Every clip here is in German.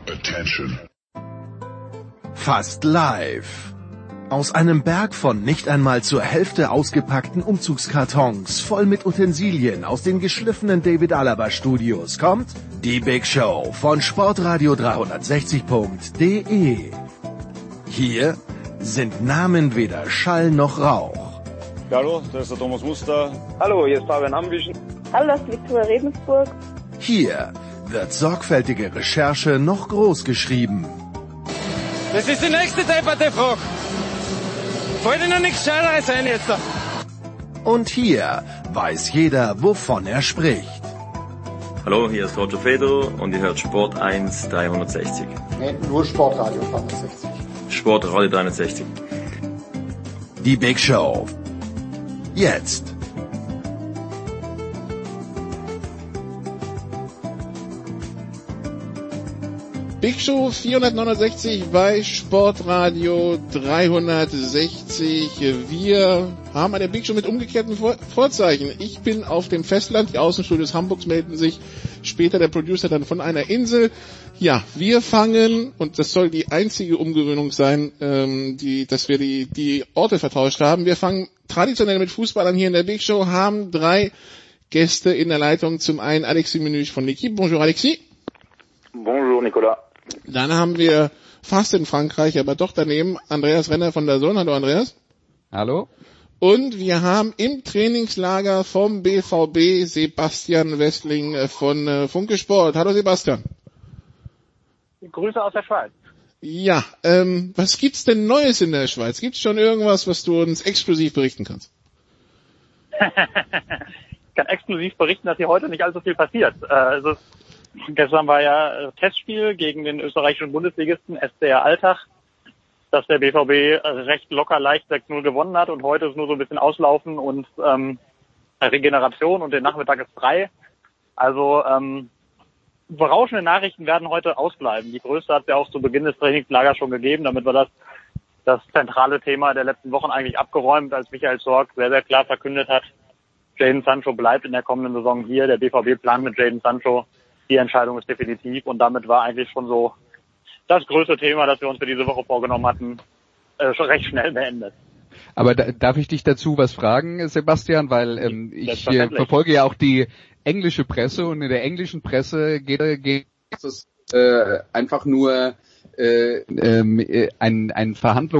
Attention. Fast live. Aus einem Berg von nicht einmal zur Hälfte ausgepackten Umzugskartons voll mit Utensilien aus den geschliffenen David Alaba Studios kommt die Big Show von Sportradio 360.de. Hier sind Namen weder Schall noch Rauch. Hallo, das ist der Thomas Muster. Hallo, hier ist Fabian Ambüchen. Hallo, das ist Viktoria Rebensburg. Hier wird sorgfältige Recherche noch groß geschrieben. Das ist die nächste depperte Frage. Fällt Ihnen nichts Scheineres ein jetzt? Und hier weiß jeder, wovon er spricht. Hallo, hier ist Roger Fedor und ihr hört Sport 1 360. Nee, nur Sportradio 360. Sportradio 360. Die Big Show. Jetzt. Big Show 469 bei Sportradio 360. Wir haben eine Big Show mit umgekehrten Vorzeichen. Ich bin auf dem Festland, die Außenstudios Hamburgs melden sich, später der Producer dann von einer Insel. Ja, wir fangen, und das soll die einzige Umgewöhnung sein, dass wir die Orte vertauscht haben. Wir fangen traditionell mit Fußball an hier in der Big Show, haben 3 Gäste in der Leitung. Zum einen Alexis Menüch von L'Equipe. Bonjour Alexis. Bonjour Nicolas. Dann haben wir fast in Frankreich, aber doch daneben Andreas Renner von der Zone. Hallo Andreas. Hallo. Und wir haben im Trainingslager vom BVB Sebastian Westling von Funke Sport. Hallo Sebastian. Grüße aus der Schweiz. Ja, was gibt's denn Neues in der Schweiz? Gibt's schon irgendwas, was du uns exklusiv berichten kannst? Ich kann exklusiv berichten, dass hier heute nicht allzu viel passiert. Gestern war ja Testspiel gegen den österreichischen Bundesligisten SCR Altach, dass der BVB recht locker leicht 6-0 gewonnen hat, und heute ist nur so ein bisschen Auslaufen und Regeneration und der Nachmittag ist frei. Also berauschende Nachrichten werden heute ausbleiben. Die größte hat es ja auch zu Beginn des Trainingslagers schon gegeben. Damit war das zentrale Thema der letzten Wochen eigentlich abgeräumt, als Michael Zorc sehr, sehr klar verkündet hat, Jadon Sancho bleibt in der kommenden Saison hier. Der BVB plant mit Jadon Sancho. Die Entscheidung ist definitiv, und damit war eigentlich schon so das größte Thema, das wir uns für diese Woche vorgenommen hatten, schon recht schnell beendet. Aber darf ich dich dazu was fragen, Sebastian? Weil ich verfolge ja auch die englische Presse, und in der englischen Presse geht es einfach nur ein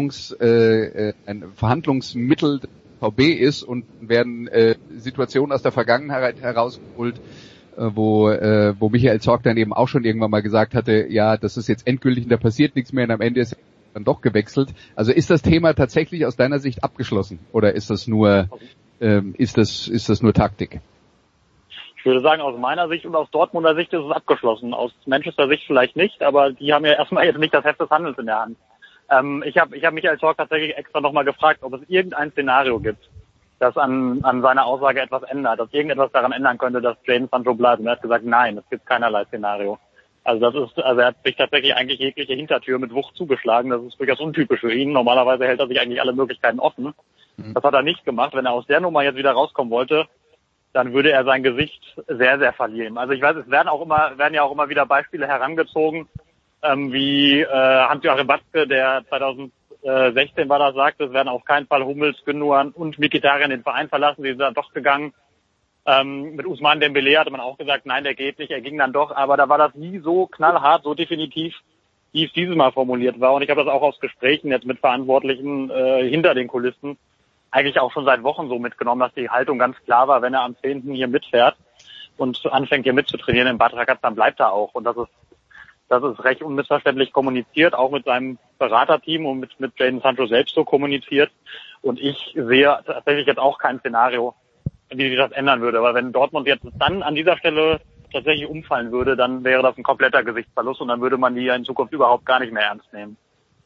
Verhandlungsmittel des VB ist, und werden Situationen aus der Vergangenheit herausgeholt, wo Michael Zorc dann eben auch schon irgendwann mal gesagt hatte, ja, das ist jetzt endgültig und da passiert nichts mehr, und am Ende ist er dann doch gewechselt. Also ist das Thema tatsächlich aus deiner Sicht abgeschlossen, oder ist das nur Taktik? Ich würde sagen, aus meiner Sicht und aus Dortmunder Sicht ist es abgeschlossen. Aus Manchester Sicht vielleicht nicht, aber die haben ja erstmal jetzt nicht das Heft des Handels in der Hand. Ich hab Michael Zorc tatsächlich extra nochmal gefragt, ob es irgendein Szenario gibt, das an seiner Aussage etwas ändert, dass irgendetwas daran ändern könnte, dass Jadon Sancho bleibt. Und er hat gesagt, nein, es gibt keinerlei Szenario. Also er hat sich tatsächlich eigentlich jegliche Hintertür mit Wucht zugeschlagen. Das ist durchaus untypisch für ihn. Normalerweise hält er sich eigentlich alle Möglichkeiten offen. Das hat er nicht gemacht. Wenn er aus der Nummer jetzt wieder rauskommen wollte, dann würde er sein Gesicht sehr, sehr verlieren. Also ich weiß, es werden ja auch immer wieder Beispiele herangezogen, wie Hans-Joachim Watzke, der 2016 war das, sagte, es werden auf keinen Fall Hummels, Gündogan und Mkhitaryan den Verein verlassen. Die sind dann doch gegangen. Mit Ousmane Dembélé hatte man auch gesagt, nein, der geht nicht, er ging dann doch. Aber da war das nie so knallhart, so definitiv, wie es dieses Mal formuliert war. Und ich habe das auch aus Gesprächen jetzt mit Verantwortlichen hinter den Kulissen eigentlich auch schon seit Wochen so mitgenommen, dass die Haltung ganz klar war, wenn er am 10. hier mitfährt und anfängt hier mitzutrainieren in Bad Ragaz, dann bleibt er auch. Und das ist recht unmissverständlich kommuniziert, auch mit seinem Beraterteam und mit Jadon Sancho selbst so kommuniziert. Und ich sehe tatsächlich jetzt auch kein Szenario, wie sich das ändern würde. Aber wenn Dortmund jetzt dann an dieser Stelle tatsächlich umfallen würde, dann wäre das ein kompletter Gesichtsverlust, und dann würde man die ja in Zukunft überhaupt gar nicht mehr ernst nehmen.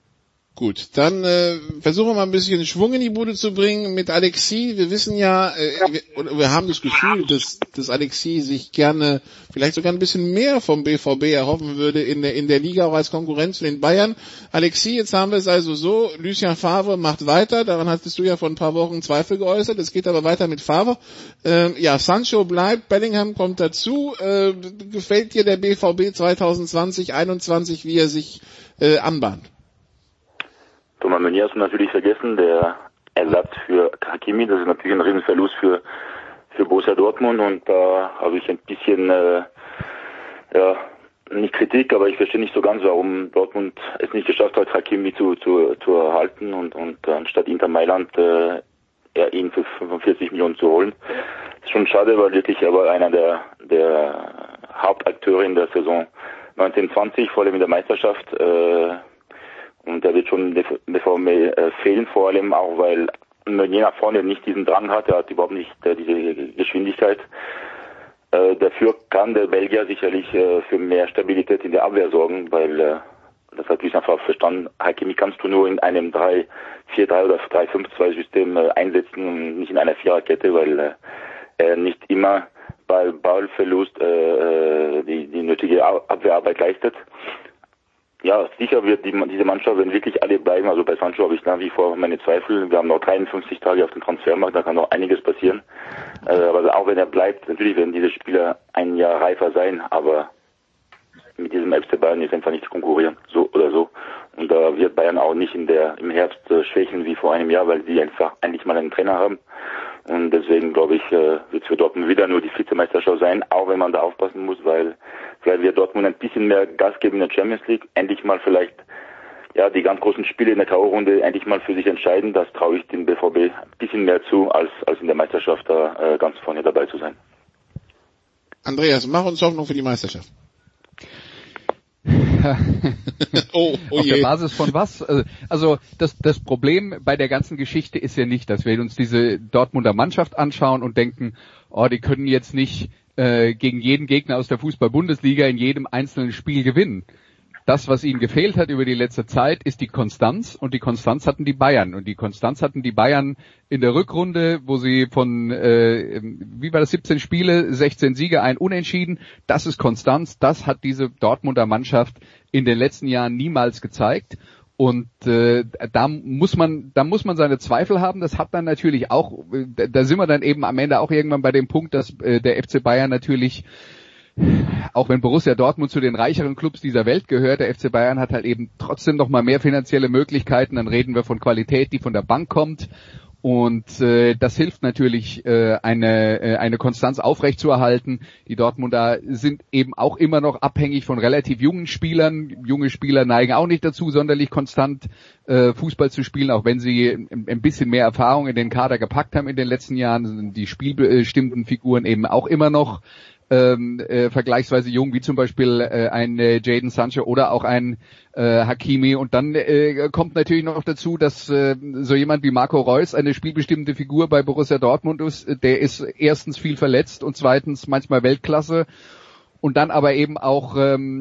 Gut, dann versuchen wir mal ein bisschen Schwung in die Bude zu bringen mit Alexis. Wir wissen ja, wir haben das Gefühl, dass Alexis sich gerne vielleicht sogar ein bisschen mehr vom BVB erhoffen würde in der Liga, auch als Konkurrenz zu den Bayern. Alexis, jetzt haben wir es also so, Lucien Favre macht weiter, daran hattest du ja vor ein paar Wochen Zweifel geäußert, es geht aber weiter mit Favre. Sancho bleibt, Bellingham kommt dazu. Gefällt dir der BVB 2020, 2021, wie er sich anbahnt? Thomas Meunier hast du natürlich vergessen, der Ersatz für Hakimi, das ist natürlich ein Riesenverlust für Borussia Dortmund, und da habe ich ein bisschen, nicht Kritik, aber ich verstehe nicht so ganz, warum Dortmund es nicht geschafft hat, Hakimi zu erhalten und anstatt Inter Mailand ihn für 45 Millionen zu holen. Das ist schon schade, weil wirklich er war einer der Hauptakteure in der Saison 1920, vor allem in der Meisterschaft, und er wird schon BVB fehlen, vor allem auch, weil Meunier nach vorne nicht diesen Drang hat, er hat überhaupt nicht diese Geschwindigkeit. Dafür kann der Belgier sicherlich für mehr Stabilität in der Abwehr sorgen, weil das hat ich einfach verstanden, Hakimi kannst du nur in einem 3-4-3 oder 3-5-2 System einsetzen und nicht in einer Viererkette, weil er nicht immer bei Ballverlust die nötige Abwehrarbeit leistet. Ja, sicher wird diese Mannschaft, wenn wirklich alle bleiben, also bei Sancho habe ich nach wie vor meine Zweifel. Wir haben noch 53 Tage auf dem Transfermarkt, da kann noch einiges passieren. Aber auch wenn er bleibt, natürlich werden diese Spieler ein Jahr reifer sein, aber mit diesem FC Bayern ist einfach nicht zu konkurrieren, so oder so. Und da wird Bayern auch nicht im Herbst schwächen wie vor einem Jahr, weil sie einfach endlich mal einen Trainer haben. Und deswegen glaube ich, wird es für Dortmund wieder nur die Vizemeisterschaft sein, auch wenn man da aufpassen muss, weil vielleicht wird Dortmund ein bisschen mehr Gas geben in der Champions League, endlich mal vielleicht die ganz großen Spiele in der K.O.-Runde endlich mal für sich entscheiden. Das traue ich dem BVB ein bisschen mehr zu, als in der Meisterschaft da ganz vorne dabei zu sein. Andreas, mach uns Hoffnung für die Meisterschaft. Auf der Basis von was? Also das Problem bei der ganzen Geschichte ist ja nicht, dass wir uns diese Dortmunder Mannschaft anschauen und denken, die können jetzt nicht gegen jeden Gegner aus der Fußball-Bundesliga in jedem einzelnen Spiel gewinnen. Das, was ihnen gefehlt hat über die letzte Zeit, ist die Konstanz, und die Konstanz hatten die Bayern. Und die Konstanz hatten die Bayern in der Rückrunde, wo sie von, 17 Spiele, 16 Siege, ein Unentschieden. Das ist Konstanz, das hat diese Dortmunder Mannschaft in den letzten Jahren niemals gezeigt. Und da muss man seine Zweifel haben. Das hat dann natürlich auch, da sind wir dann eben am Ende auch irgendwann bei dem Punkt, dass der FC Bayern natürlich, auch wenn Borussia Dortmund zu den reicheren Clubs dieser Welt gehört, der FC Bayern hat halt eben trotzdem noch mal mehr finanzielle Möglichkeiten. Dann reden wir von Qualität, die von der Bank kommt. Und das hilft natürlich, eine Konstanz aufrechtzuerhalten. Die Dortmunder sind eben auch immer noch abhängig von relativ jungen Spielern. Junge Spieler neigen auch nicht dazu, sonderlich konstant Fußball zu spielen, auch wenn sie ein bisschen mehr Erfahrung in den Kader gepackt haben in den letzten Jahren. Sind die spielbestimmten Figuren eben auch immer noch vergleichsweise jung, wie zum Beispiel ein Jadon Sancho oder auch ein Hakimi. Und dann kommt natürlich noch dazu, dass so jemand wie Marco Reus eine spielbestimmte Figur bei Borussia Dortmund ist. Der ist erstens viel verletzt und zweitens manchmal Weltklasse. Und dann aber eben auch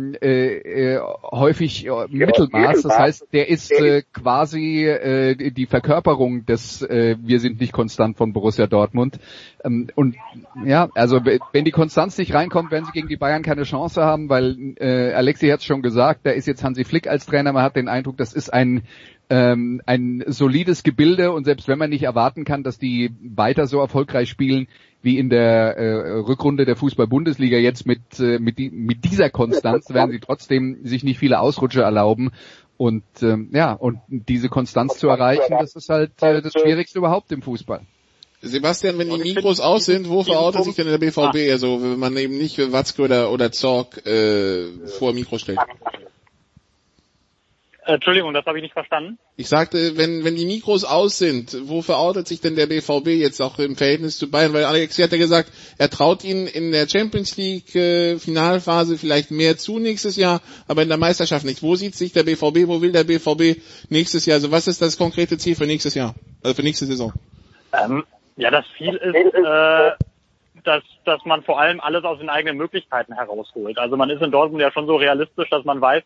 häufig Mittelmaß. Das heißt, der ist quasi die Verkörperung des wir sind nicht konstant von Borussia Dortmund. Und ja, also wenn die Konstanz nicht reinkommt, werden sie gegen die Bayern keine Chance haben, weil Alexi hat es schon gesagt, da ist jetzt Hansi Flick als Trainer. Man hat den Eindruck, das ist ein solides Gebilde, und selbst wenn man nicht erwarten kann, dass die weiter so erfolgreich spielen wie in der Rückrunde der Fußball-Bundesliga jetzt mit dieser Konstanz, werden sie trotzdem sich nicht viele Ausrutsche erlauben. Und und diese Konstanz zu erreichen, das ist halt das Schwierigste überhaupt im Fußball. Sebastian, wenn die Mikros aus sind, wo verortet sich denn der BVB? Also wenn man eben nicht Watzke oder Zorc vor Mikro stellt. Entschuldigung, das habe ich nicht verstanden. Ich sagte, wenn die Mikros aus sind, wo verortet sich denn der BVB jetzt auch im Verhältnis zu Bayern? Weil Alexi hat ja gesagt, er traut ihnen in der Champions League Finalphase vielleicht mehr zu nächstes Jahr, aber in der Meisterschaft nicht. Wo sieht sich der BVB? Wo will der BVB nächstes Jahr? Also was ist das konkrete Ziel für nächstes Jahr? Also für nächste Saison? Das Ziel ist, dass man vor allem alles aus den eigenen Möglichkeiten herausholt. Also man ist in Dortmund ja schon so realistisch, dass man weiß,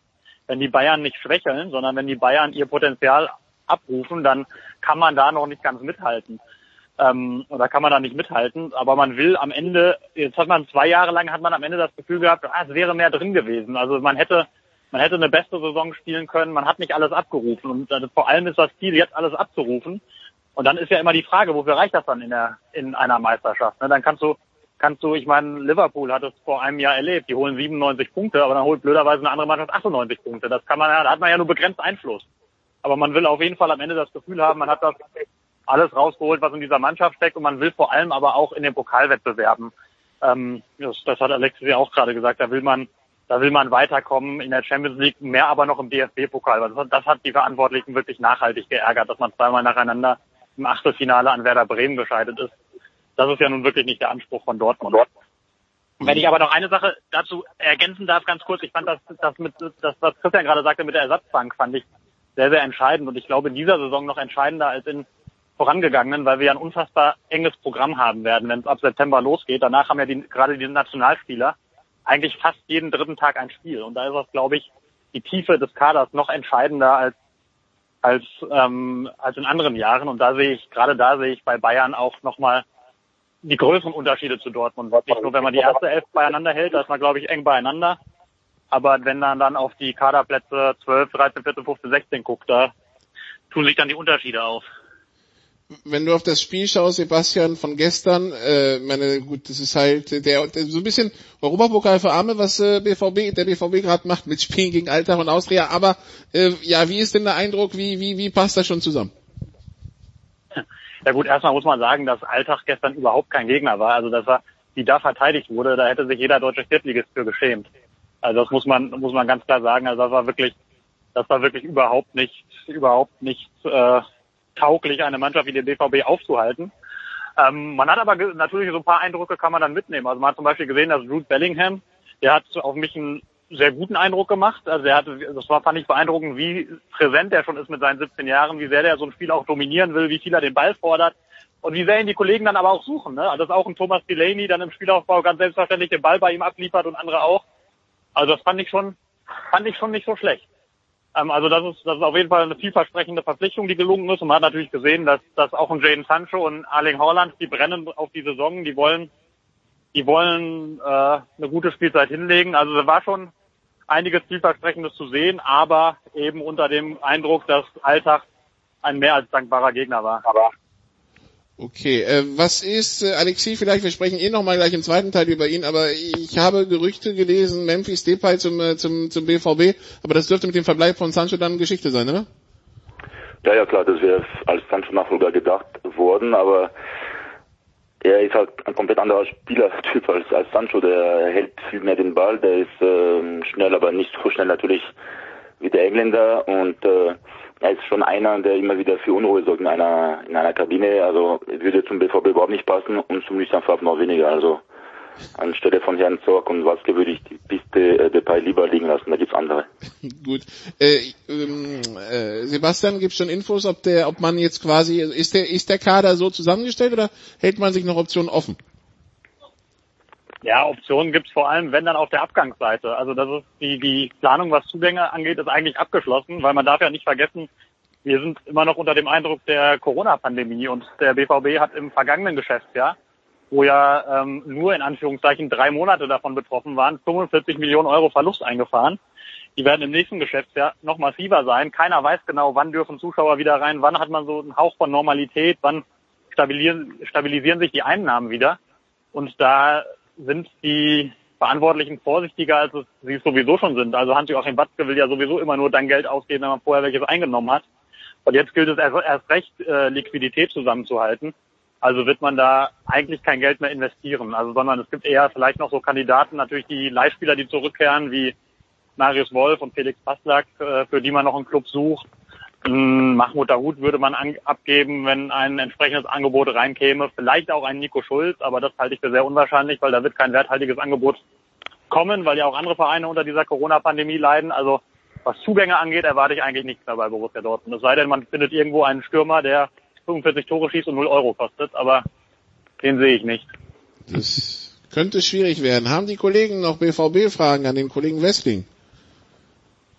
wenn die Bayern nicht schwächeln, sondern wenn die Bayern ihr Potenzial abrufen, dann kann man da noch nicht ganz mithalten. Oder kann man da nicht mithalten, aber man will am Ende, jetzt hat man 2 Jahre lang, hat man am Ende das Gefühl gehabt, es wäre mehr drin gewesen. Also man hätte eine beste Saison spielen können, man hat nicht alles abgerufen und vor allem ist das Ziel, jetzt alles abzurufen. Und dann ist ja immer die Frage, wofür reicht das dann in einer Meisterschaft? Ne? Dann kannst du, ich meine, Liverpool hat es vor einem Jahr erlebt, die holen 97 Punkte, aber dann holt blöderweise eine andere Mannschaft 98 Punkte. Da hat man ja nur begrenzt Einfluss. Aber man will auf jeden Fall am Ende das Gefühl haben, man hat das alles rausgeholt, was in dieser Mannschaft steckt und man will vor allem aber auch in den Pokalwettbewerben, das hat Alexis ja auch gerade gesagt, da will man weiterkommen in der Champions League, mehr aber noch im DFB-Pokal. Das hat die Verantwortlichen wirklich nachhaltig geärgert, dass man 2-mal nacheinander im Achtelfinale an Werder Bremen gescheitert ist. Das ist ja nun wirklich nicht der Anspruch von Dortmund. Wenn ich aber noch eine Sache dazu ergänzen darf, ganz kurz, ich fand das was Christian gerade sagte mit der Ersatzbank, fand ich sehr, sehr entscheidend und ich glaube in dieser Saison noch entscheidender als in vorangegangenen, weil wir ja ein unfassbar enges Programm haben werden, wenn es ab September losgeht. Danach haben ja gerade die Nationalspieler eigentlich fast jeden dritten Tag ein Spiel. Und da ist das, glaube ich, die Tiefe des Kaders noch entscheidender als in anderen Jahren. Und da sehe ich bei Bayern auch nochmal die größeren Unterschiede zu Dortmund. Nicht nur, wenn man die erste Elf beieinander hält, da ist man, glaube ich, eng beieinander. Aber wenn man dann auf die Kaderplätze 12, 13, 14, 15, 16 guckt, da tun sich dann die Unterschiede auf. Wenn du auf das Spiel schaust, Sebastian, von gestern, das ist halt der so ein bisschen Europapokal für Arme, was der BVB gerade macht mit Spielen gegen Altach und Austria, aber wie ist denn der Eindruck, wie passt das schon zusammen? Ja gut, erstmal muss man sagen, dass Altach gestern überhaupt kein Gegner war, also wie da verteidigt wurde, da hätte sich jeder deutsche Viertligist für geschämt. Also das muss man ganz klar sagen, also das war wirklich überhaupt nicht tauglich, eine Mannschaft wie den BVB aufzuhalten. Man hat aber natürlich so ein paar Eindrücke kann man dann mitnehmen. Also man hat zum Beispiel gesehen, dass Jude Bellingham, der hat auf mich einen sehr guten Eindruck gemacht. Also fand ich beeindruckend, wie präsent er schon ist mit seinen 17 Jahren, wie sehr der so ein Spiel auch dominieren will, wie viel er den Ball fordert und wie sehr ihn die Kollegen dann aber auch suchen. Ne? Also dass auch ein Thomas Delaney dann im Spielaufbau ganz selbstverständlich den Ball bei ihm abliefert und andere auch. Also das fand ich schon nicht so schlecht. Also das ist auf jeden Fall eine vielversprechende Verpflichtung, die gelungen ist. Und man hat natürlich gesehen, dass auch ein Jadon Sancho und Erling Haaland, die brennen auf die Saison, die wollen eine gute Spielzeit hinlegen. Also da war schon einiges vielversprechendes zu sehen, aber eben unter dem Eindruck, dass Altach ein mehr als dankbarer Gegner war. Okay, was ist, Alexis, vielleicht, wir sprechen nochmal gleich im zweiten Teil über ihn, aber ich habe Gerüchte gelesen, Memphis Depay zum BVB, aber das dürfte mit dem Verbleib von Sancho dann Geschichte sein, oder? Ja, klar, das wäre als Sancho-Nachfolger gedacht worden, aber er ist halt ein komplett anderer Spielertyp als Sancho, der hält viel mehr den Ball, der ist schnell, aber nicht so schnell natürlich wie der Engländer und er ist schon einer, der immer wieder für Unruhe sorgt in einer Kabine. Also würde zum BVB überhaupt nicht passen und zum Lucien Favre noch weniger. Also anstelle von Herrn Zorc und Watzke würde ich die Piste Depay lieber liegen lassen. Da gibt's andere. Gut. Sebastian, gibt's schon Infos, ob man jetzt quasi ist der Kader so zusammengestellt oder hält man sich noch Optionen offen? Ja, Optionen gibt's vor allem, wenn dann auf der Abgangsseite. Also das ist die Planung, was Zugänge angeht, ist eigentlich abgeschlossen, weil man darf ja nicht vergessen, wir sind immer noch unter dem Eindruck der Corona-Pandemie und der BVB hat im vergangenen Geschäftsjahr, wo ja nur in Anführungszeichen 3 Monate davon betroffen waren, 45 Millionen Euro Verlust eingefahren. Die werden im nächsten Geschäftsjahr noch massiver sein. Keiner weiß genau, wann dürfen Zuschauer wieder rein, wann hat man so einen Hauch von Normalität, wann stabilisieren sich die Einnahmen wieder. Und da sind die Verantwortlichen vorsichtiger, als sie es sowieso schon sind. Also Hans-Joachim Watzke will ja sowieso immer nur dann Geld ausgeben, wenn man vorher welches eingenommen hat. Und jetzt gilt es erst recht, Liquidität zusammenzuhalten. Also wird man da eigentlich kein Geld mehr investieren. Also sondern es gibt eher vielleicht noch so Kandidaten, natürlich die Leihspieler, die zurückkehren, wie Marius Wolf und Felix Passlack, für die man noch einen Club sucht. Mahmoud Dahoud würde man abgeben, wenn ein entsprechendes Angebot reinkäme. Vielleicht auch ein Nico Schulz, aber das halte ich für sehr unwahrscheinlich, weil da wird kein werthaltiges Angebot kommen, weil ja auch andere Vereine unter dieser Corona-Pandemie leiden. Also was Zugänge angeht, erwarte ich eigentlich nichts mehr bei Borussia Dortmund. Es sei denn, man findet irgendwo einen Stürmer, der 45 Tore schießt und 0 Euro kostet, aber den sehe ich nicht. Das könnte schwierig werden. Haben die Kollegen noch BVB-Fragen an den Kollegen Wessling?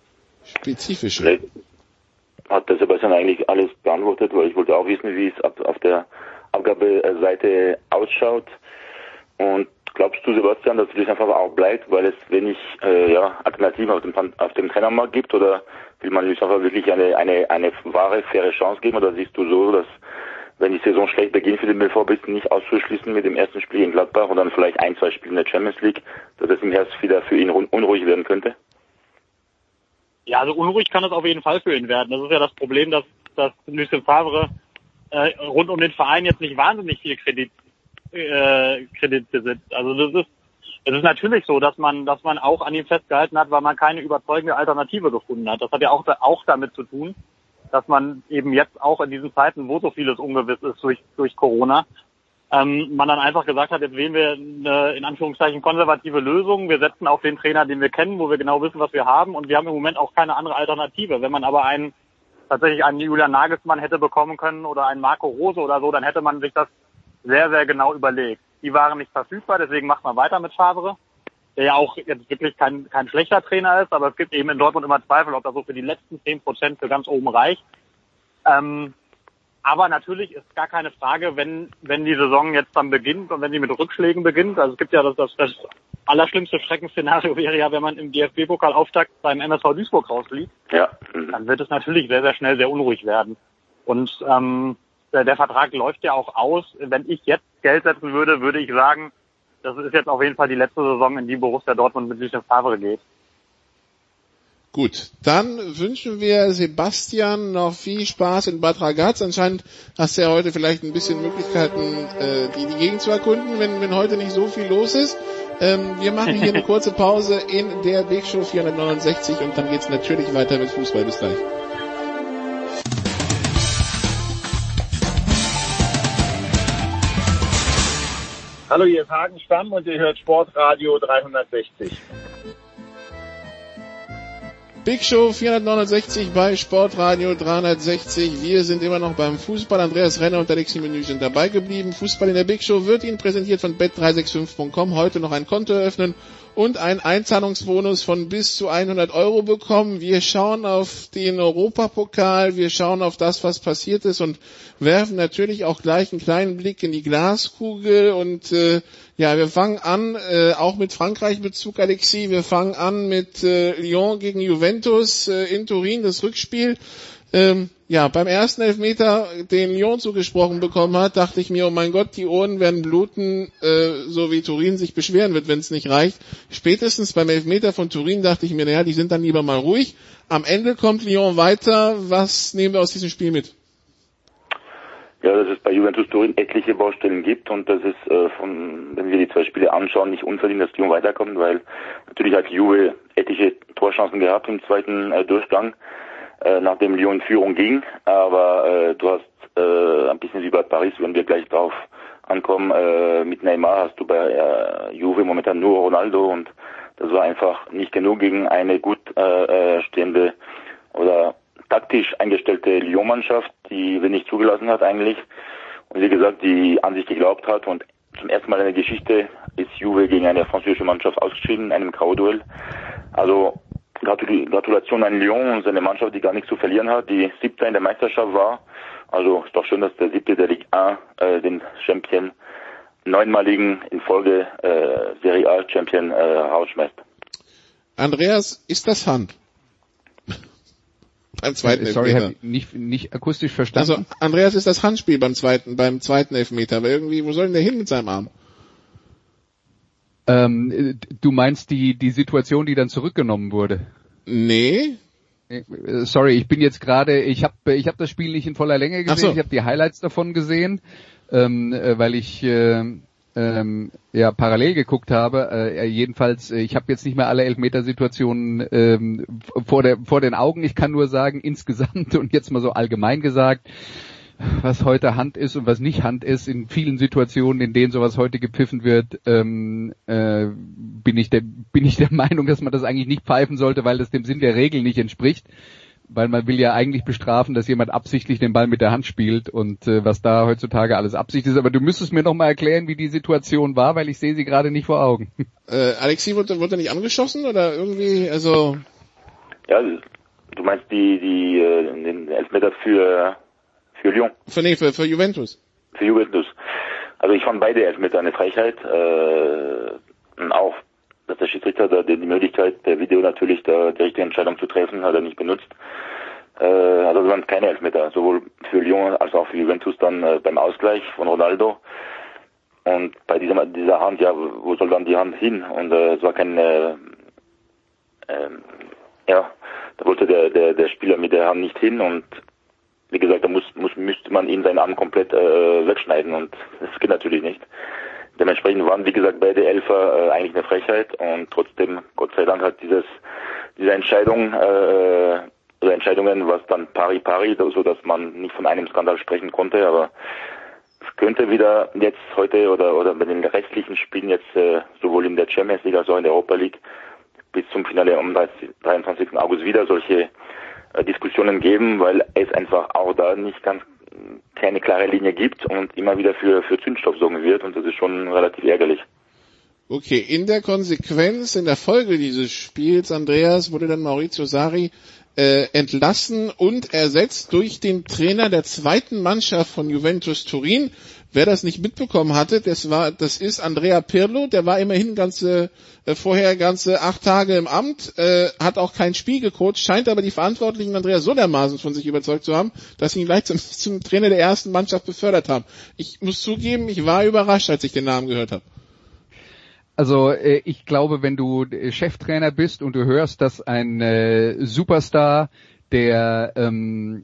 Spezifische. Vielleicht hat der Sebastian eigentlich alles beantwortet, weil ich wollte auch wissen, wie es auf der Abgabeseite ausschaut. Und glaubst du, Sebastian, dass das einfach auch bleibt, weil es wenig Alternativen auf dem Trainermarkt gibt, oder will man sich einfach wirklich eine wahre, faire Chance geben, oder siehst du so, dass wenn die Saison schlecht beginnt für den BVB, nicht auszuschließen mit dem ersten Spiel in Gladbach und dann vielleicht 1-2 Spiele in der Champions League, dass es im Herbst wieder für ihn unruhig werden könnte? Ja, also unruhig kann es auf jeden Fall für ihn werden. Das ist ja das Problem, dass Lucien Favre rund um den Verein jetzt nicht wahnsinnig viel Kredit besitzt. Also es ist natürlich so, dass man auch an ihm festgehalten hat, weil man keine überzeugende Alternative gefunden hat. Das hat ja auch damit zu tun, dass man eben jetzt auch in diesen Zeiten, wo so vieles ungewiss ist durch Corona, man dann einfach gesagt hat, jetzt wählen wir eine, in Anführungszeichen, konservative Lösung. Wir setzen auf den Trainer, den wir kennen, wo wir genau wissen, was wir haben, und wir haben im Moment auch keine andere Alternative. Wenn man aber tatsächlich einen Julian Nagelsmann hätte bekommen können oder einen Marco Rose oder so, dann hätte man sich das sehr, sehr genau überlegt. Die waren nicht verfügbar, deswegen macht man weiter mit Favre, der ja auch jetzt wirklich kein schlechter Trainer ist, aber es gibt eben in Dortmund immer Zweifel, ob das so für die letzten 10% für ganz oben reicht. Aber natürlich ist gar keine Frage, wenn die Saison jetzt dann beginnt und wenn sie mit Rückschlägen beginnt, also es gibt ja das allerschlimmste Schreckensszenario wäre ja, wenn man im DFB-Pokalauftakt beim MSV Duisburg rausfliegt, dann wird es natürlich sehr, sehr schnell sehr unruhig werden. Und der Vertrag läuft ja auch aus. Wenn ich jetzt Geld setzen würde, würde ich sagen, das ist jetzt auf jeden Fall die letzte Saison, in die Borussia Dortmund mit Lucien Favre geht. Gut, dann wünschen wir Sebastian noch viel Spaß in Bad Ragaz. Anscheinend hast du ja heute vielleicht ein bisschen Möglichkeiten, die Gegend zu erkunden, wenn heute nicht so viel los ist. Wir machen hier eine kurze Pause in der Big Show 469 und dann geht's natürlich weiter mit Fußball. Bis gleich. Hallo, hier ist Hagen Stamm und ihr hört Sportradio 360. Big Show 469 bei Sportradio 360. Wir sind immer noch beim Fußball. Andreas Renner und Alexi Menü sind dabei geblieben. Fußball in der Big Show wird Ihnen präsentiert von bet365.com. Heute noch ein Konto eröffnen und einen Einzahlungsbonus von bis zu 100 € bekommen. Wir schauen auf den Europapokal, wir schauen auf das, was passiert ist und werfen natürlich auch gleich einen kleinen Blick in die Glaskugel und wir fangen an, auch mit Frankreich-Bezug, Alexi. Wir fangen an mit Lyon gegen Juventus in Turin, das Rückspiel. Beim ersten Elfmeter, den Lyon zugesprochen bekommen hat, dachte ich mir, oh mein Gott, die Ohren werden bluten, so wie Turin sich beschweren wird, wenn es nicht reicht. Spätestens beim Elfmeter von Turin dachte ich mir, die sind dann lieber mal ruhig. Am Ende kommt Lyon weiter. Was nehmen wir aus diesem Spiel mit? Ja, dass es bei Juventus Turin etliche Baustellen gibt und dass es, wenn wir die zwei Spiele anschauen, nicht unverdient, dass Lyon weiterkommt, weil natürlich hat Juve etliche Torchancen gehabt im zweiten Durchgang, nachdem Lyon in Führung ging, aber du hast ein bisschen wie bei Paris, wenn wir gleich drauf ankommen, mit Neymar hast du bei Juve momentan nur Ronaldo und das war einfach nicht genug gegen eine gut stehende oder taktisch eingestellte Lyon-Mannschaft, die wenig zugelassen hat eigentlich und wie gesagt, die an sich geglaubt hat und zum ersten Mal in der Geschichte ist Juve gegen eine französische Mannschaft ausgeschieden in einem K.O.-Duell. Also Gratulation an Lyon und seine Mannschaft, die gar nichts zu verlieren hat, die 7. in der Meisterschaft war. Also ist doch schön, dass der 7. der Ligue 1 den Champion 9-maligen in Folge Serie A Champion rausschmeißt. Andreas, ist das Hand? Beim zweiten Elfmeter. Sorry, nicht akustisch verstanden. Also Andreas, ist das Handspiel beim zweiten Elfmeter, aber irgendwie, wo soll denn der hin mit seinem Arm? Du meinst die Situation, die dann zurückgenommen wurde? Nee. Sorry, ich bin jetzt gerade, ich hab das Spiel nicht in voller Länge gesehen, so. Ich habe die Highlights davon gesehen, weil ich parallel geguckt habe. Jedenfalls, ich habe jetzt nicht mehr alle Elfmetersituationen vor den Augen. Ich kann nur sagen, insgesamt und jetzt mal so allgemein gesagt, was heute Hand ist und was nicht Hand ist, in vielen Situationen, in denen sowas heute gepfiffen wird, bin ich der Meinung, dass man das eigentlich nicht pfeifen sollte, weil das dem Sinn der Regel nicht entspricht. Weil man will ja eigentlich bestrafen, dass jemand absichtlich den Ball mit der Hand spielt und was da heutzutage alles Absicht ist. Aber du müsstest mir noch mal erklären, wie die Situation war, weil ich sehe sie gerade nicht vor Augen. Alexi, wurde er nicht angeschossen oder irgendwie, also... Ja, Du meinst den Elfmeter für Lyon? Für Juventus. Für Juventus. Also ich fand beide Elfmeter eine Frechheit. Und auch, dass der Schiedsrichter da die Möglichkeit, der Video natürlich da die richtige Entscheidung zu treffen, hat er nicht benutzt. Also es waren keine Elfmeter, sowohl für Lyon als auch für Juventus dann beim Ausgleich von Ronaldo. Und bei dieser Hand, ja, wo soll dann die Hand hin? Und es war kein, da wollte der Spieler mit der Hand nicht hin und wie gesagt, da müsste man ihm seinen Arm komplett wegschneiden und das geht natürlich nicht. Dementsprechend waren, wie gesagt, beide Elfer eigentlich eine Frechheit und trotzdem, Gott sei Dank, hat diese Entscheidung oder Entscheidungen, was dann pari, so dass man nicht von einem Skandal sprechen konnte, aber es könnte wieder jetzt heute oder bei den restlichen Spielen jetzt sowohl in der Champions League als auch in der Europa League bis zum Finale am 23. August wieder solche Diskussionen geben, weil es einfach auch da nicht keine klare Linie gibt und immer wieder für Zündstoff sorgen wird und das ist schon relativ ärgerlich. Okay, in der Konsequenz, in der Folge dieses Spiels, Andreas, wurde dann Maurizio Sarri entlassen und ersetzt durch den Trainer der zweiten Mannschaft von Juventus Turin. Wer das nicht mitbekommen hatte, das ist Andrea Pirlo, der war immerhin vorher ganze 8 Tage im Amt, hat auch kein Spiel gecoacht, scheint aber die Verantwortlichen Andrea so dermaßen von sich überzeugt zu haben, dass sie ihn gleich zum Trainer der ersten Mannschaft befördert haben. Ich muss zugeben, ich war überrascht, als ich den Namen gehört habe. Also ich glaube, wenn du Cheftrainer bist und du hörst, dass ein Superstar, der in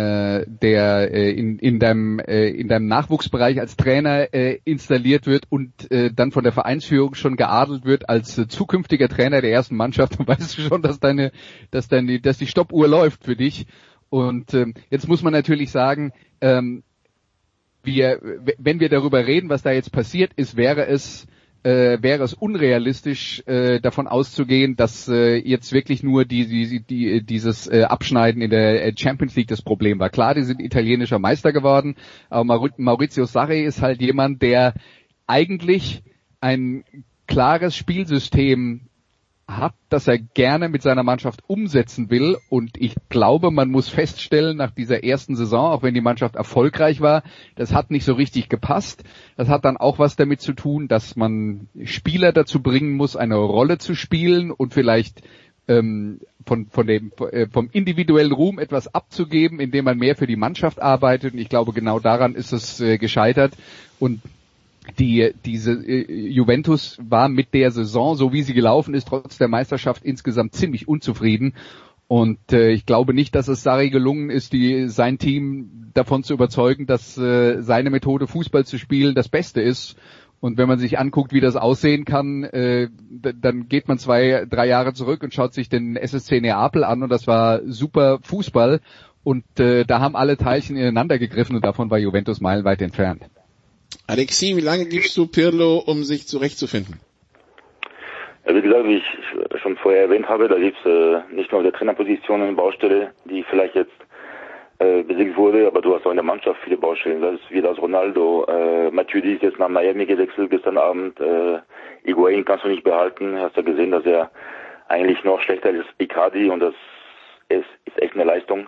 deinem Nachwuchsbereich als Trainer installiert wird und dann von der Vereinsführung schon geadelt wird als zukünftiger Trainer der ersten Mannschaft, dann weißt du schon, dass die Stoppuhr läuft für dich. Und jetzt muss man natürlich sagen, wenn wir darüber reden, was da jetzt passiert ist, wäre es unrealistisch davon auszugehen, dass jetzt wirklich nur dieses Abschneiden in der Champions League das Problem war. Klar, die sind italienischer Meister geworden, aber Maurizio Sarri ist halt jemand, der eigentlich ein klares Spielsystem hat, das er gerne mit seiner Mannschaft umsetzen will. Und ich glaube, man muss feststellen, nach dieser ersten Saison, auch wenn die Mannschaft erfolgreich war, das hat nicht so richtig gepasst. Das hat dann auch was damit zu tun, dass man Spieler dazu bringen muss, eine Rolle zu spielen und vielleicht vom individuellen Ruhm etwas abzugeben, indem man mehr für die Mannschaft arbeitet. Und ich glaube, genau daran ist es gescheitert. Und diese Juventus war mit der Saison, so wie sie gelaufen ist, trotz der Meisterschaft insgesamt ziemlich unzufrieden. Und ich glaube nicht, dass es Sarri gelungen ist, sein Team davon zu überzeugen, dass seine Methode, Fußball zu spielen, das Beste ist. Und wenn man sich anguckt, wie das aussehen kann, dann geht man 2-3 Jahre zurück und schaut sich den SSC Neapel an und das war super Fußball. Und da haben alle Teilchen ineinander gegriffen und davon war Juventus meilenweit entfernt. Alexis, wie lange gibst du Pirlo, um sich zurechtzufinden? Ja, wie gesagt, wie ich schon vorher erwähnt habe, da gibt es nicht nur auf der Trainerposition eine Baustelle, die vielleicht jetzt besiegt wurde, aber du hast auch in der Mannschaft viele Baustellen. Das ist wieder aus Ronaldo. Matuidi ist jetzt nach Miami gewechselt gestern Abend. Higuain kannst du nicht behalten. Hast ja gesehen, dass er eigentlich noch schlechter ist als Icardi und das ist echt eine Leistung.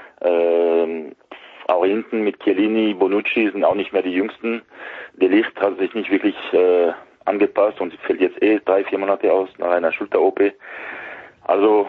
Auch hinten mit Chiellini, Bonucci sind auch nicht mehr die Jüngsten. De Ligt hat sich nicht wirklich angepasst und fällt jetzt 3-4 Monate aus nach einer Schulter-OP. Also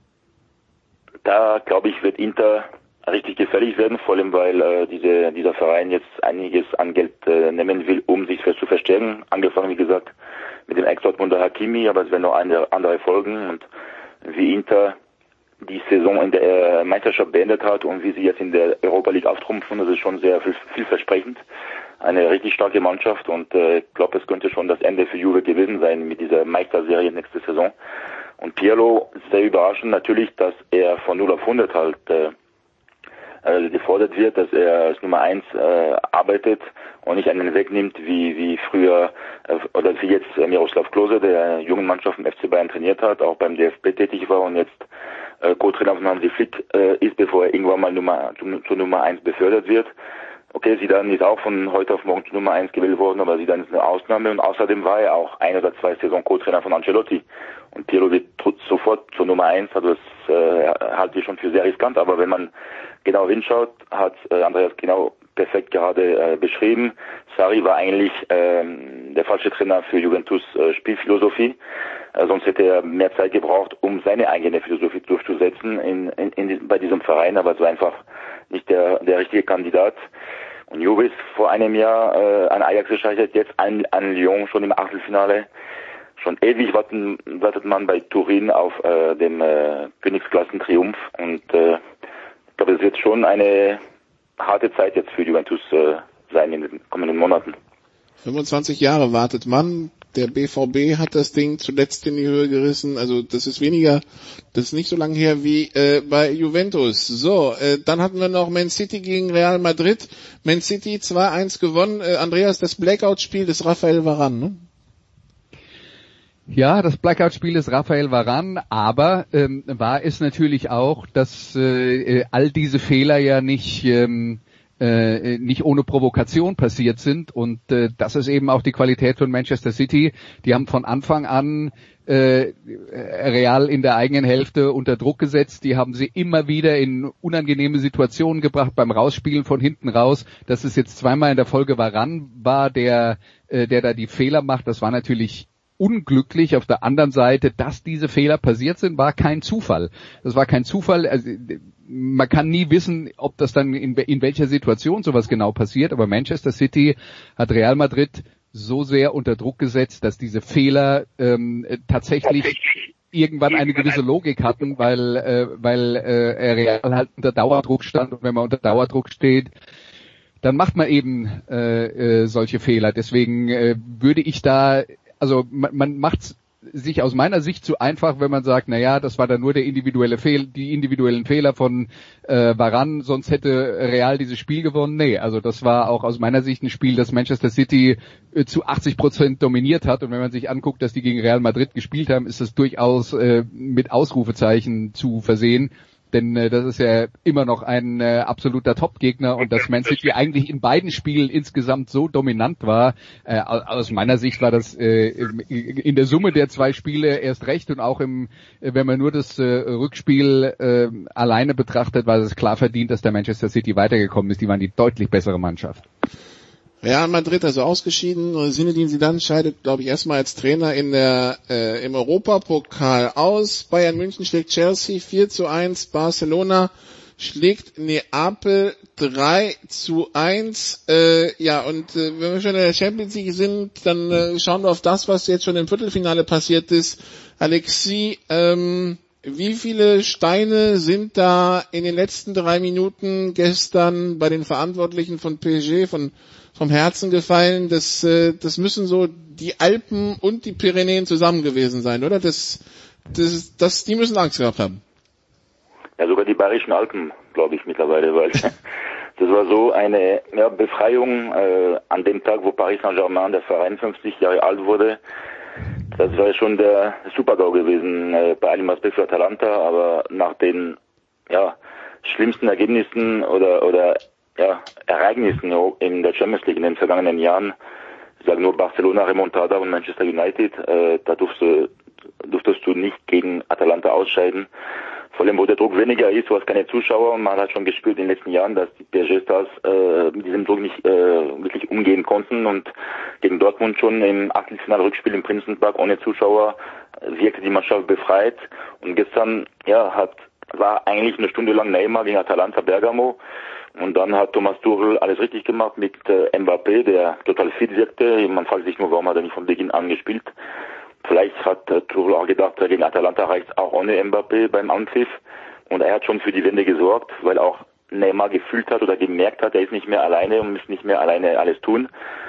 da glaube ich, wird Inter richtig gefährlich werden, vor allem weil dieser Verein jetzt einiges an Geld nehmen will, um sich zu verstärken. Angefangen, wie gesagt, mit dem Ex-Dortmunder Hakimi, aber es werden noch andere folgen und wie Inter die Saison in der Meisterschaft beendet hat und wie sie jetzt in der Europa League auftrumpfen, das ist schon sehr vielversprechend. Eine richtig starke Mannschaft und ich glaube, es könnte schon das Ende für Juve gewesen sein mit dieser Meisterserie nächste Saison. Und Pirlo, sehr überraschend natürlich, dass er von 0 auf 100 halt gefordert wird, dass er als Nummer 1 arbeitet und nicht einen wegnimmt, wie früher oder wie jetzt Miroslav Klose, der jungen Mannschaft im FC Bayern trainiert hat, auch beim DFB tätig war und jetzt Co-Trainer von Hansi Flick ist, bevor er irgendwann mal zur Nummer 1 befördert wird. Okay, Zidane ist auch von heute auf morgen zur Nummer 1 gewählt worden, aber Zidane ist eine Ausnahme und außerdem war er auch 1 oder 2 Saison Co-Trainer von Ancelotti Und Pirlo wird sofort zur Nummer 1, also das halte ich schon für sehr riskant, aber wenn man genau hinschaut, hat Andreas genau perfekt gerade beschrieben. Sarri war eigentlich der falsche Trainer für Juventus Spielphilosophie. Sonst hätte er mehr Zeit gebraucht, um seine eigene Philosophie durchzusetzen bei diesem Verein, aber es war einfach nicht der richtige Kandidat. Und Juve ist vor einem Jahr an Ajax gescheitert, jetzt an Lyon schon im Achtelfinale. Schon ewig wartet man bei Turin auf dem Königsklassentriumph und ich glaube, es wird schon eine harte Zeit jetzt für Juventus sein in den kommenden Monaten. 25 Jahre wartet man. Der BVB hat das Ding zuletzt in die Höhe gerissen. Also das ist nicht so lange her wie bei Juventus. So, dann hatten wir noch Man City gegen Real Madrid. Man City 2-1 gewonnen. Andreas, das Blackout-Spiel des Raphael Varane, ne? Ja, das Blackout-Spiel des Raphael Varane, aber war es natürlich auch, dass all diese Fehler ja nicht ohne Provokation passiert sind und das ist eben auch die Qualität von Manchester City. Die haben von Anfang an Real in der eigenen Hälfte unter Druck gesetzt. Die haben sie immer wieder in unangenehme Situationen gebracht beim Rausspielen von hinten raus. Dass es jetzt zweimal in der Folge Varane war, der da die Fehler macht, das war natürlich unglücklich. Auf der anderen Seite, dass diese Fehler passiert sind, war kein Zufall. Das war kein Zufall. Also, man kann nie wissen, ob das dann in welcher Situation sowas genau passiert, aber Manchester City hat Real Madrid so sehr unter Druck gesetzt, dass diese Fehler tatsächlich irgendwann eine gewisse Logik hatten, weil Real halt unter Dauerdruck stand und wenn man unter Dauerdruck steht, dann macht man eben solche Fehler. Deswegen würde ich da, also man macht's sich aus meiner Sicht zu einfach, wenn man sagt, na ja, das war dann nur die individuellen Fehler von Varane, sonst hätte Real dieses Spiel gewonnen. Nee, also das war auch aus meiner Sicht ein Spiel, das Manchester City zu 80% dominiert hat. Und wenn man sich anguckt, dass die gegen Real Madrid gespielt haben, ist das durchaus mit Ausrufezeichen zu versehen. Denn das ist ja immer noch ein absoluter Top-Gegner und dass Man City eigentlich in beiden Spielen insgesamt so dominant war, aus meiner Sicht war das in der Summe der zwei Spiele erst recht und auch wenn man nur das Rückspiel alleine betrachtet, war es klar verdient, dass der Manchester City weitergekommen ist. Die waren die deutlich bessere Mannschaft. Real Madrid also ausgeschieden. Zinedine Zidane scheidet, glaube ich, erstmal als Trainer im Europapokal aus. Bayern München schlägt Chelsea 4-1. Barcelona schlägt Neapel 3-1. Wenn wir schon in der Champions League sind, dann schauen wir auf das, was jetzt schon im Viertelfinale passiert ist. Alexis, wie viele Steine sind da in den letzten 3 Minuten gestern bei den Verantwortlichen von PSG vom Herzen gefallen? Das müssen so die Alpen und die Pyrenäen zusammen gewesen sein, oder? Die müssen Angst gehabt haben. Ja, sogar die Bayerischen Alpen, glaube ich mittlerweile, weil das war so eine Befreiung an dem Tag, wo Paris Saint-Germain, der Verein, 50 Jahre alt wurde. Das war schon der Super-GAU gewesen, bei allem Respekt für Atalanta, aber nach den schlimmsten Ergebnissen oder Ereignissen in der Champions League in den vergangenen Jahren, ich sage nur Barcelona, Remontada und Manchester United, da durftest du nicht gegen Atalanta ausscheiden. Vor allem, wo der Druck weniger ist, du hast keine Zuschauer und man hat schon gespürt in den letzten Jahren, dass die PSG-Stars mit diesem Druck nicht wirklich umgehen konnten und gegen Dortmund schon im Achtelfinal-Rückspiel im Prinzenpark ohne Zuschauer wirkte die Mannschaft befreit und gestern war eigentlich eine Stunde lang Neymar gegen Atalanta Bergamo. Und dann hat Thomas Tuchel alles richtig gemacht mit Mbappé, der total fit wirkte. Man fragt sich nur, warum hat er nicht von Beginn an gespielt. Vielleicht hat Tuchel auch gedacht, gegen Atalanta reicht auch ohne Mbappé beim Anpfiff. Und er hat schon für die Wende gesorgt, weil auch Neymar gefühlt hat oder gemerkt hat, er ist nicht mehr alleine und muss nicht mehr alleine alles tun.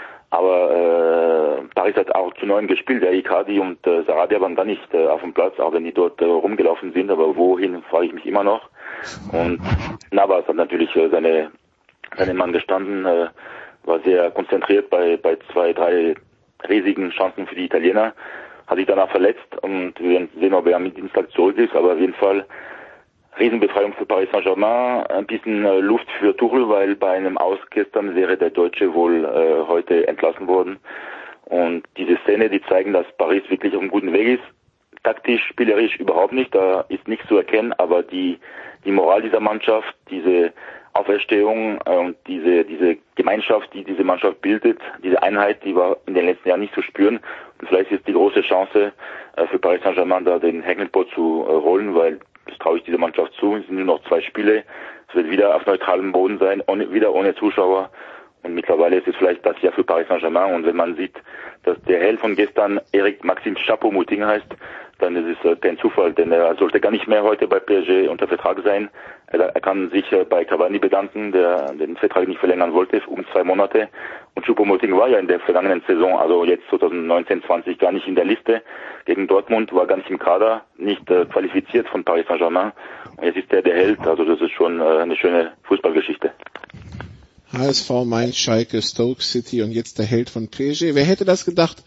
Aber Paris hat auch zu 9 gespielt. Der Icardi und Sarabia waren da nicht auf dem Platz, auch wenn die dort rumgelaufen sind. Aber wohin, frage ich mich immer noch. Und Navas hat natürlich seine Mann gestanden, war sehr konzentriert bei 2, 3 riesigen Chancen für die Italiener. Hat sich danach verletzt und wir werden sehen, ob er am Dienstag zurück ist. Aber auf jeden Fall Riesenbefreiung für Paris Saint-Germain, ein bisschen Luft für Tuchel, weil bei einem Aus gestern wäre der Deutsche wohl heute entlassen worden. Und diese Szene, die zeigen, dass Paris wirklich auf einem guten Weg ist. taktisch, spielerisch überhaupt nicht, da ist nichts zu erkennen, aber die Moral dieser Mannschaft, diese Auferstehung und diese Gemeinschaft, die diese Mannschaft bildet, diese Einheit, die war in den letzten Jahren nicht zu spüren. Und vielleicht ist die große Chance für Paris Saint-Germain, da den Henkelpott zu holen, weil das traue ich dieser Mannschaft zu. Es sind nur noch 2 Spiele. Es wird wieder auf neutralem Boden sein, wieder ohne Zuschauer. Und mittlerweile ist es vielleicht das Jahr für Paris Saint-Germain. Und wenn man sieht, dass der Held von gestern Eric Maxime Choupo-Moting heißt, dann ist es kein Zufall, denn er sollte gar nicht mehr heute bei PSG unter Vertrag sein. Er kann sich bei Cavani bedanken, der den Vertrag nicht verlängern wollte, um 2 Monate. Und Choupo-Moting war ja in der vergangenen Saison, also jetzt 2019-20, gar nicht in der Liste gegen Dortmund, war gar nicht im Kader, nicht qualifiziert von Paris Saint-Germain. Und jetzt ist der Held, also das ist schon eine schöne Fußballgeschichte. HSV, Mainz, Schalke, Stoke City und jetzt der Held von PSG. Wer hätte das gedacht?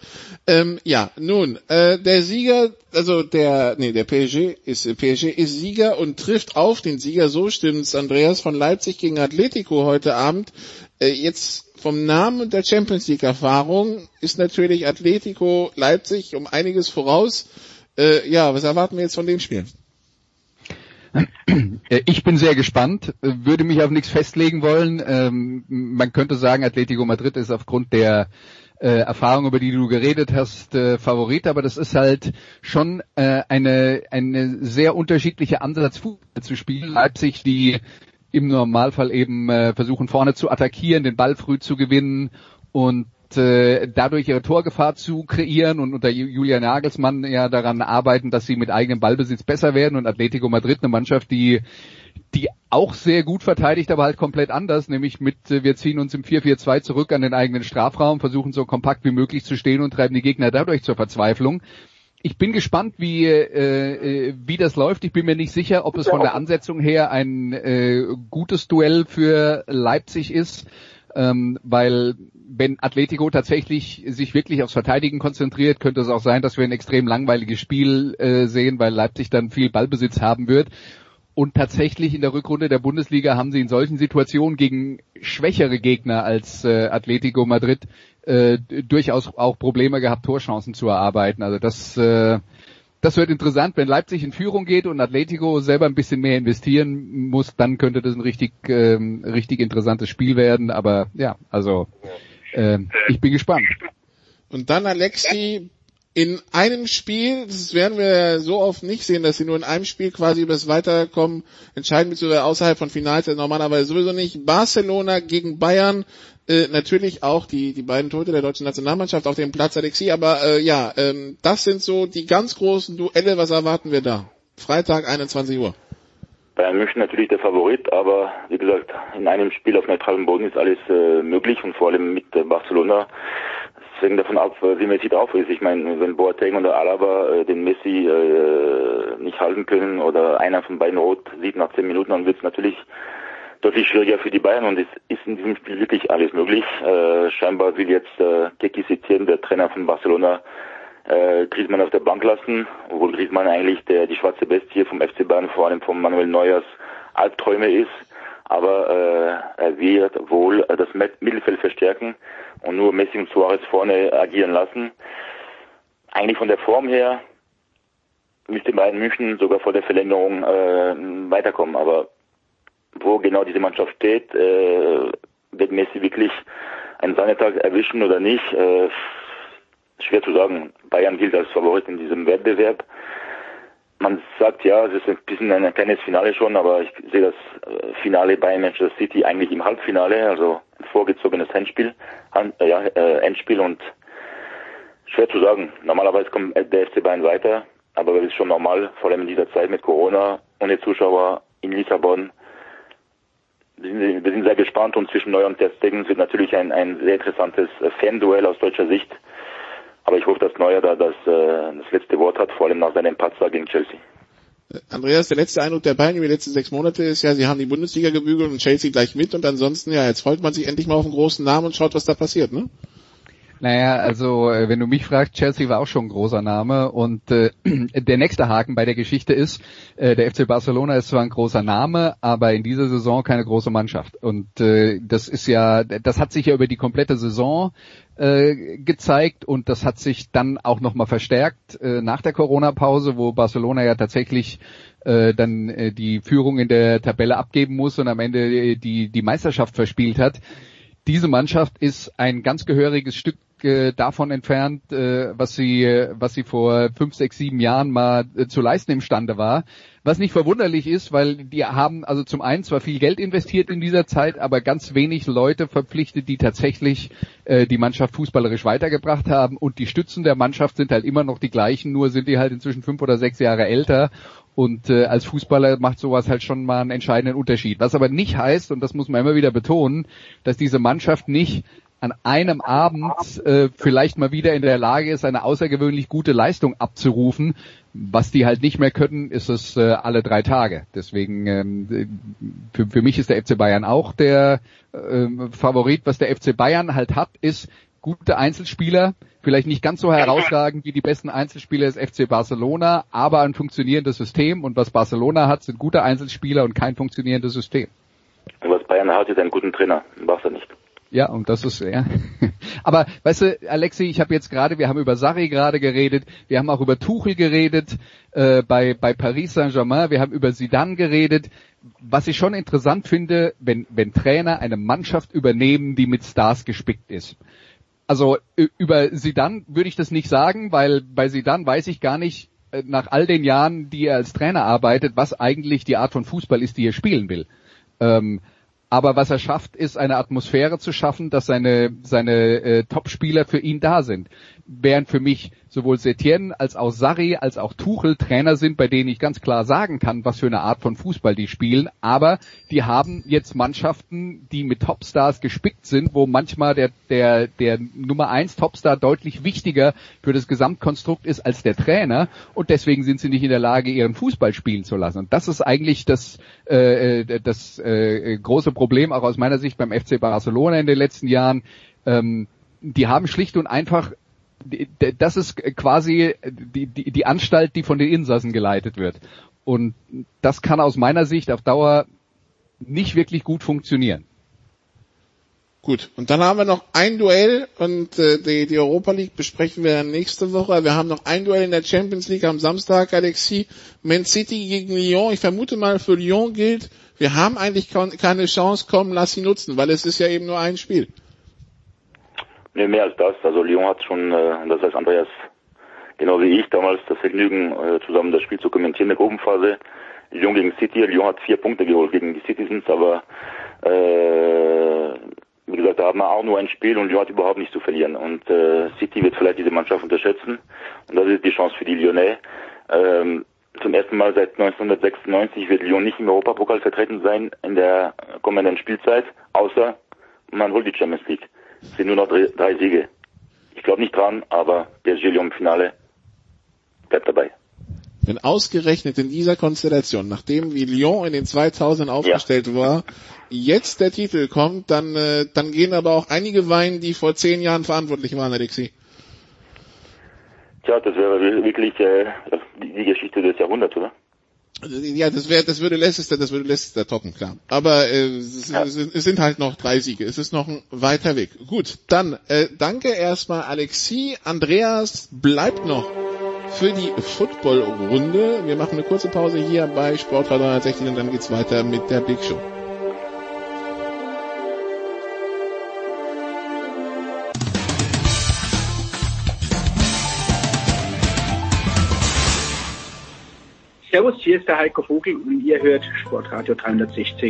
Der Sieger, der PSG ist Sieger und trifft auf den Sieger, so stimmt's, Andreas, von Leipzig gegen Atletico heute Abend. Jetzt vom Namen der Champions League Erfahrung ist natürlich Atletico Leipzig um einiges voraus. Was erwarten wir jetzt von dem Spiel? Ich bin sehr gespannt, würde mich auf nichts festlegen wollen. Man könnte sagen, Atletico Madrid ist aufgrund der Erfahrung, über die du geredet hast, Favorit, aber das ist halt schon eine sehr unterschiedliche Ansatz, Fußball zu spielen. Leipzig, die im Normalfall eben versuchen, vorne zu attackieren, den Ball früh zu gewinnen und dadurch ihre Torgefahr zu kreieren und unter Julian Nagelsmann ja daran arbeiten, dass sie mit eigenem Ballbesitz besser werden, und Atletico Madrid, eine Mannschaft, die auch sehr gut verteidigt, aber halt komplett anders, nämlich wir ziehen uns im 4-4-2 zurück an den eigenen Strafraum, versuchen so kompakt wie möglich zu stehen und treiben die Gegner dadurch zur Verzweiflung. Ich bin gespannt, wie das läuft. Ich bin mir nicht sicher, ob es von der Ansetzung her ein gutes Duell für Leipzig ist, weil wenn Atletico tatsächlich sich wirklich aufs Verteidigen konzentriert, könnte es auch sein, dass wir ein extrem langweiliges Spiel sehen, weil Leipzig dann viel Ballbesitz haben wird. Und tatsächlich in der Rückrunde der Bundesliga haben sie in solchen Situationen gegen schwächere Gegner als Atletico Madrid durchaus auch Probleme gehabt, Torchancen zu erarbeiten. Also das wird interessant. Wenn Leipzig in Führung geht und Atletico selber ein bisschen mehr investieren muss, dann könnte das ein richtig interessantes Spiel werden. Aber ja, also ich bin gespannt. Und dann Alexi, in einem Spiel, das werden wir so oft nicht sehen, dass sie nur in einem Spiel quasi über das Weiterkommen entscheiden, beziehungsweise außerhalb von Finals, normalerweise sowieso nicht. Barcelona gegen Bayern, natürlich auch die beiden Torhüter der deutschen Nationalmannschaft auf dem Platz, Alexi, aber das sind so die ganz großen Duelle. Was erwarten wir da? Freitag, 21 Uhr. Bayern München natürlich der Favorit, aber wie gesagt, in einem Spiel auf neutralem Boden ist alles möglich, und vor allem mit Barcelona. Es hängt davon ab, wie Messi drauf ist. Ich meine, wenn Boateng oder Alaba den Messi nicht halten können oder einer von beiden rot sieht nach 10 Minuten, dann wird es natürlich deutlich schwieriger für die Bayern, und es ist in diesem Spiel wirklich alles möglich. Scheinbar will jetzt Keki Setien, der Trainer von Barcelona, Griezmann auf der Bank lassen, obwohl Griezmann eigentlich die schwarze Bestie vom FC Bayern, vor allem von Manuel Neuers Albträume ist. Aber er wird wohl das Mittelfeld verstärken und nur Messi und Suarez vorne agieren lassen. Eigentlich von der Form her müsste Bayern München sogar vor der Verlängerung weiterkommen. Aber wo genau diese Mannschaft steht, wird Messi wirklich einen Sahnetag erwischen oder nicht, schwer zu sagen. Bayern gilt als Favorit in diesem Wettbewerb. Man sagt ja, es ist ein bisschen ein kleines Finale schon, aber ich sehe das Finale bei Manchester City eigentlich im Halbfinale, also ein vorgezogenes Endspiel, und schwer zu sagen. Normalerweise kommt der FC Bayern weiter, aber das ist schon normal, vor allem in dieser Zeit mit Corona, ohne Zuschauer in Lissabon. Wir sind sehr gespannt, und zwischen Neuer und Ter Stegen wird natürlich ein sehr interessantes Fan-Duell aus deutscher Sicht. Aber ich hoffe, dass Neuer da das letzte Wort hat, vor allem nach seinem Patzer gegen Chelsea. Andreas, der letzte Eindruck der Bayern über die letzten 6 Monate ist ja, sie haben die Bundesliga gebügelt und Chelsea gleich mit, und ansonsten, ja, jetzt freut man sich endlich mal auf einen großen Namen und schaut, was da passiert, ne? Naja, also wenn du mich fragst, Chelsea war auch schon ein großer Name und der nächste Haken bei der Geschichte ist, der FC Barcelona ist zwar ein großer Name, aber in dieser Saison keine große Mannschaft. Und das hat sich ja über die komplette Saison gezeigt und das hat sich dann auch nochmal verstärkt nach der Corona-Pause, wo Barcelona ja tatsächlich dann die Führung in der Tabelle abgeben muss und am Ende die Meisterschaft verspielt hat. Diese Mannschaft ist ein ganz gehöriges Stück davon entfernt, was sie vor 5, 6, 7 Jahren mal zu leisten imstande war. Was nicht verwunderlich ist, weil die haben also zum einen zwar viel Geld investiert in dieser Zeit, aber ganz wenig Leute verpflichtet, die tatsächlich die Mannschaft fußballerisch weitergebracht haben. Und die Stützen der Mannschaft sind halt immer noch die gleichen, nur sind die halt inzwischen 5 oder 6 Jahre älter. Und als Fußballer macht sowas halt schon mal einen entscheidenden Unterschied. Was aber nicht heißt, und das muss man immer wieder betonen, dass diese Mannschaft nicht an einem Abend vielleicht mal wieder in der Lage ist, eine außergewöhnlich gute Leistung abzurufen. Was die halt nicht mehr können, ist es alle 3 Tage. Deswegen für mich ist der FC Bayern auch der Favorit. Was der FC Bayern halt hat, ist gute Einzelspieler, vielleicht nicht ganz so herausragend wie die besten Einzelspieler des FC Barcelona, aber ein funktionierendes System. Und was Barcelona hat, sind gute Einzelspieler und kein funktionierendes System. Und was Bayern hat, ist einen guten Trainer, Barca nicht. Ja, und das ist, ja. Aber, weißt du, Alexi, wir haben über Sarri gerade geredet, wir haben auch über Tuchel geredet, bei Paris Saint-Germain, wir haben über Zidane geredet. Was ich schon interessant finde, wenn Trainer eine Mannschaft übernehmen, die mit Stars gespickt ist. Also, über Zidane würde ich das nicht sagen, weil bei Zidane weiß ich gar nicht, nach all den Jahren, die er als Trainer arbeitet, was eigentlich die Art von Fußball ist, die er spielen will. Aber was er schafft, ist eine Atmosphäre zu schaffen, dass seine Topspieler für ihn da sind. Während für mich sowohl Setien als auch Sarri als auch Tuchel Trainer sind, bei denen ich ganz klar sagen kann, was für eine Art von Fußball die spielen. Aber die haben jetzt Mannschaften, die mit Topstars gespickt sind, wo manchmal der Nummer 1 Topstar deutlich wichtiger für das Gesamtkonstrukt ist als der Trainer. Und deswegen sind sie nicht in der Lage, ihren Fußball spielen zu lassen. Und das ist eigentlich das große Problem, auch aus meiner Sicht beim FC Barcelona in den letzten Jahren. Die haben schlicht und einfach, das ist quasi die Anstalt, die von den Insassen geleitet wird. Und das kann aus meiner Sicht auf Dauer nicht wirklich gut funktionieren. Gut, und dann haben wir noch ein Duell und die Europa League besprechen wir dann nächste Woche. Wir haben noch ein Duell in der Champions League am Samstag, Alexis. Man City gegen Lyon. Ich vermute mal, für Lyon gilt, wir haben eigentlich keine Chance, komm, lass sie nutzen, weil es ist ja eben nur ein Spiel. Nee, mehr als das. Also Lyon hat schon, das heißt Andreas, genau wie ich damals, das Vergnügen, zusammen das Spiel zu kommentieren in der Gruppenphase. Lyon gegen City. Lyon hat 4 Punkte geholt gegen die Citizens, aber wie gesagt, da haben wir auch nur ein Spiel und Lyon hat überhaupt nichts zu verlieren. Und City wird vielleicht diese Mannschaft unterschätzen. Und das ist die Chance für die Lyonnais. Zum ersten Mal seit 1996 wird Lyon nicht im Europapokal vertreten sein in der kommenden Spielzeit, außer man holt die Champions League. Es sind nur noch 3 Siege. Ich glaube nicht dran, aber PSG Lyon im Finale bleibt dabei. Wenn ausgerechnet in dieser Konstellation, nachdem wie Lyon in den 2000 aufgestellt war, jetzt der Titel kommt, dann gehen aber auch einige weinen, die vor 10 Jahren verantwortlich waren, Alexis. Tja, das wäre wirklich die Geschichte des Jahrhunderts, oder? Ja, das würde Leicester toppen, klar. Aber es sind halt noch 3 Siege. Es ist noch ein weiter Weg. Gut, dann danke erstmal Alexis. Andreas bleibt noch für die Football-Runde. Wir machen eine kurze Pause hier bei Sportradio 360 und dann geht's weiter mit der Big Show. Servus, hier ist der Heiko Vogel und ihr hört Sportradio 360.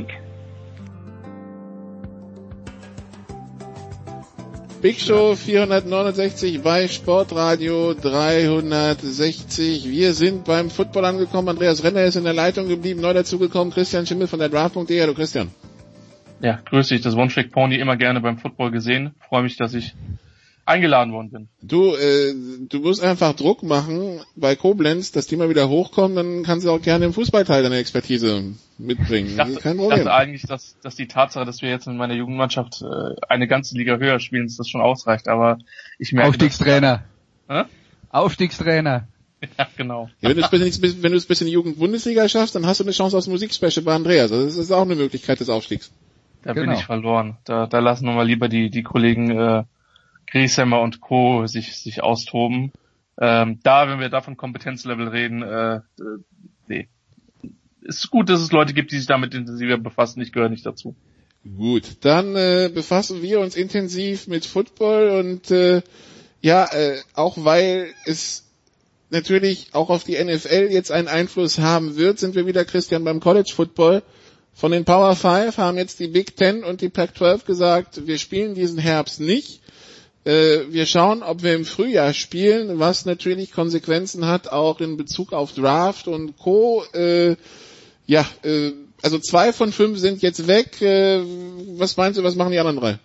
Big Show 469 bei Sportradio 360. Wir sind beim Football angekommen. Andreas Renner ist in der Leitung geblieben. Neu dazugekommen Christian Schimmel von der Draft.de. Hallo Christian. Ja, grüß dich. Das One-Trick-Pony immer gerne beim Football gesehen. Freue mich, dass ich eingeladen worden bin. Du musst einfach Druck machen bei Koblenz, dass die mal wieder hochkommen, dann kannst du auch gerne im Fußballteil deine Expertise mitbringen. Ich dachte eigentlich, dass die Tatsache, dass wir jetzt in meiner Jugendmannschaft eine ganze Liga höher spielen, dass das schon ausreicht, aber ich merke... Aufstiegstrainer. Aufstiegstrainer. Ja, genau. Ja, wenn du es bis in die Jugend-Bundesliga schaffst, dann hast du eine Chance aufs Musikspecial bei Andreas. Also das ist auch eine Möglichkeit des Aufstiegs. Da bin ich verloren. Da lassen wir mal lieber die Kollegen Griesheimer und Co. sich austoben. Wenn wir da von Kompetenzlevel reden, nee. Ist gut, dass es Leute gibt, die sich damit intensiver befassen. Ich gehöre nicht dazu. Gut, dann befassen wir uns intensiv mit Football und auch weil es natürlich auch auf die NFL jetzt einen Einfluss haben wird, sind wir wieder, Christian, beim College Football. Von den Power 5 haben jetzt die Big Ten und die Pac-12 gesagt, wir spielen diesen Herbst nicht. Wir schauen, ob wir im Frühjahr spielen, was natürlich Konsequenzen hat, auch in Bezug auf Draft und Co. Also 2 von 5 sind jetzt weg. Was meinst du, was machen die anderen 3?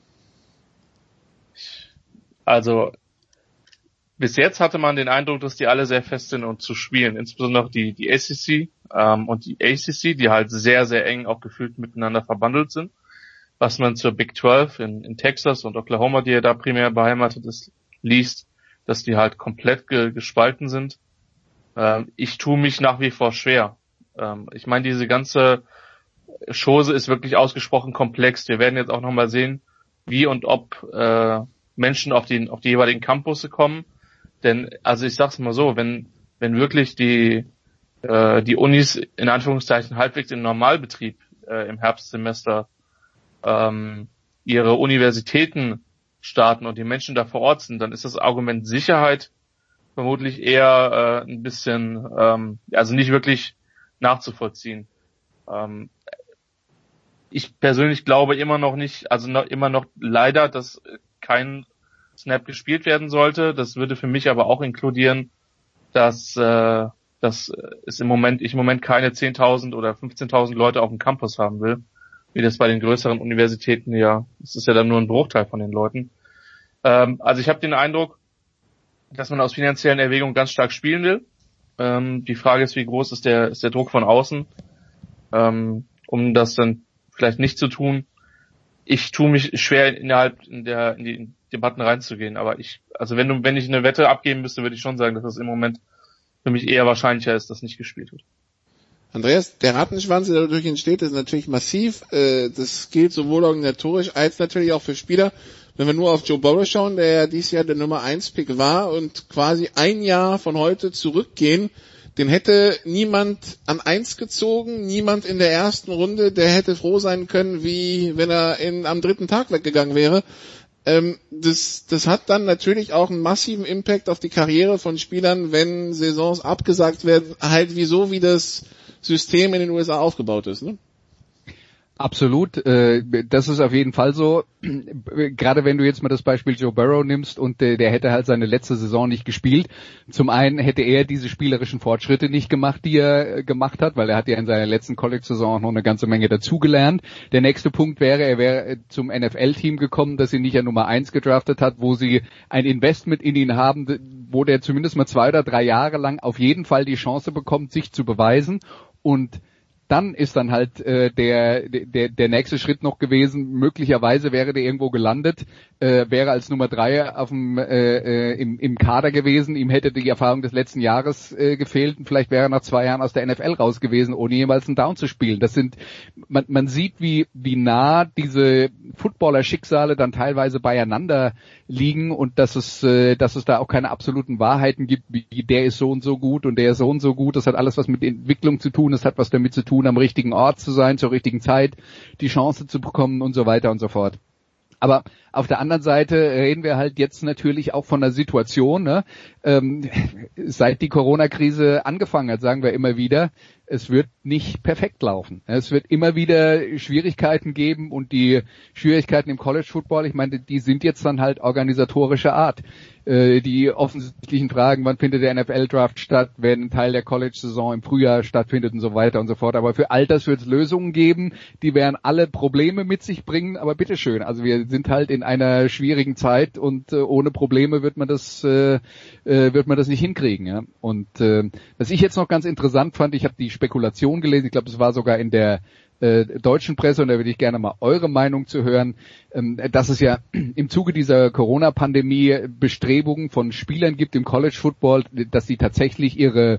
Also bis jetzt hatte man den Eindruck, dass die alle sehr fest sind und zu spielen, insbesondere die SEC und die ACC, die halt sehr, sehr eng auch gefühlt miteinander verbandelt sind. Was man zur Big 12 in Texas und Oklahoma, die ja da primär beheimatet ist, liest, dass die halt komplett gespalten sind. Ich tue mich nach wie vor schwer. Ich meine, diese ganze Chose ist wirklich ausgesprochen komplex. Wir werden jetzt auch nochmal sehen, wie und ob Menschen auf die jeweiligen Campusse kommen. Denn, also ich sag's mal so, wenn wirklich die Unis in Anführungszeichen halbwegs im Normalbetrieb im Herbstsemester ihre Universitäten starten und die Menschen da vor Ort sind, dann ist das Argument Sicherheit vermutlich eher ein bisschen, also nicht wirklich nachzuvollziehen. Ich persönlich glaube immer noch nicht, immer noch leider, dass kein Snap gespielt werden sollte. Das würde für mich aber auch inkludieren, dass ich im Moment keine 10.000 oder 15.000 Leute auf dem Campus haben will, wie das bei den größeren Universitäten das ist ja dann nur ein Bruchteil von den Leuten. Also ich habe den Eindruck, dass man aus finanziellen Erwägungen ganz stark spielen will. Die Frage ist, wie groß ist der Druck von außen, um das dann vielleicht nicht zu tun. Ich tue mich schwer in die Debatten reinzugehen, aber wenn ich eine Wette abgeben müsste, würde ich schon sagen, dass das im Moment für mich eher wahrscheinlicher ist, dass nicht gespielt wird. Andreas, der Rattenschwanz, der dadurch entsteht, ist natürlich massiv. Das gilt sowohl organisatorisch als natürlich auch für Spieler. Wenn wir nur auf Joe Burrow schauen, der ja dieses Jahr der Nummer 1 Pick war und quasi ein Jahr von heute zurückgehen, den hätte niemand an 1 gezogen, niemand in der ersten Runde, der hätte froh sein können, wie wenn er am 3. Tag weggegangen wäre. Das hat dann natürlich auch einen massiven Impact auf die Karriere von Spielern, wenn Saisons abgesagt werden, halt wie das System in den USA aufgebaut ist, ne? Absolut, das ist auf jeden Fall so. Gerade wenn du jetzt mal das Beispiel Joe Burrow nimmst und der hätte halt seine letzte Saison nicht gespielt. Zum einen hätte er diese spielerischen Fortschritte nicht gemacht, die er gemacht hat, weil er hat ja in seiner letzten College-Saison auch noch eine ganze Menge dazugelernt. Der nächste Punkt wäre, er wäre zum NFL-Team gekommen, das ihn nicht an Nummer 1 gedraftet hat, wo sie ein Investment in ihn haben, wo der zumindest mal 2 oder 3 Jahre lang auf jeden Fall die Chance bekommt, sich zu beweisen. Und dann ist dann halt der nächste Schritt noch gewesen, möglicherweise wäre der irgendwo gelandet, wäre als Nummer 3 im Kader gewesen, ihm hätte die Erfahrung des letzten Jahres gefehlt und vielleicht wäre er nach 2 Jahren aus der NFL raus gewesen, ohne jemals einen Down zu spielen. Das sind, man sieht, wie nah diese Footballer-Schicksale dann teilweise beieinander liegen und dass es da auch keine absoluten Wahrheiten gibt, wie der ist so und so gut und der ist so und so gut. Das hat alles was mit Entwicklung zu tun, das hat was damit zu tun, am richtigen Ort zu sein, zur richtigen Zeit, die Chance zu bekommen und so weiter und so fort. Aber auf der anderen Seite reden wir halt jetzt natürlich auch von einer Situation, ne? Seit die Corona-Krise angefangen hat, sagen wir immer wieder, es wird nicht perfekt laufen. Es wird immer wieder Schwierigkeiten geben und die Schwierigkeiten im College Football, ich meine, die sind jetzt dann halt organisatorischer Art. Die offensichtlichen Fragen, wann findet der NFL-Draft statt, wenn ein Teil der College-Saison im Frühjahr stattfindet und so weiter und so fort. Aber für all das wird es Lösungen geben, die werden alle Probleme mit sich bringen, aber bitteschön. Also wir sind halt in einer schwierigen Zeit und ohne Probleme wird man das nicht hinkriegen. Ja? Und was ich jetzt noch ganz interessant fand, ich habe die Spekulation gelesen, ich glaube, es war sogar in der deutschen Presse, und da würde ich gerne mal eure Meinung zu hören, dass es ja im Zuge dieser Corona-Pandemie Bestrebungen von Spielern gibt im College Football, dass sie tatsächlich ihre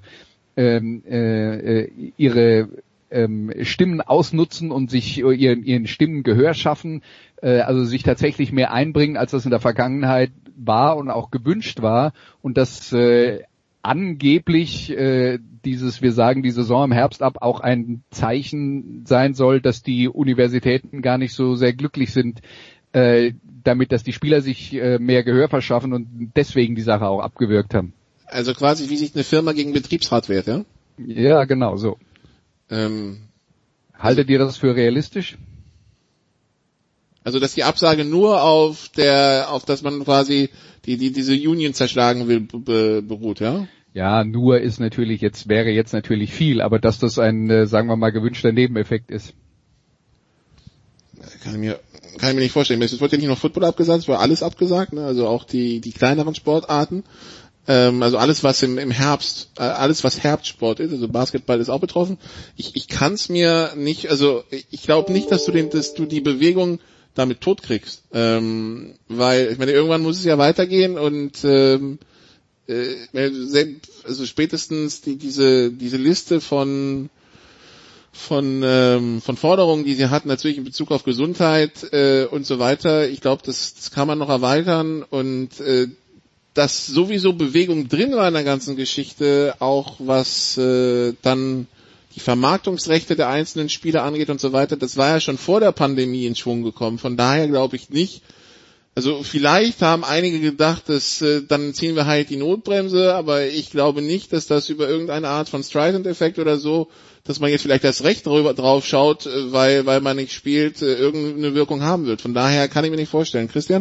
Stimmen ausnutzen und sich ihren Stimmen Gehör schaffen, also sich tatsächlich mehr einbringen, als das in der Vergangenheit war und auch gewünscht war, und dass angeblich wir sagen die Saison im Herbst ab, auch ein Zeichen sein soll, dass die Universitäten gar nicht so sehr glücklich sind, damit, dass die Spieler sich mehr Gehör verschaffen und deswegen die Sache auch abgewürgt haben. Also quasi, wie sich eine Firma gegen Betriebsrat wehrt, ja? Ja, genau, so. Haltet ihr das für realistisch? Also, dass die Absage nur auf dass man quasi diese Union zerschlagen will, beruht, ja? Ja, nur wäre jetzt natürlich viel, aber dass das ein, sagen wir mal, gewünschter Nebeneffekt ist. Kann ich mir nicht vorstellen. Es wurde ja nicht nur Football abgesagt, es war alles abgesagt, ne? Also auch die kleineren Sportarten. Also alles, was im Herbst, alles, was Herbstsport ist, also Basketball ist auch betroffen. Ich kann es mir nicht, also ich glaube nicht, dass du die Bewegung damit tot kriegst. Weil, ich meine, irgendwann muss es ja weitergehen und also spätestens diese Liste von Forderungen, die sie hatten, natürlich in Bezug auf Gesundheit und so weiter. Ich glaube, das kann man noch erweitern, und dass sowieso Bewegung drin war in der ganzen Geschichte, auch was dann die Vermarktungsrechte der einzelnen Spieler angeht und so weiter, das war ja schon vor der Pandemie in Schwung gekommen. Von daher glaube ich nicht. Also vielleicht haben einige gedacht, dass dann ziehen wir halt die Notbremse, aber ich glaube nicht, dass das über irgendeine Art von Streisand-Effekt oder so, dass man jetzt vielleicht das Recht drauf schaut, weil man nicht spielt, irgendeine Wirkung haben wird. Von daher kann ich mir nicht vorstellen. Christian?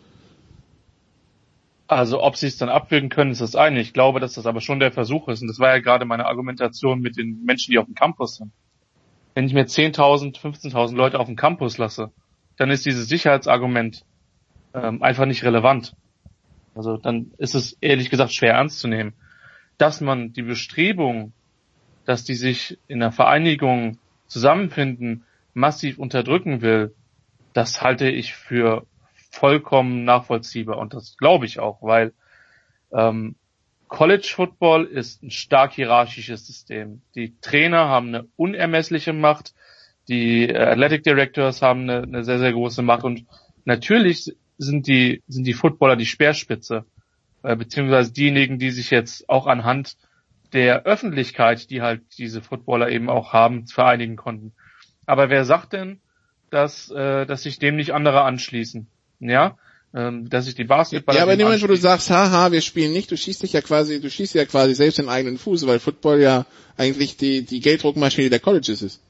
Also ob sie es dann abwürgen können, ist das eine. Ich glaube, dass das aber schon der Versuch ist. Und das war ja gerade meine Argumentation mit den Menschen, die auf dem Campus sind. Wenn ich mir 10.000, 15.000 Leute auf dem Campus lasse, dann ist dieses Sicherheitsargument einfach nicht relevant. Also dann ist es ehrlich gesagt schwer ernst zu nehmen. Dass man die Bestrebung, dass die sich in einer Vereinigung zusammenfinden, massiv unterdrücken will, das halte ich für vollkommen nachvollziehbar, und das glaube ich auch, weil College Football ist ein stark hierarchisches System. Die Trainer haben eine unermessliche Macht, die Athletic Directors haben eine sehr, sehr große Macht, und natürlich sind die Footballer die Speerspitze, beziehungsweise diejenigen, die sich jetzt auch anhand der Öffentlichkeit, die halt diese Footballer eben auch haben, vereinigen konnten. Aber wer sagt denn, dass sich dem nicht andere anschließen? Ja, dass sich die Basketballer... Ja, aber in dem Moment, wo du sagst, haha, wir spielen nicht, du schießt ja quasi selbst den eigenen Fuß, weil Football ja eigentlich die Gelddruckmaschine der Colleges ist.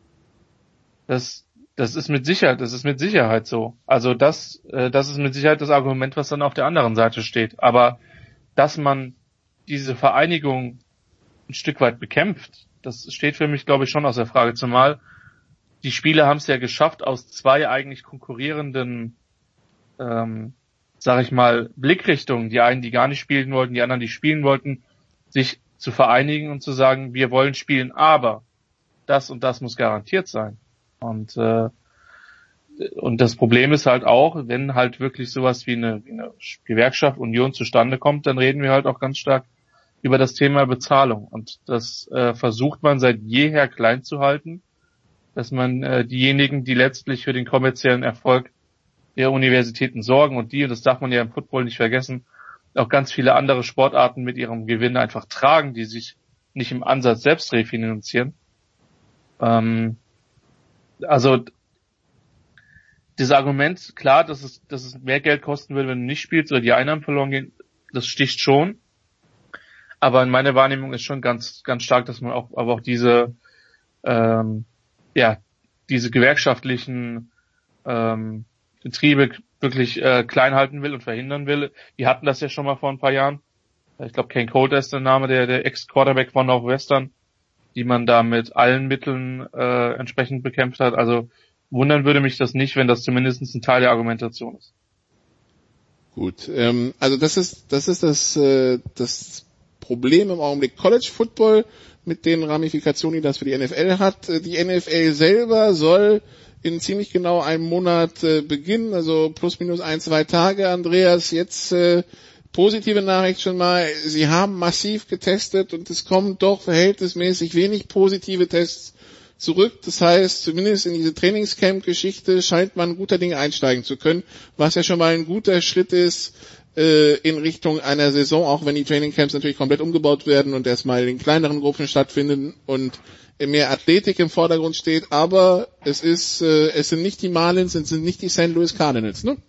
Das ist mit Sicherheit so. Also das ist mit Sicherheit das Argument, was dann auf der anderen Seite steht. Aber dass man diese Vereinigung ein Stück weit bekämpft, das steht für mich, glaube ich, schon außer Frage. Zumal die Spieler haben es ja geschafft, aus zwei eigentlich konkurrierenden, sag ich mal, Blickrichtungen, die einen, die gar nicht spielen wollten, die anderen, die spielen wollten, sich zu vereinigen und zu sagen, wir wollen spielen, aber das und das muss garantiert sein. Und das Problem ist halt auch, wenn halt wirklich sowas wie eine Gewerkschaft, Union zustande kommt, dann reden wir halt auch ganz stark über das Thema Bezahlung. Und das versucht man seit jeher klein zu halten, dass man diejenigen, die letztlich für den kommerziellen Erfolg der Universitäten sorgen, und das darf man ja im Football nicht vergessen, auch ganz viele andere Sportarten mit ihrem Gewinn einfach tragen, die sich nicht im Ansatz selbst refinanzieren. Also das Argument, klar, dass es mehr Geld kosten würde, wenn du nicht spielst oder die Einnahmen verloren gehen, das sticht schon. Aber in meiner Wahrnehmung ist schon ganz, ganz stark, dass man auch diese, diese gewerkschaftlichen Betriebe wirklich klein halten will und verhindern will. Die hatten das ja schon mal vor ein paar Jahren. Ich glaube, Ken Coulter ist der Name, der Ex-Quarterback von Northwestern, die man da mit allen Mitteln entsprechend bekämpft hat. Also wundern würde mich das nicht, wenn das zumindest ein Teil der Argumentation ist. Gut, also das ist das Problem im Augenblick College Football mit den Ramifikationen, die das für die NFL hat. Die NFL selber soll in ziemlich genau einem Monat beginnen, also plus minus 1-2 Tage. Andreas, jetzt positive Nachricht schon mal, sie haben massiv getestet und es kommen doch verhältnismäßig wenig positive Tests zurück. Das heißt, zumindest in diese Trainingscamp-Geschichte scheint man guter Dinge einsteigen zu können, was ja schon mal ein guter Schritt ist in Richtung einer Saison, auch wenn die Trainingcamps natürlich komplett umgebaut werden und erstmal in kleineren Gruppen stattfinden und mehr Athletik im Vordergrund steht. Aber es sind nicht die Marlins, es sind nicht die St. Louis Cardinals, ne?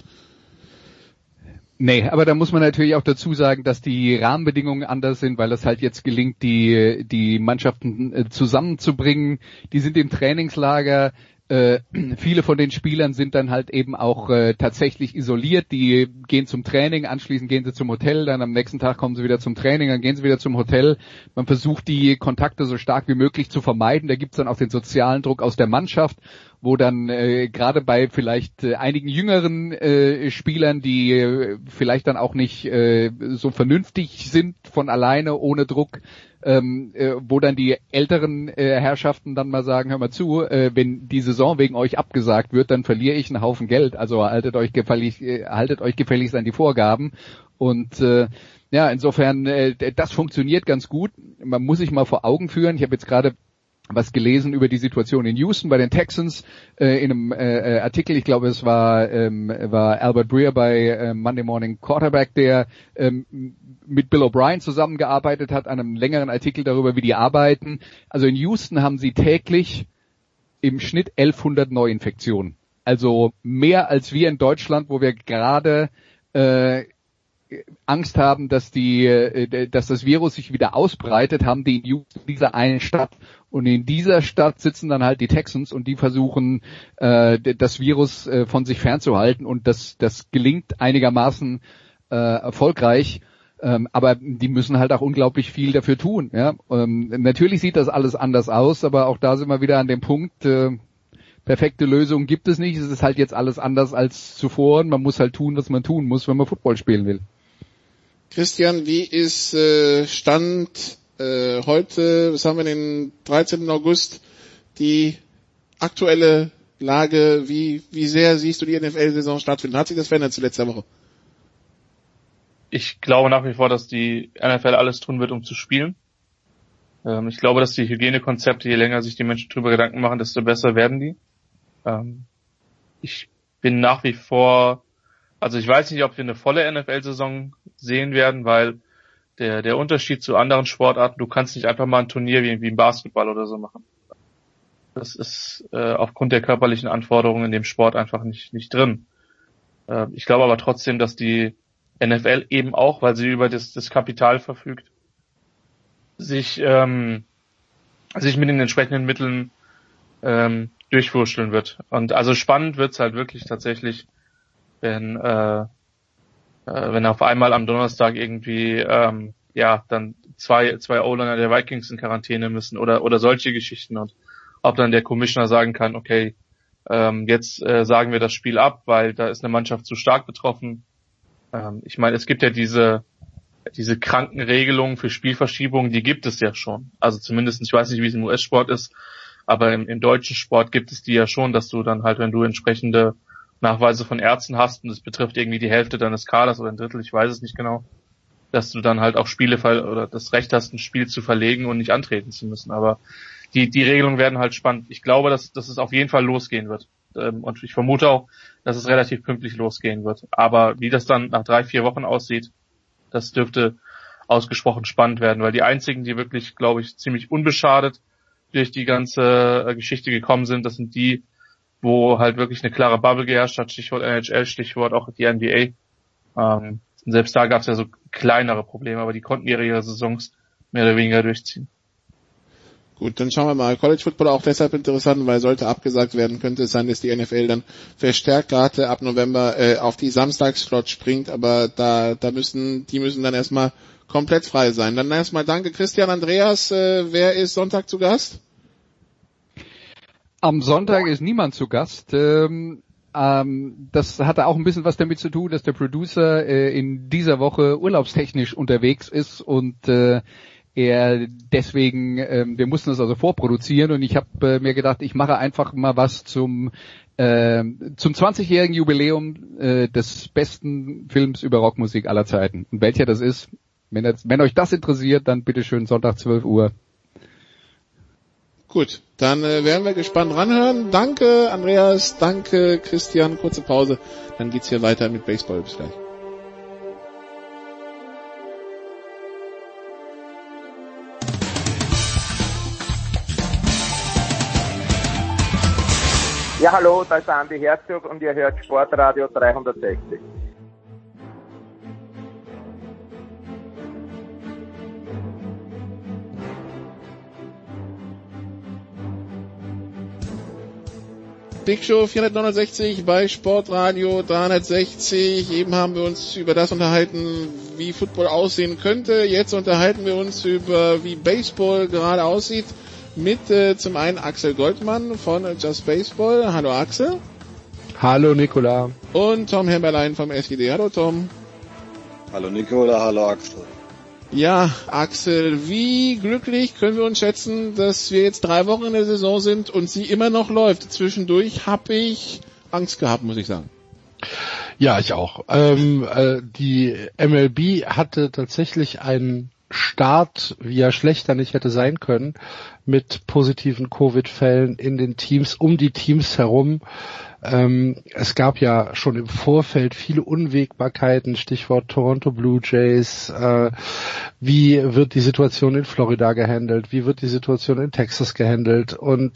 Nee, aber da muss man natürlich auch dazu sagen, dass die Rahmenbedingungen anders sind, weil es halt jetzt gelingt, die Mannschaften zusammenzubringen. Die sind im Trainingslager. Viele von den Spielern sind dann halt eben auch tatsächlich isoliert. Die gehen zum Training, anschließend gehen sie zum Hotel, dann am nächsten Tag kommen sie wieder zum Training, dann gehen sie wieder zum Hotel. Man versucht, die Kontakte so stark wie möglich zu vermeiden. Da gibt's dann auch den sozialen Druck aus der Mannschaft, wo dann gerade bei vielleicht einigen jüngeren Spielern, die vielleicht dann auch nicht so vernünftig sind von alleine, ohne Druck, wo dann die älteren Herrschaften dann mal sagen, hör mal zu, wenn die Saison wegen euch abgesagt wird, dann verliere ich einen Haufen Geld, also haltet euch gefälligst an die Vorgaben. Und insofern, das funktioniert ganz gut. Man muss sich mal vor Augen führen, ich habe jetzt gerade was gelesen über die Situation in Houston bei den Texans in einem Artikel, ich glaube es war Albert Breer bei Monday Morning Quarterback, der mit Bill O'Brien zusammengearbeitet hat, an einem längeren Artikel darüber, wie die arbeiten. Also in Houston haben sie täglich im Schnitt 1100 Neuinfektionen. Also mehr als wir in Deutschland, wo wir gerade Angst haben, dass das Virus sich wieder ausbreitet, haben die in Houston, dieser einen Stadt. Und in dieser Stadt sitzen dann halt die Texans und die versuchen, das Virus von sich fernzuhalten. Und das gelingt einigermaßen erfolgreich. Aber die müssen halt auch unglaublich viel dafür tun. Ja? Natürlich sieht das alles anders aus, aber auch da sind wir wieder an dem Punkt, perfekte Lösung gibt es nicht. Es ist halt jetzt alles anders als zuvor. Und man muss halt tun, was man tun muss, wenn man Football spielen will. Christian, wie ist Stand heute, was haben wir, den 13. August, die aktuelle Lage, wie sehr siehst du die NFL-Saison stattfinden? Hat sich das verändert zu letzter Woche? Ich glaube nach wie vor, dass die NFL alles tun wird, um zu spielen. Ich glaube, dass die Hygienekonzepte, je länger sich die Menschen drüber Gedanken machen, desto besser werden die. Ich bin nach wie vor, also ich weiß nicht, ob wir eine volle NFL-Saison sehen werden, weil der Unterschied zu anderen Sportarten, du kannst nicht einfach mal ein Turnier wie im Basketball oder so machen. Das ist aufgrund der körperlichen Anforderungen in dem Sport einfach nicht drin. Ich glaube aber trotzdem, dass die NFL eben auch, weil sie über das Kapital verfügt, sich mit den entsprechenden Mitteln durchwurschteln wird. Und also spannend wird's halt wirklich tatsächlich, wenn auf einmal am Donnerstag irgendwie dann zwei O-Liner der Vikings in Quarantäne müssen oder solche Geschichten, und ob dann der Commissioner sagen kann, okay, jetzt sagen wir das Spiel ab, weil da ist eine Mannschaft zu stark betroffen. Ich meine, es gibt ja diese Krankenregelungen für Spielverschiebungen, die gibt es ja schon. Also zumindest, ich weiß nicht, wie es im US-Sport ist, aber im deutschen Sport gibt es die ja schon, dass du dann halt, wenn du entsprechende Nachweise von Ärzten hast und es betrifft irgendwie die Hälfte deines Kaders oder ein Drittel, ich weiß es nicht genau, dass du dann halt auch Spiele oder das Recht hast, ein Spiel zu verlegen und nicht antreten zu müssen. Aber die Regelungen werden halt spannend. Ich glaube, dass es auf jeden Fall losgehen wird. Und ich vermute auch, dass es relativ pünktlich losgehen wird. Aber wie das dann nach 3-4 Wochen aussieht, das dürfte ausgesprochen spannend werden, weil die einzigen, die wirklich, glaube ich, ziemlich unbeschadet durch die ganze Geschichte gekommen sind, das sind die, wo halt wirklich eine klare Bubble geherrscht hat, Stichwort NHL, Stichwort auch die NBA. Selbst da gab es ja so kleinere Probleme, aber die konnten ihre Saisons mehr oder weniger durchziehen. Gut, dann schauen wir mal. College Football auch deshalb interessant, weil sollte abgesagt werden, könnte es sein, dass die NFL dann verstärkt gerade ab November auf die Samstagsslot springt, aber die müssen dann erstmal komplett frei sein. Dann erstmal danke Christian, Andreas. Wer ist Sonntag zu Gast? Am Sonntag ist niemand zu Gast. Das hatte auch ein bisschen was damit zu tun, dass der Producer in dieser Woche urlaubstechnisch unterwegs ist und er deswegen, wir mussten das also vorproduzieren und ich habe mir gedacht, ich mache einfach mal was zum 20-jährigen Jubiläum des besten Films über Rockmusik aller Zeiten. Und welcher das ist, wenn euch das interessiert, dann bitteschön Sonntag 12 Uhr. Gut, dann werden wir gespannt ranhören. Danke Andreas, danke Christian, kurze Pause, dann geht's hier weiter mit Baseball. Bis gleich. Ja, hallo, da ist Andi Herzog und ihr hört Sportradio 360. Big Show 469 bei Sportradio 360. Eben haben wir uns über das unterhalten, wie Football aussehen könnte. Jetzt unterhalten wir uns über, wie Baseball gerade aussieht. Mit zum einen Axel Goldmann von Just Baseball. Hallo Axel. Hallo Nicola. Und Tom Hemmerlein vom SGD. Hallo Tom. Hallo Nicola, hallo Axel. Ja, Axel, wie glücklich können wir uns schätzen, dass wir jetzt 3 Wochen in der Saison sind und sie immer noch läuft. Zwischendurch habe ich Angst gehabt, muss ich sagen. Ja, ich auch. Die MLB hatte tatsächlich einen Start, wie er schlechter nicht hätte sein können, mit positiven Covid-Fällen in den Teams, um die Teams herum. Es gab ja schon im Vorfeld viele Unwägbarkeiten, Stichwort Toronto Blue Jays, wie wird die Situation in Florida gehandelt, wie wird die Situation in Texas gehandelt und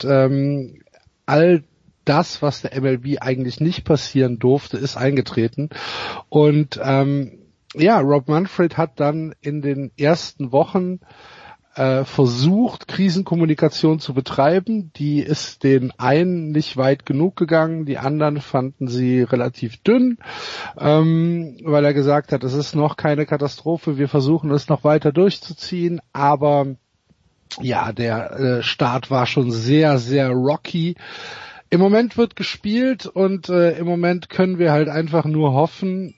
all das, was der MLB eigentlich nicht passieren durfte, ist eingetreten und Rob Manfred hat dann in den ersten Wochen versucht, Krisenkommunikation zu betreiben. Die ist den einen nicht weit genug gegangen, die anderen fanden sie relativ dünn, weil er gesagt hat, es ist noch keine Katastrophe, wir versuchen es noch weiter durchzuziehen, aber ja, der Start war schon sehr, sehr rocky. Im Moment wird gespielt und im Moment können wir halt einfach nur hoffen,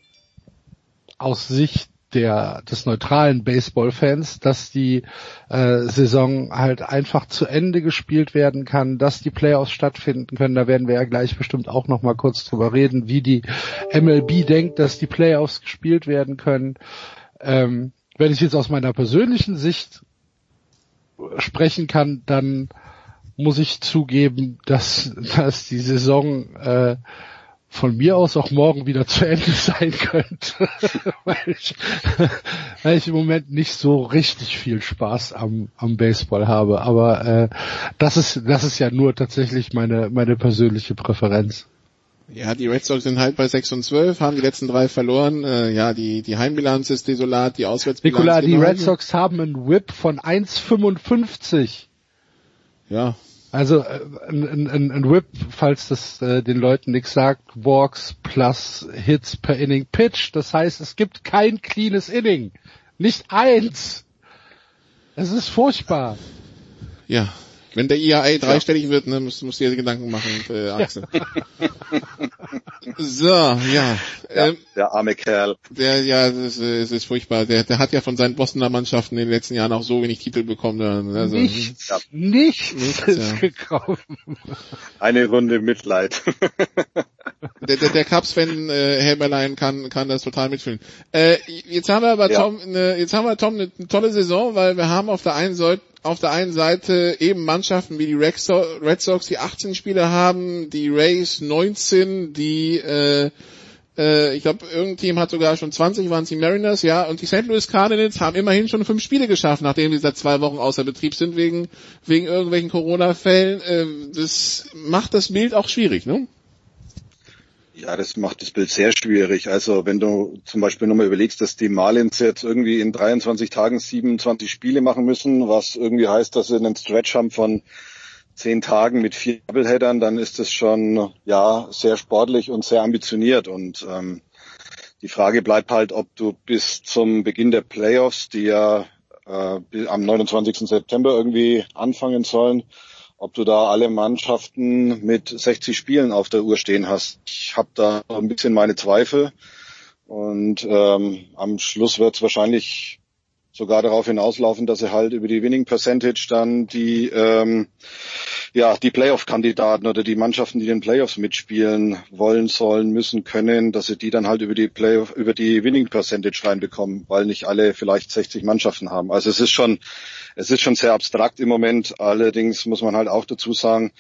aus Sicht des neutralen Baseball-Fans, dass die Saison halt einfach zu Ende gespielt werden kann, dass die Playoffs stattfinden können. Da werden wir ja gleich bestimmt auch noch mal kurz drüber reden, wie die MLB denkt, dass die Playoffs gespielt werden können. Wenn ich jetzt aus meiner persönlichen Sicht sprechen kann, dann muss ich zugeben, dass die Saison von mir aus auch morgen wieder zu Ende sein könnte, weil ich im Moment nicht so richtig viel Spaß am Baseball habe. Aber das ist ja nur tatsächlich meine persönliche Präferenz. Ja, die Red Sox sind halt bei 6-12, haben die letzten 3 verloren. Die Heimbilanz ist desolat, die Auswärtsbilanz. Nicola, die Red Sox haben einen Whip von 1,55. Ja. Also ein Whip, falls das den Leuten nichts sagt, Walks plus Hits per Inning Pitch. Das heißt, es gibt kein cleanes Inning. Nicht eins. Es ist furchtbar. Ja, wenn der IAA dreistellig wird, ne, musst du dir Gedanken machen, Axel. So, ja. Der arme Kerl. Es ist furchtbar. Der hat ja von seinen Bostoner Mannschaften in den letzten Jahren auch so wenig Titel bekommen. Also, nichts ist gekommen. Eine Runde Mitleid. Der Cubs-Fan Helmerlein kann das total mitfühlen. Jetzt haben wir aber Tom eine tolle Saison, weil wir haben auf der einen Seite eben Mannschaften wie die Red Sox, die 18 Spieler haben, die Rays 19, die ich glaube, irgendein Team hat sogar schon 20, waren es die Mariners, ja, und die St. Louis Cardinals haben immerhin schon 5 Spiele geschafft, nachdem sie seit 2 Wochen außer Betrieb sind wegen irgendwelchen Corona-Fällen. Das macht das Bild auch schwierig, ne? Ja, das macht das Bild sehr schwierig. Also wenn du zum Beispiel nochmal überlegst, dass die Marlins jetzt irgendwie in 23 Tagen 27 Spiele machen müssen, was irgendwie heißt, dass sie einen Stretch haben von 10 Tagen mit 4 Doubleheadern, dann ist das schon sehr sportlich und sehr ambitioniert. Und die Frage bleibt halt, ob du bis zum Beginn der Playoffs, die ja am 29. September irgendwie anfangen sollen, ob du da alle Mannschaften mit 60 Spielen auf der Uhr stehen hast. Ich habe da ein bisschen meine Zweifel und am Schluss wird es wahrscheinlich sogar darauf hinauslaufen, dass sie halt über die Winning Percentage dann die Playoff-Kandidaten oder die Mannschaften, die den Playoffs mitspielen wollen, sollen, müssen, können, dass sie die dann halt über die Winning Percentage reinbekommen, weil nicht alle vielleicht 60 Mannschaften haben. Also es ist schon sehr abstrakt im Moment. Allerdings muss man halt auch dazu sagen,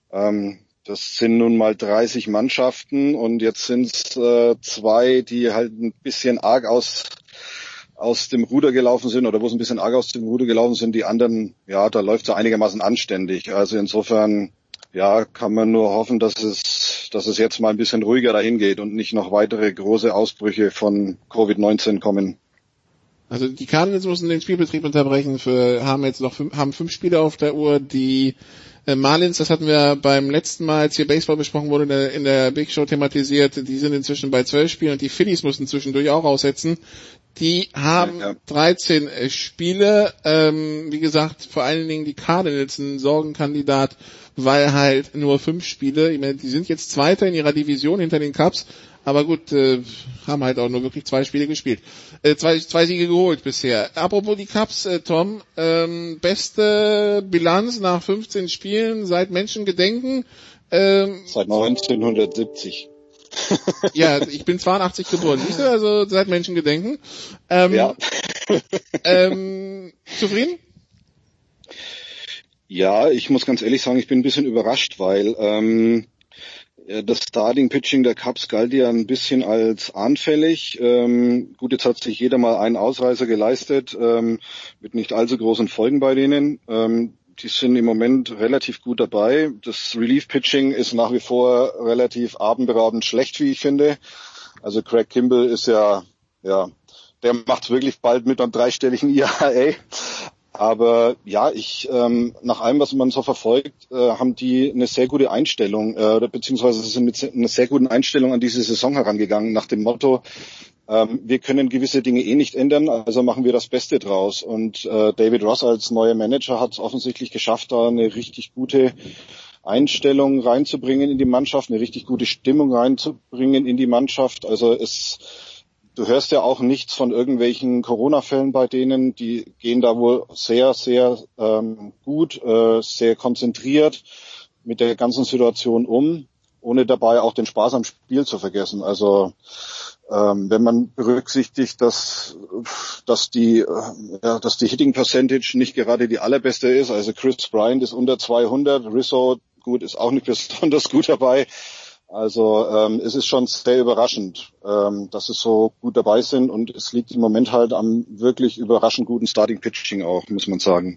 das sind nun mal 30 Mannschaften und jetzt sind es 2, die halt ein bisschen arg aus dem Ruder gelaufen sind oder wo es ein bisschen arg aus dem Ruder gelaufen sind. Die anderen, da läuft es einigermaßen anständig. Also insofern, kann man nur hoffen, dass es jetzt mal ein bisschen ruhiger dahin geht und nicht noch weitere große Ausbrüche von Covid-19 kommen. Also die Cardinals mussten den Spielbetrieb unterbrechen, haben 5 Spiele auf der Uhr. Die Marlins, das hatten wir beim letzten Mal, als hier Baseball besprochen wurde, in der Big Show thematisiert, die sind inzwischen bei 12 Spielen und die Phillies mussten zwischendurch auch aussetzen. Die haben 13 Spiele. Wie gesagt, vor allen Dingen die Cardinals ein Sorgenkandidat, weil halt nur 5 Spiele. Ich meine, die sind jetzt Zweiter in ihrer Division hinter den Cubs. Aber gut, haben halt auch nur wirklich 2 Spiele gespielt. 2 Siege geholt bisher. Apropos die Cubs, Tom, beste Bilanz nach 15 Spielen seit Menschengedenken. Seit 1970. Ja, ich bin 82 geboren, siehst du, also seit Menschengedenken. Zufrieden? Ja, ich muss ganz ehrlich sagen, ich bin ein bisschen überrascht, weil das Starting-Pitching der Cubs galt ja ein bisschen als anfällig. Gut, jetzt hat sich jeder mal einen Ausreißer geleistet, mit nicht allzu großen Folgen bei denen. Die sind im Moment relativ gut dabei. Das Relief-Pitching ist nach wie vor relativ atemberaubend schlecht, wie ich finde. Also Craig Kimbrel ist der macht's wirklich bald mit einem 3-stelligen ERA. Aber nach allem, was man so verfolgt, haben die eine sehr gute Einstellung, beziehungsweise sind mit einer sehr guten Einstellung an diese Saison herangegangen, nach dem Motto, wir können gewisse Dinge nicht ändern, also machen wir das Beste draus. Und David Ross als neuer Manager hat es offensichtlich geschafft, da eine richtig gute Einstellung reinzubringen in die Mannschaft, eine richtig gute Stimmung reinzubringen in die Mannschaft. Also du hörst ja auch nichts von irgendwelchen Corona-Fällen bei denen. Die gehen da wohl sehr, sehr gut, sehr konzentriert mit der ganzen Situation um, ohne dabei auch den Spaß am Spiel zu vergessen. Also wenn man berücksichtigt, dass die Hitting Percentage nicht gerade die allerbeste ist, also Chris Bryant ist unter 200, Rizzo, gut, ist auch nicht besonders gut dabei. Also es ist schon sehr überraschend, dass sie so gut dabei sind und es liegt im Moment halt am wirklich überraschend guten Starting Pitching auch, muss man sagen.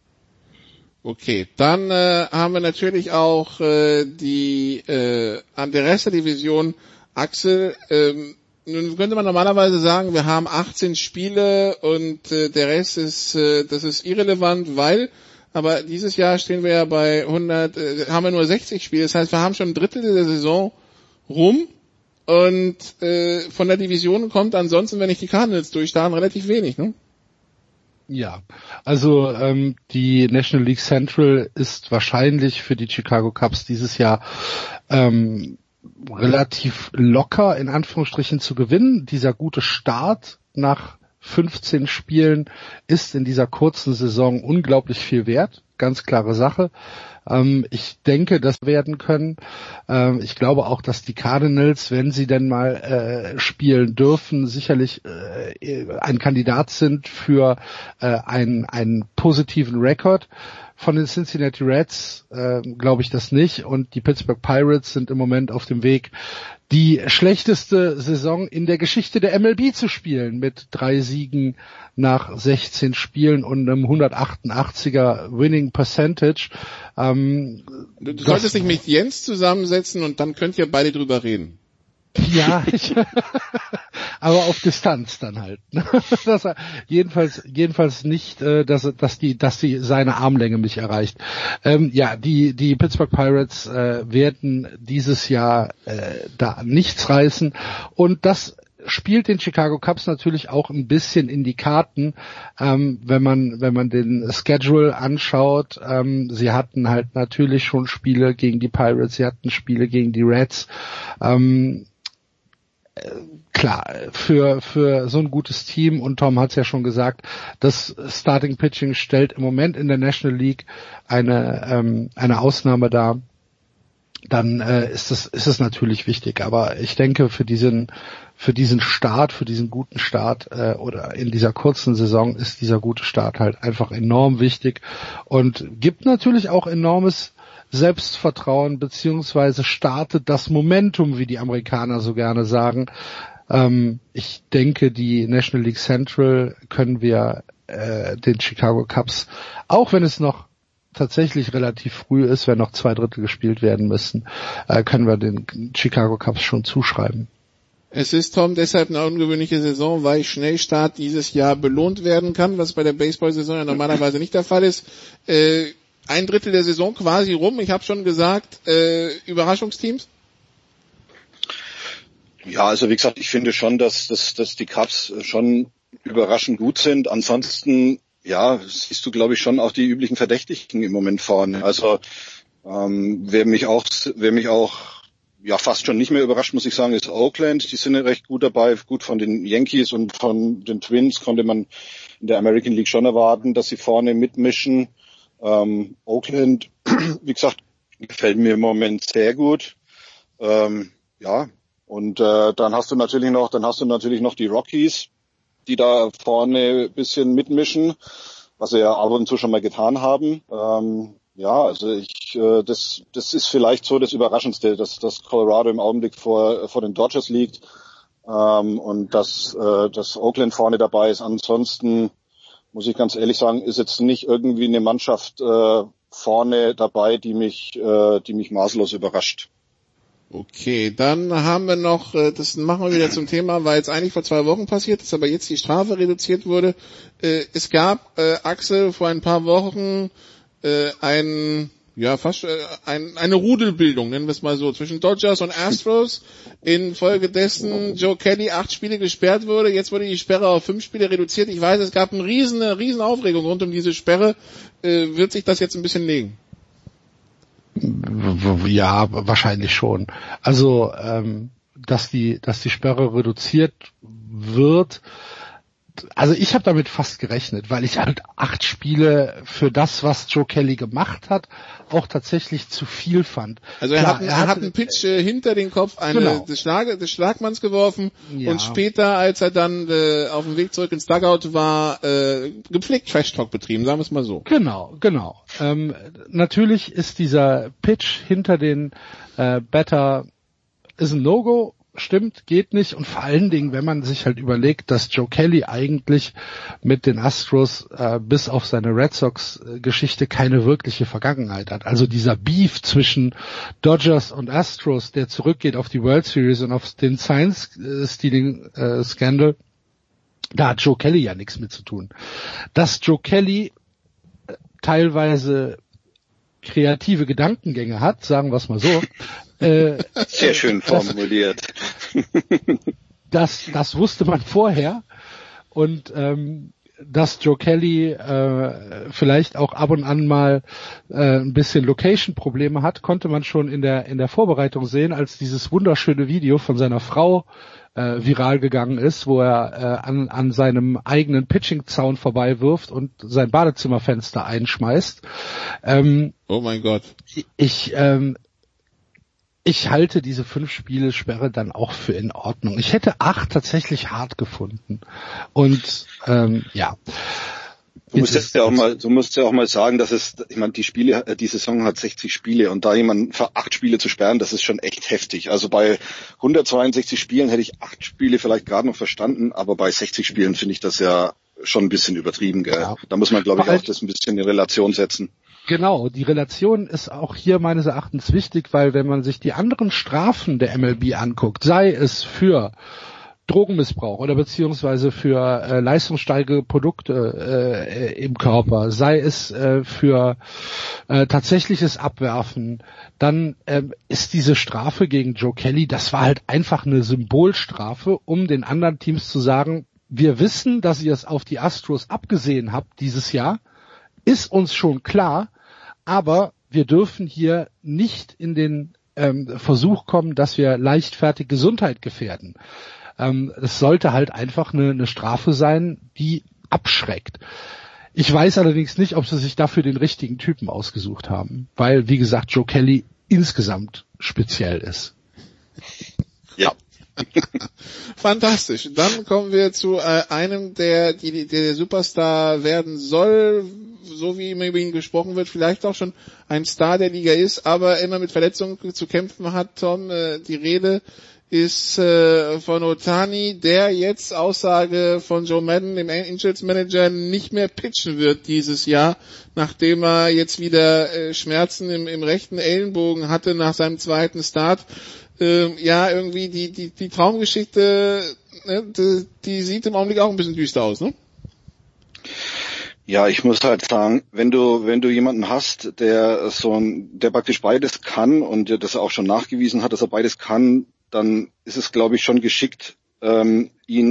Okay, dann haben wir natürlich auch an der Rest der Division. Axel, nun könnte man normalerweise sagen, wir haben 18 Spiele und der Rest ist irrelevant, aber dieses Jahr stehen wir ja bei haben wir nur 60 Spiele, das heißt, wir haben schon ein Drittel der Saison rum und von der Division kommt ansonsten, wenn ich die Cardinals durchstarren, relativ wenig, ne? Ja, also die National League Central ist wahrscheinlich für die Chicago Cubs dieses Jahr relativ locker in Anführungsstrichen zu gewinnen. Dieser gute Start nach 15 Spielen ist in dieser kurzen Saison unglaublich viel wert. Ganz klare Sache. Ich denke, das werden können. Ich glaube auch, dass die Cardinals, wenn sie denn mal spielen dürfen, sicherlich ein Kandidat sind für einen positiven Rekord. Von den Cincinnati Reds glaube ich das nicht und die Pittsburgh Pirates sind im Moment auf dem Weg, die schlechteste Saison in der Geschichte der MLB zu spielen mit 3 Siegen nach 16 Spielen und einem 188er Winning Percentage. Du solltest dich mit Jens zusammensetzen und dann könnt ihr beide drüber reden. Ja, aber auf Distanz dann halt. Dass er jedenfalls nicht, dass die seine Armlänge mich erreicht. Die Pittsburgh Pirates werden dieses Jahr da nichts reißen und das spielt den Chicago Cubs natürlich auch ein bisschen in die Karten, wenn man den Schedule anschaut. Sie hatten halt natürlich schon Spiele gegen die Pirates, sie hatten Spiele gegen die Reds. Klar, für so ein gutes Team, und Tom hat es ja schon gesagt, das Starting Pitching stellt im Moment in der National League eine Ausnahme dar. Dann ist es natürlich wichtig. Aber ich denke, für diesen Start, für diesen guten Start oder in dieser kurzen Saison ist dieser gute Start halt einfach enorm wichtig und gibt natürlich auch enormes Selbstvertrauen, beziehungsweise startet das Momentum, wie die Amerikaner so gerne sagen. Ich denke, die National League Central können wir den Chicago Cubs, auch wenn es noch tatsächlich relativ früh ist, wenn noch 2/3 gespielt werden müssen, können wir den Chicago Cubs schon zuschreiben. Es ist, Tom, deshalb eine ungewöhnliche Saison, weil Schnellstart dieses Jahr belohnt werden kann, was bei der Baseball-Saison ja normalerweise nicht der Fall ist. 1/3 der Saison quasi rum. Ich habe schon gesagt, Überraschungsteams? Ja, also wie gesagt, ich finde schon, dass die Cubs schon überraschend gut sind. Ansonsten, ja, siehst du, glaube ich, schon auch die üblichen Verdächtigen im Moment vorne. Also wer mich auch ja fast schon nicht mehr überrascht, muss ich sagen, ist Oakland. Die sind ja recht gut dabei. Gut, von den Yankees und von den Twins konnte man in der American League schon erwarten, dass sie vorne mitmischen. Oakland, wie gesagt, gefällt mir im Moment sehr gut. Ja, und dann hast du natürlich noch die Rockies, die da vorne ein bisschen mitmischen, was sie ja ab und zu schon mal getan haben. Ja, also das ist vielleicht so das Überraschendste, dass Colorado im Augenblick vor den Dodgers liegt, und dass Oakland vorne dabei ist. Ansonsten muss ich ganz ehrlich sagen, ist jetzt nicht irgendwie eine Mannschaft vorne dabei, die mich maßlos überrascht. Okay, dann haben wir noch, das machen wir wieder zum Thema, weil jetzt eigentlich vor 2 Wochen passiert ist, aber jetzt die Strafe reduziert wurde. Es gab, Axel, vor ein paar Wochen eine Rudelbildung, nennen wir es mal so, zwischen Dodgers und Astros, infolgedessen Joe Kelly 8 Spiele gesperrt wurde. Jetzt wurde die Sperre auf 5 Spiele reduziert. Ich weiß, es gab eine riesen Aufregung rund um diese Sperre. Wird sich das jetzt ein bisschen legen? Ja, wahrscheinlich schon. Also, dass die Sperre reduziert wird, also ich habe damit fast gerechnet, weil ich halt 8 Spiele für das, was Joe Kelly gemacht hat, auch tatsächlich zu viel fand. Also er hat einen Pitch hinter den Kopf des Schlagmanns geworfen, ja. Und später, als er dann auf dem Weg zurück ins Dugout war, gepflegt Trash-Talk betrieben, sagen wir es mal so. Genau. Natürlich ist dieser Pitch hinter den Batter ist ein No-Go. Stimmt, geht nicht, und vor allen Dingen, wenn man sich halt überlegt, dass Joe Kelly eigentlich mit den Astros bis auf seine Red Sox-Geschichte keine wirkliche Vergangenheit hat. Also dieser Beef zwischen Dodgers und Astros, der zurückgeht auf die World Series und auf den Sign-Stealing-Scandal, da hat Joe Kelly ja nichts mit zu tun. Dass Joe Kelly teilweise kreative Gedankengänge hat, sagen wir es mal so. Sehr schön formuliert. Das wusste man vorher, und dass Joe Kelly vielleicht auch ab und an mal ein bisschen Location-Probleme hat, konnte man schon in der Vorbereitung sehen, als dieses wunderschöne Video von seiner Frau viral gegangen ist, wo er an seinem eigenen Pitching-Zaun vorbeiwirft und sein Badezimmerfenster einschmeißt. Oh mein Gott. Ich halte diese 5 Spiele Sperre dann auch für in Ordnung. Ich hätte 8 tatsächlich hart gefunden. Und ja. Du musst ja auch mal sagen, dass die Saison hat 60 Spiele, und da jemanden für 8 Spiele zu sperren, das ist schon echt heftig. Also bei 162 Spielen hätte ich 8 Spiele vielleicht gerade noch verstanden, aber bei 60 Spielen finde ich das ja schon ein bisschen übertrieben, gell? Ja. Da muss man, glaube ich, auch das ein bisschen in Relation setzen. Genau, die Relation ist auch hier meines Erachtens wichtig, weil wenn man sich die anderen Strafen der MLB anguckt, sei es für Drogenmissbrauch oder beziehungsweise für leistungssteigende Produkte im Körper, sei es für tatsächliches Abwerfen, dann ist diese Strafe gegen Joe Kelly, das war halt einfach eine Symbolstrafe, um den anderen Teams zu sagen, wir wissen, dass ihr es auf die Astros abgesehen habt dieses Jahr, ist uns schon klar, aber wir dürfen hier nicht in den Versuch kommen, dass wir leichtfertig Gesundheit gefährden. Es sollte halt einfach eine Strafe sein, die abschreckt. Ich weiß allerdings nicht, ob sie sich dafür den richtigen Typen ausgesucht haben, weil, wie gesagt, Joe Kelly insgesamt speziell ist. Ja. Fantastisch. Dann kommen wir zu einem, der Superstar werden soll, so wie immer über ihn gesprochen wird, vielleicht auch schon ein Star der Liga ist, aber immer mit Verletzungen zu kämpfen hat, Tom. Die Rede ist von Ohtani, der jetzt Aussage von Joe Madden, dem Angels Manager, nicht mehr pitchen wird dieses Jahr, nachdem er jetzt wieder Schmerzen im rechten Ellenbogen hatte nach seinem zweiten Start. Ja, irgendwie die Traumgeschichte, die sieht im Augenblick auch ein bisschen düster aus, ne? Ja, ich muss halt sagen, wenn du jemanden hast, der praktisch beides kann und das auch schon nachgewiesen hat, dass er beides kann, dann ist es, glaube ich, schon geschickt, ihn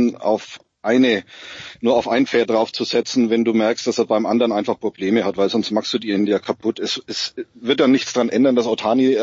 nur auf ein Pferd draufzusetzen, wenn du merkst, dass er beim anderen einfach Probleme hat, weil sonst machst du ihn ja kaputt. Es wird dann nichts dran ändern, dass Ohtani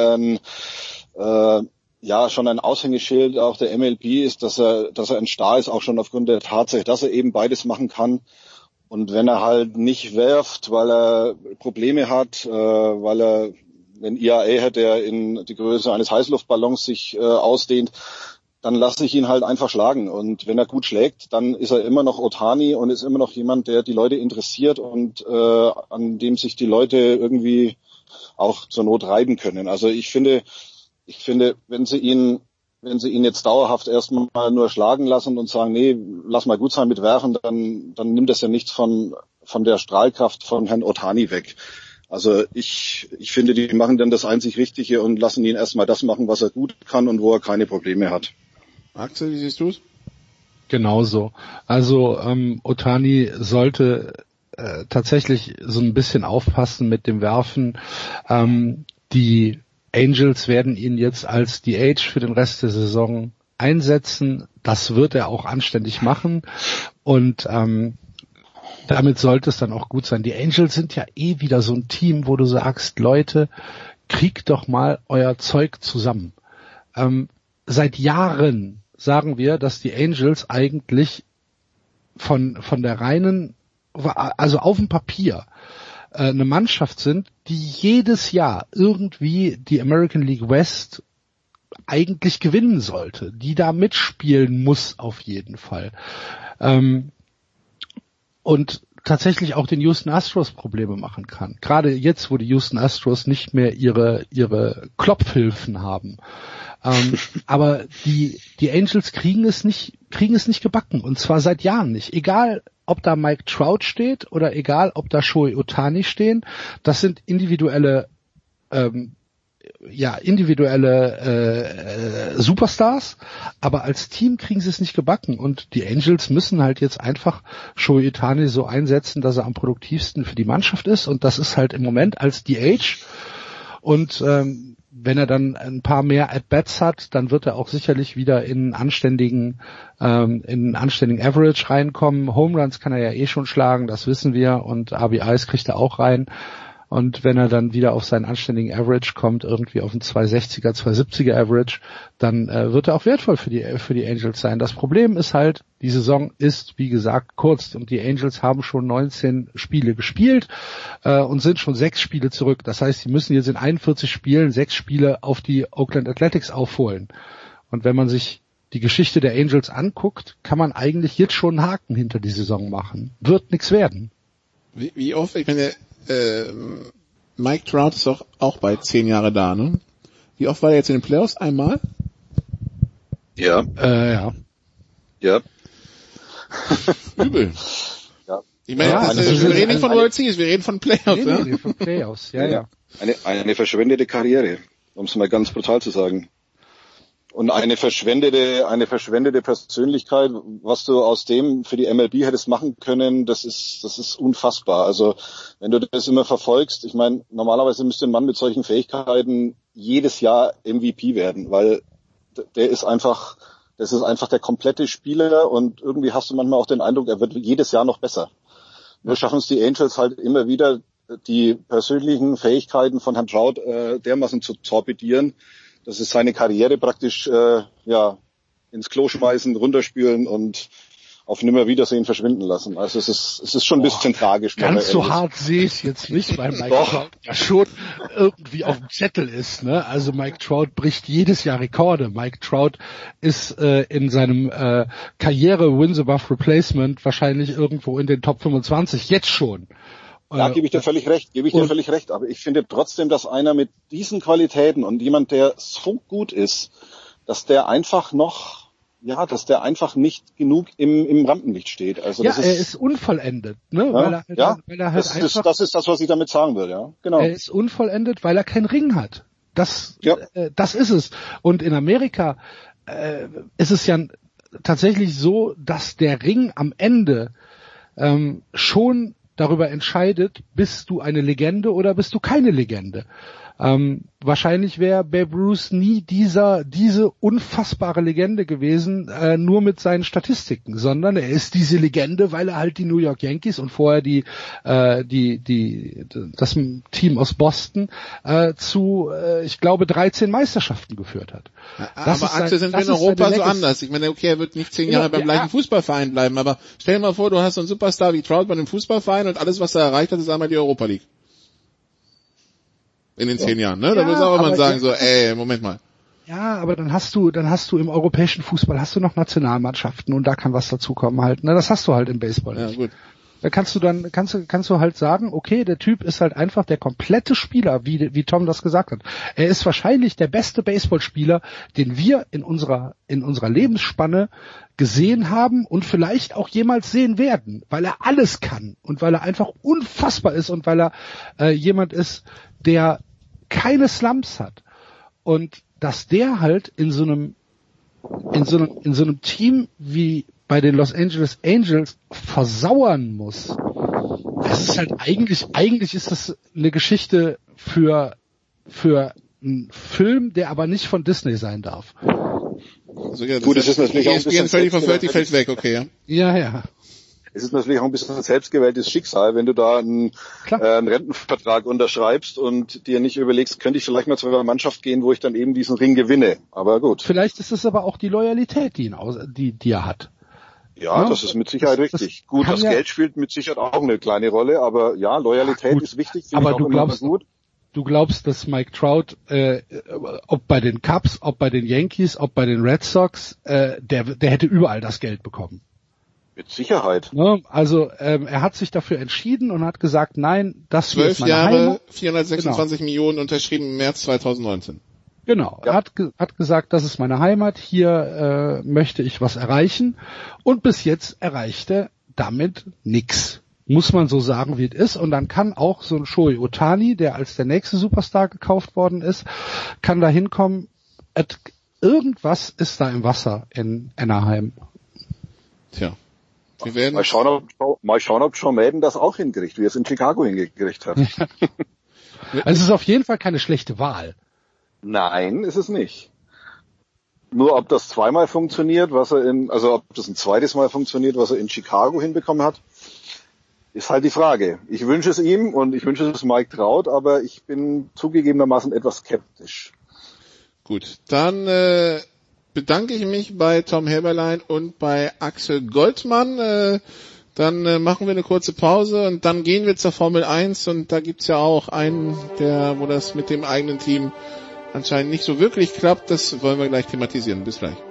schon ein Aushängeschild auch der MLB ist, dass er ein Star ist, auch schon aufgrund der Tatsache, dass er eben beides machen kann. Und wenn er halt nicht werft, weil er Probleme hat, wenn ERA hat, der in die Größe eines Heißluftballons sich ausdehnt, dann lasse ich ihn halt einfach schlagen. Und wenn er gut schlägt, dann ist er immer noch Ohtani und ist immer noch jemand, der die Leute interessiert und an dem sich die Leute irgendwie auch zur Not reiben können. Also ich finde, wenn sie ihn jetzt dauerhaft erstmal nur schlagen lassen und sagen, nee, lass mal gut sein mit Werfen, dann nimmt das ja nichts von der Strahlkraft von Herrn Ohtani weg. Also ich finde, die machen dann das einzig Richtige und lassen ihn erstmal das machen, was er gut kann und wo er keine Probleme hat. Axel, wie siehst du's? Genauso. Also Ohtani sollte tatsächlich so ein bisschen aufpassen mit dem Werfen. Die Angels werden ihn jetzt als DH für den Rest der Saison einsetzen. Das wird er auch anständig machen. Und damit sollte es dann auch gut sein. Die Angels sind ja wieder so ein Team, wo du sagst, Leute, kriegt doch mal euer Zeug zusammen. Seit Jahren sagen wir, dass die Angels eigentlich von der reinen, also auf dem Papier, eine Mannschaft sind, die jedes Jahr irgendwie die American League West eigentlich gewinnen sollte, die da mitspielen muss auf jeden Fall. Und tatsächlich auch den Houston Astros Probleme machen kann. Gerade jetzt, wo die Houston Astros nicht mehr ihre Klopfhilfen haben. Aber die Angels kriegen es nicht gebacken. Und zwar seit Jahren nicht. Egal, ob da Mike Trout steht oder egal, ob da Shohei Ohtani stehen. Das sind individuelle Superstars, aber als Team kriegen sie es nicht gebacken und die Angels müssen halt jetzt einfach Shohei Ohtani so einsetzen, dass er am produktivsten für die Mannschaft ist und das ist halt im Moment als DH und wenn er dann ein paar mehr At-Bats hat, dann wird er auch sicherlich wieder in anständigen Average reinkommen. Home Runs kann er ja eh schon schlagen, das wissen wir und RBIs kriegt er auch rein. Und wenn er dann wieder auf seinen anständigen Average kommt, irgendwie auf einen 260er, 270er Average, dann wird er auch wertvoll für die Angels sein. Das Problem ist halt, die Saison ist, wie gesagt, kurz und die Angels haben schon 19 Spiele gespielt und sind schon 6 Spiele zurück. Das heißt, sie müssen jetzt in 41 Spielen 6 Spiele auf die Oakland Athletics aufholen. Und wenn man sich die Geschichte der Angels anguckt, kann man eigentlich jetzt schon einen Haken hinter die Saison machen. Wird nichts werden. Wie oft, ich meine, Mike Trout ist doch auch bald 10 Jahre da, ne? Wie oft war er jetzt in den Playoffs? Einmal? Ja. Ja. Ja. Übel. Ja. Ich meine, wir reden nicht von World Series, wir reden von Playoffs. Nee, von Playoffs, ja. Eine verschwendete Karriere, um es mal ganz brutal zu sagen. Und eine verschwendete Persönlichkeit, was du aus dem für die MLB hättest machen können, das ist unfassbar. Also, wenn du das immer verfolgst, ich meine, normalerweise müsste ein Mann mit solchen Fähigkeiten jedes Jahr MVP werden, weil das ist einfach der komplette Spieler und irgendwie hast du manchmal auch den Eindruck, er wird jedes Jahr noch besser. Nur schaffen es die Angels halt immer wieder, die persönlichen Fähigkeiten von Herrn Trout dermaßen zu torpedieren, dass es seine Karriere praktisch ins Klo schmeißen, runterspülen und auf Nimmerwiedersehen verschwinden lassen. Also es ist schon ein bisschen tragisch. Ganz so hart sehe ich es jetzt nicht, weil Mike Trout ja schon irgendwie auf dem Zettel ist. Ne? Also Mike Trout bricht jedes Jahr Rekorde. Mike Trout ist in seinem Karriere Wins Above Replacement wahrscheinlich irgendwo in den Top 25, jetzt schon. Da gebe ich dir völlig recht. Aber ich finde trotzdem, dass einer mit diesen Qualitäten und jemand, der so gut ist, dass der einfach nicht genug im Rampenlicht steht. Also er ist unvollendet, ne? Ja, weil er halt das ist das, was ich damit sagen will, ja. Genau. Er ist unvollendet, weil er keinen Ring hat. Das ist es. Und in Amerika ist es ja tatsächlich so, dass der Ring am Ende schon darüber entscheidet, bist du eine Legende oder bist du keine Legende. Wahrscheinlich wäre Babe Ruth nie diese unfassbare Legende gewesen, nur mit seinen Statistiken, sondern er ist diese Legende, weil er halt die New York Yankees und vorher das Team aus Boston zu, ich glaube, 13 Meisterschaften geführt hat. Aber Axel, sind wir in Europa so anders. Ich meine, okay, er wird nicht 10 Jahre beim gleichen Fußballverein bleiben, aber stell dir mal vor, du hast so einen Superstar wie Trout bei einem Fußballverein und alles, was er erreicht hat, ist einmal die Europa League. In den 10 Jahren, ne? Da muss auch jemand sagen, Moment mal. Ja, aber dann hast du im europäischen Fußball hast du noch Nationalmannschaften und da kann was dazukommen halt, ne? Das hast du halt im Baseball nicht. Ja, gut. Da kannst du halt sagen, okay, der Typ ist halt einfach der komplette Spieler, wie Tom das gesagt hat. Er ist wahrscheinlich der beste Baseballspieler, den wir in unserer Lebensspanne gesehen haben und vielleicht auch jemals sehen werden, weil er alles kann und weil er einfach unfassbar ist und weil er jemand ist, der keine Slumps hat. Und dass der halt in so einem Team wie bei den Los Angeles Angels versauern muss. Das ist halt eigentlich ist das eine Geschichte für einen Film, der aber nicht von Disney sein darf. Also, ja, das ist natürlich auch ein bisschen fällt weg, okay, ja. Ja. Es ist natürlich auch ein bisschen ein selbstgewähltes Schicksal, wenn du da einen Rentenvertrag unterschreibst und dir nicht überlegst, könnte ich vielleicht mal zu einer Mannschaft gehen, wo ich dann eben diesen Ring gewinne. Aber gut. Vielleicht ist es aber auch die Loyalität, die er hat. Ja, das ist mit Sicherheit richtig. Gut, das Geld spielt mit Sicherheit auch eine kleine Rolle, aber ja, Loyalität ist wichtig. Aber du glaubst, dass Mike Trout, ob bei den Cubs, ob bei den Yankees, ob bei den Red Sox, der hätte überall das Geld bekommen. Mit Sicherheit. Ne? Also er hat sich dafür entschieden und hat gesagt, nein, das hier ist meine 12 Jahre, Heimat. 426 Millionen unterschrieben im März 2019. Genau, ja. Er hat gesagt, das ist meine Heimat, hier möchte ich was erreichen und bis jetzt erreicht er damit nix. Muss man so sagen, wie es ist. Und dann kann auch so ein Shohei Ohtani, der als der nächste Superstar gekauft worden ist, kann da hinkommen. Irgendwas ist da im Wasser in Anaheim. Tja. Wir werden mal schauen, ob John Madden das auch hinkriegt, wie er es in Chicago hingekriegt hat. Also es ist auf jeden Fall keine schlechte Wahl. Nein, ist es nicht. Nur ob das zweimal funktioniert, ob das ein zweites Mal funktioniert, was er in Chicago hinbekommen hat, ist halt die Frage. Ich wünsche es ihm und ich wünsche es Mike Trout, aber ich bin zugegebenermaßen etwas skeptisch. Gut, dann bedanke ich mich bei Tom Heberlein und bei Axel Goldmann. Dann machen wir eine kurze Pause und dann gehen wir zur Formel 1 und da gibt's ja auch einen, wo das mit dem eigenen Team anscheinend nicht so wirklich klappt. Das wollen wir gleich thematisieren. Bis gleich.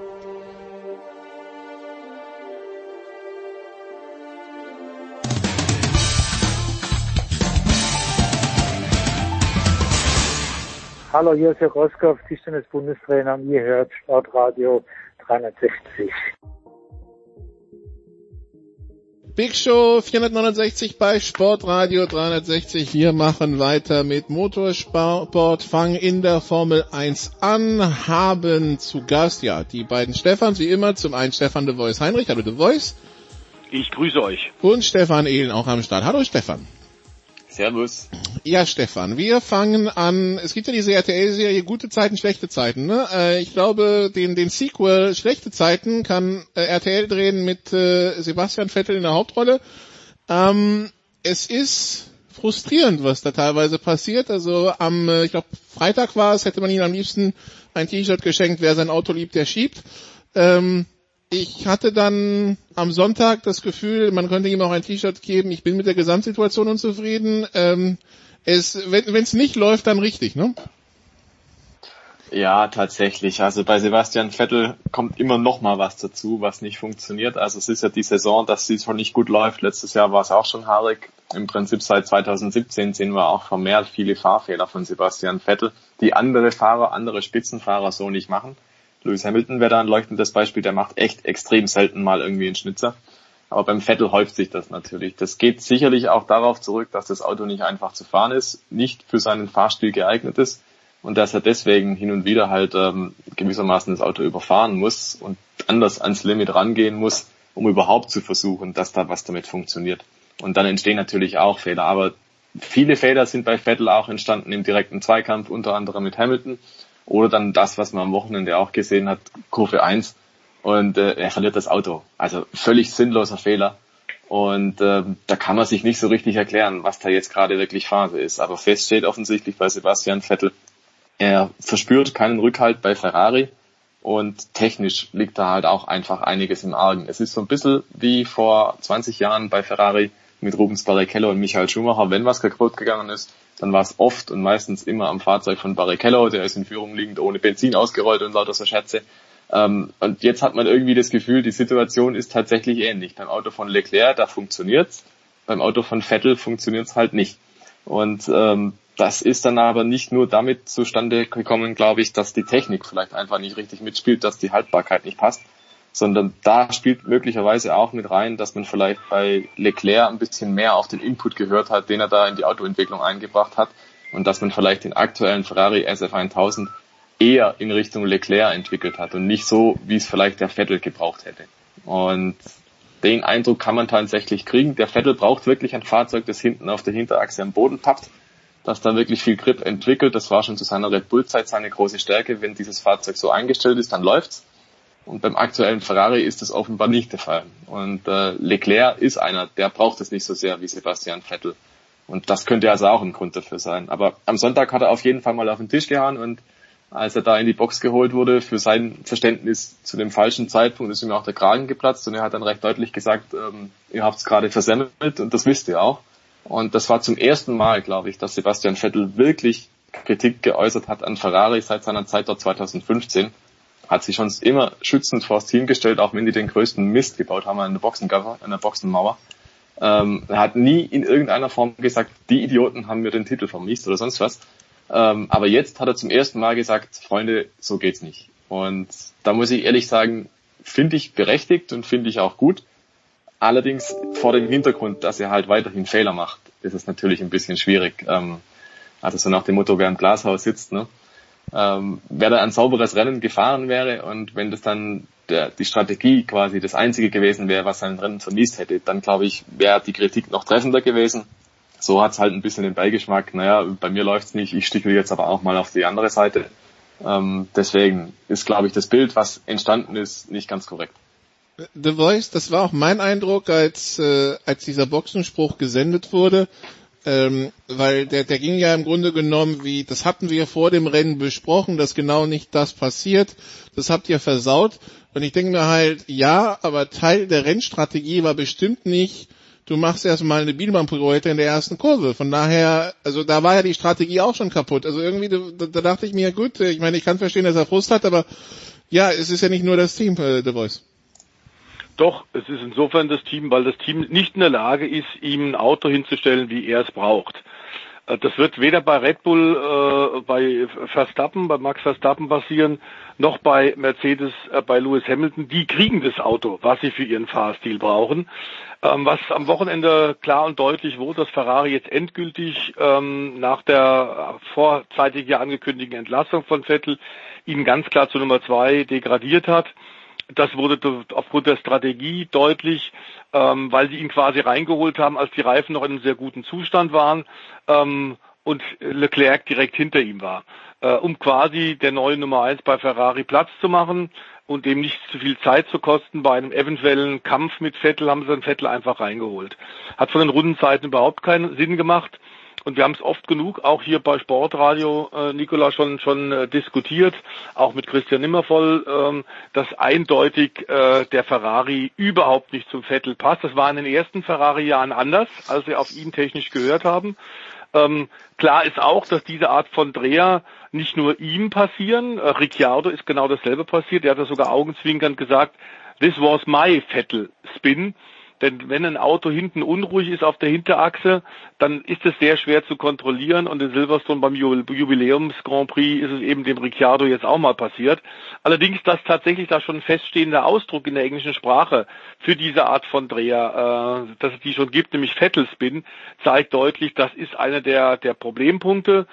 Hallo, hier ist Herr Roskopf, Tischtennis-Bundestrainer und ihr hört Sportradio 360. Big Show 469 bei Sportradio 360. Wir machen weiter mit Motorsport, fangen in der Formel 1 an, haben zu Gast, ja, die beiden Stefans, wie immer, zum einen Stefan De Voice Heinrich. Hallo De Voice. Ich grüße euch. Und Stefan Ehlen auch am Start. Hallo Stefan. Servus. Ja, Stefan, wir fangen an, es gibt ja diese RTL-Serie Gute Zeiten, schlechte Zeiten, ne? Ich glaube, den Sequel Schlechte Zeiten kann RTL drehen mit Sebastian Vettel in der Hauptrolle. Es ist frustrierend, was da teilweise passiert. Also ich glaube, Freitag war es, hätte man ihm am liebsten ein T-Shirt geschenkt, wer sein Auto liebt, der schiebt. Ich hatte dann am Sonntag das Gefühl, man könnte ihm auch ein T-Shirt geben. Ich bin mit der Gesamtsituation unzufrieden. Wenn es nicht läuft, dann richtig, ne? Ja, tatsächlich. Also bei Sebastian Vettel kommt immer noch mal was dazu, was nicht funktioniert. Also es ist ja die Saison, dass sie schon nicht gut läuft. Letztes Jahr war es auch schon haarig. Im Prinzip seit 2017 sehen wir auch vermehrt viele Fahrfehler von Sebastian Vettel, die andere Spitzenfahrer so nicht machen. Lewis Hamilton wäre da ein leuchtendes Beispiel, der macht echt extrem selten mal irgendwie einen Schnitzer. Aber beim Vettel häuft sich das natürlich. Das geht sicherlich auch darauf zurück, dass das Auto nicht einfach zu fahren ist, nicht für seinen Fahrstil geeignet ist und dass er deswegen hin und wieder halt gewissermaßen das Auto überfahren muss und anders ans Limit rangehen muss, um überhaupt zu versuchen, dass da was damit funktioniert. Und dann entstehen natürlich auch Fehler. Aber viele Fehler sind bei Vettel auch entstanden im direkten Zweikampf, unter anderem mit Hamilton. Oder dann das, was man am Wochenende auch gesehen hat, Kurve 1. Und er verliert das Auto. Also völlig sinnloser Fehler. Und da kann man sich nicht so richtig erklären, was da jetzt gerade wirklich Phase ist. Aber fest steht offensichtlich bei Sebastian Vettel, er verspürt keinen Rückhalt bei Ferrari. Und technisch liegt da halt auch einfach einiges im Argen. Es ist so ein bisschen wie vor 20 Jahren bei Ferrari mit Rubens Barrichello und Michael Schumacher. Wenn was kaputt gegangen ist, dann war es oft und meistens immer am Fahrzeug von Barrichello, der ist in Führung liegend ohne Benzin ausgerollt und lauter so Scherze. Und jetzt hat man irgendwie das Gefühl, die Situation ist tatsächlich ähnlich. Beim Auto von Leclerc, da funktioniert's. Beim Auto von Vettel funktioniert's halt nicht. Und das ist dann aber nicht nur damit zustande gekommen, glaube ich, dass die Technik vielleicht einfach nicht richtig mitspielt, dass die Haltbarkeit nicht passt, sondern da spielt möglicherweise auch mit rein, dass man vielleicht bei Leclerc ein bisschen mehr auf den Input gehört hat, den er da in die Autoentwicklung eingebracht hat und dass man vielleicht den aktuellen Ferrari SF1000 eher in Richtung Leclerc entwickelt hat und nicht so, wie es vielleicht der Vettel gebraucht hätte. Und den Eindruck kann man tatsächlich kriegen. Der Vettel braucht wirklich ein Fahrzeug, das hinten auf der Hinterachse am Boden pappt, das da wirklich viel Grip entwickelt. Das war schon zu seiner Red Bull-Zeit seine große Stärke. Wenn dieses Fahrzeug so eingestellt ist, dann läuft's. Und beim aktuellen Ferrari ist das offenbar nicht der Fall. Und Leclerc ist einer, der braucht es nicht so sehr wie Sebastian Vettel. Und das könnte also auch ein Grund dafür sein. Aber am Sonntag hat er auf jeden Fall mal auf den Tisch gehauen und als er da in die Box geholt wurde, für sein Verständnis zu dem falschen Zeitpunkt, ist ihm auch der Kragen geplatzt und er hat dann recht deutlich gesagt, ihr habt es gerade versemmelt und das wisst ihr auch. Und das war zum ersten Mal, glaube ich, dass Sebastian Vettel wirklich Kritik geäußert hat an Ferrari seit seiner Zeit dort 2015. Hat sich schon immer schützend vors Team gestellt, auch wenn die den größten Mist gebaut haben an der Boxencover, an der Boxenmauer. Er hat nie in irgendeiner Form gesagt, die Idioten haben mir den Titel vermisst oder sonst was. Aber jetzt hat er zum ersten Mal gesagt, Freunde, so geht's nicht. Und da muss ich ehrlich sagen, finde ich berechtigt und finde ich auch gut. Allerdings vor dem Hintergrund, dass er halt weiterhin Fehler macht, ist es natürlich ein bisschen schwierig. Also so nach dem Motto, wer im Glashaus sitzt, ne? Wer da ein sauberes Rennen gefahren wäre und wenn das dann die Strategie quasi das Einzige gewesen wäre, was sein Rennen vermisst hätte, dann glaube ich, wäre die Kritik noch treffender gewesen. So hat's halt ein bisschen den Beigeschmack, naja, bei mir läuft's nicht, ich stichel jetzt aber auch mal auf die andere Seite. Deswegen ist, glaube ich, das Bild, was entstanden ist, nicht ganz korrekt. The Voice, das war auch mein Eindruck, als dieser Boxenspruch gesendet wurde, weil der ging ja im Grunde genommen wie, das hatten wir vor dem Rennen besprochen, dass genau nicht das passiert, das habt ihr versaut. Und ich denke mir halt, ja, aber Teil der Rennstrategie war bestimmt nicht, du machst erstmal eine Bielmann-Pirouette in der ersten Kurve. Von daher, also da war ja die Strategie auch schon kaputt. Also irgendwie, da dachte ich mir, gut, ich meine, ich kann verstehen, dass er Frust hat, aber ja, es ist ja nicht nur das Team, The Voice. Doch, es ist insofern das Team, weil das Team nicht in der Lage ist, ihm ein Auto hinzustellen, wie er es braucht. Das wird weder bei Red Bull, bei Max Verstappen passieren, noch bei Mercedes, bei Lewis Hamilton. Die kriegen das Auto, was sie für ihren Fahrstil brauchen. Was am Wochenende klar und deutlich wurde, dass Ferrari jetzt endgültig nach der vorzeitig ja angekündigten Entlassung von Vettel ihn ganz klar zu Nummer 2 degradiert hat. Das wurde aufgrund der Strategie deutlich, weil sie ihn quasi reingeholt haben, als die Reifen noch in einem sehr guten Zustand waren und Leclerc direkt hinter ihm war, um quasi der neue Nummer 1 bei Ferrari Platz zu machen und dem nicht zu viel Zeit zu kosten. Bei einem eventuellen Kampf mit Vettel haben sie dann Vettel einfach reingeholt. Hat von den Rundenzeiten überhaupt keinen Sinn gemacht. Und wir haben es oft genug, auch hier bei Sportradio, Nicola, schon diskutiert, auch mit Christian Nimmervoll, dass eindeutig der Ferrari überhaupt nicht zum Vettel passt. Das war in den ersten Ferrari-Jahren anders, als wir auf ihn technisch gehört haben. Klar ist auch, dass diese Art von Dreher nicht nur ihm passieren. Ricciardo ist genau dasselbe passiert. Er hat das sogar augenzwinkernd gesagt, "This was my Vettel-Spin." Denn wenn ein Auto hinten unruhig ist auf der Hinterachse, dann ist es sehr schwer zu kontrollieren. Und in Silverstone beim Jubiläums-Grand Prix ist es eben dem Ricciardo jetzt auch mal passiert. Allerdings, dass tatsächlich da schon ein feststehender Ausdruck in der englischen Sprache für diese Art von Dreher, dass es die schon gibt, nämlich Vettel-Spin, zeigt deutlich, das ist einer der Problempunkte.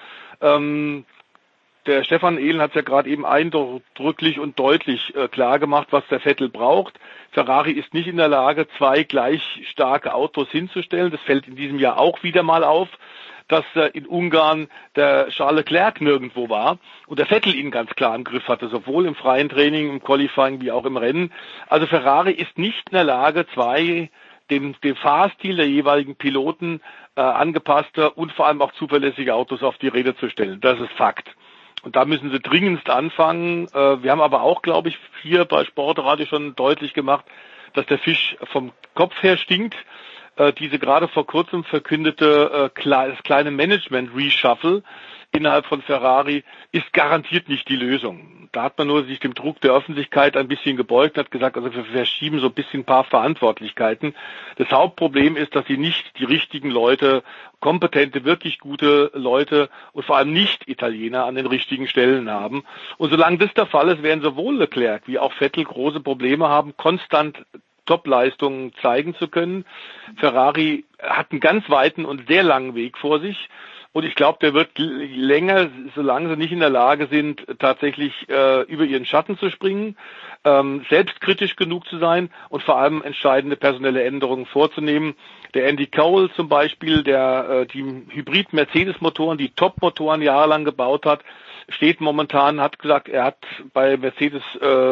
Der Stefan Ehlen hat es ja gerade eben eindrücklich und deutlich klar gemacht, was der Vettel braucht. Ferrari ist nicht in der Lage, 2 gleich starke Autos hinzustellen. Das fällt in diesem Jahr auch wieder mal auf, dass in Ungarn der Charles Leclerc nirgendwo war und der Vettel ihn ganz klar im Griff hatte, sowohl im freien Training, im Qualifying wie auch im Rennen. Also Ferrari ist nicht in der Lage, 2 dem Fahrstil der jeweiligen Piloten angepasste und vor allem auch zuverlässige Autos auf die Räder zu stellen. Das ist Fakt. Und da müssen sie dringendst anfangen. Wir haben aber auch, glaube ich, hier bei Sportradio schon deutlich gemacht, dass der Fisch vom Kopf her stinkt. Diese gerade vor kurzem verkündete das kleine Management-Reshuffle innerhalb von Ferrari ist garantiert nicht die Lösung. Da hat man nur sich dem Druck der Öffentlichkeit ein bisschen gebeugt und hat gesagt, also wir verschieben so ein bisschen ein paar Verantwortlichkeiten. Das Hauptproblem ist, dass sie nicht die richtigen Leute, kompetente, wirklich gute Leute und vor allem nicht Italiener an den richtigen Stellen haben. Und solange das der Fall ist, werden sowohl Leclerc wie auch Vettel große Probleme haben, konstant Top-Leistungen zeigen zu können. Ferrari hat einen ganz weiten und sehr langen Weg vor sich. Und ich glaube, der wird länger, solange sie nicht in der Lage sind, tatsächlich über ihren Schatten zu springen, selbstkritisch genug zu sein und vor allem entscheidende personelle Änderungen vorzunehmen. Der Andy Cole zum Beispiel, der die Hybrid-Mercedes-Motoren, die Top-Motoren jahrelang gebaut hat, steht momentan, hat gesagt, er hat bei Mercedes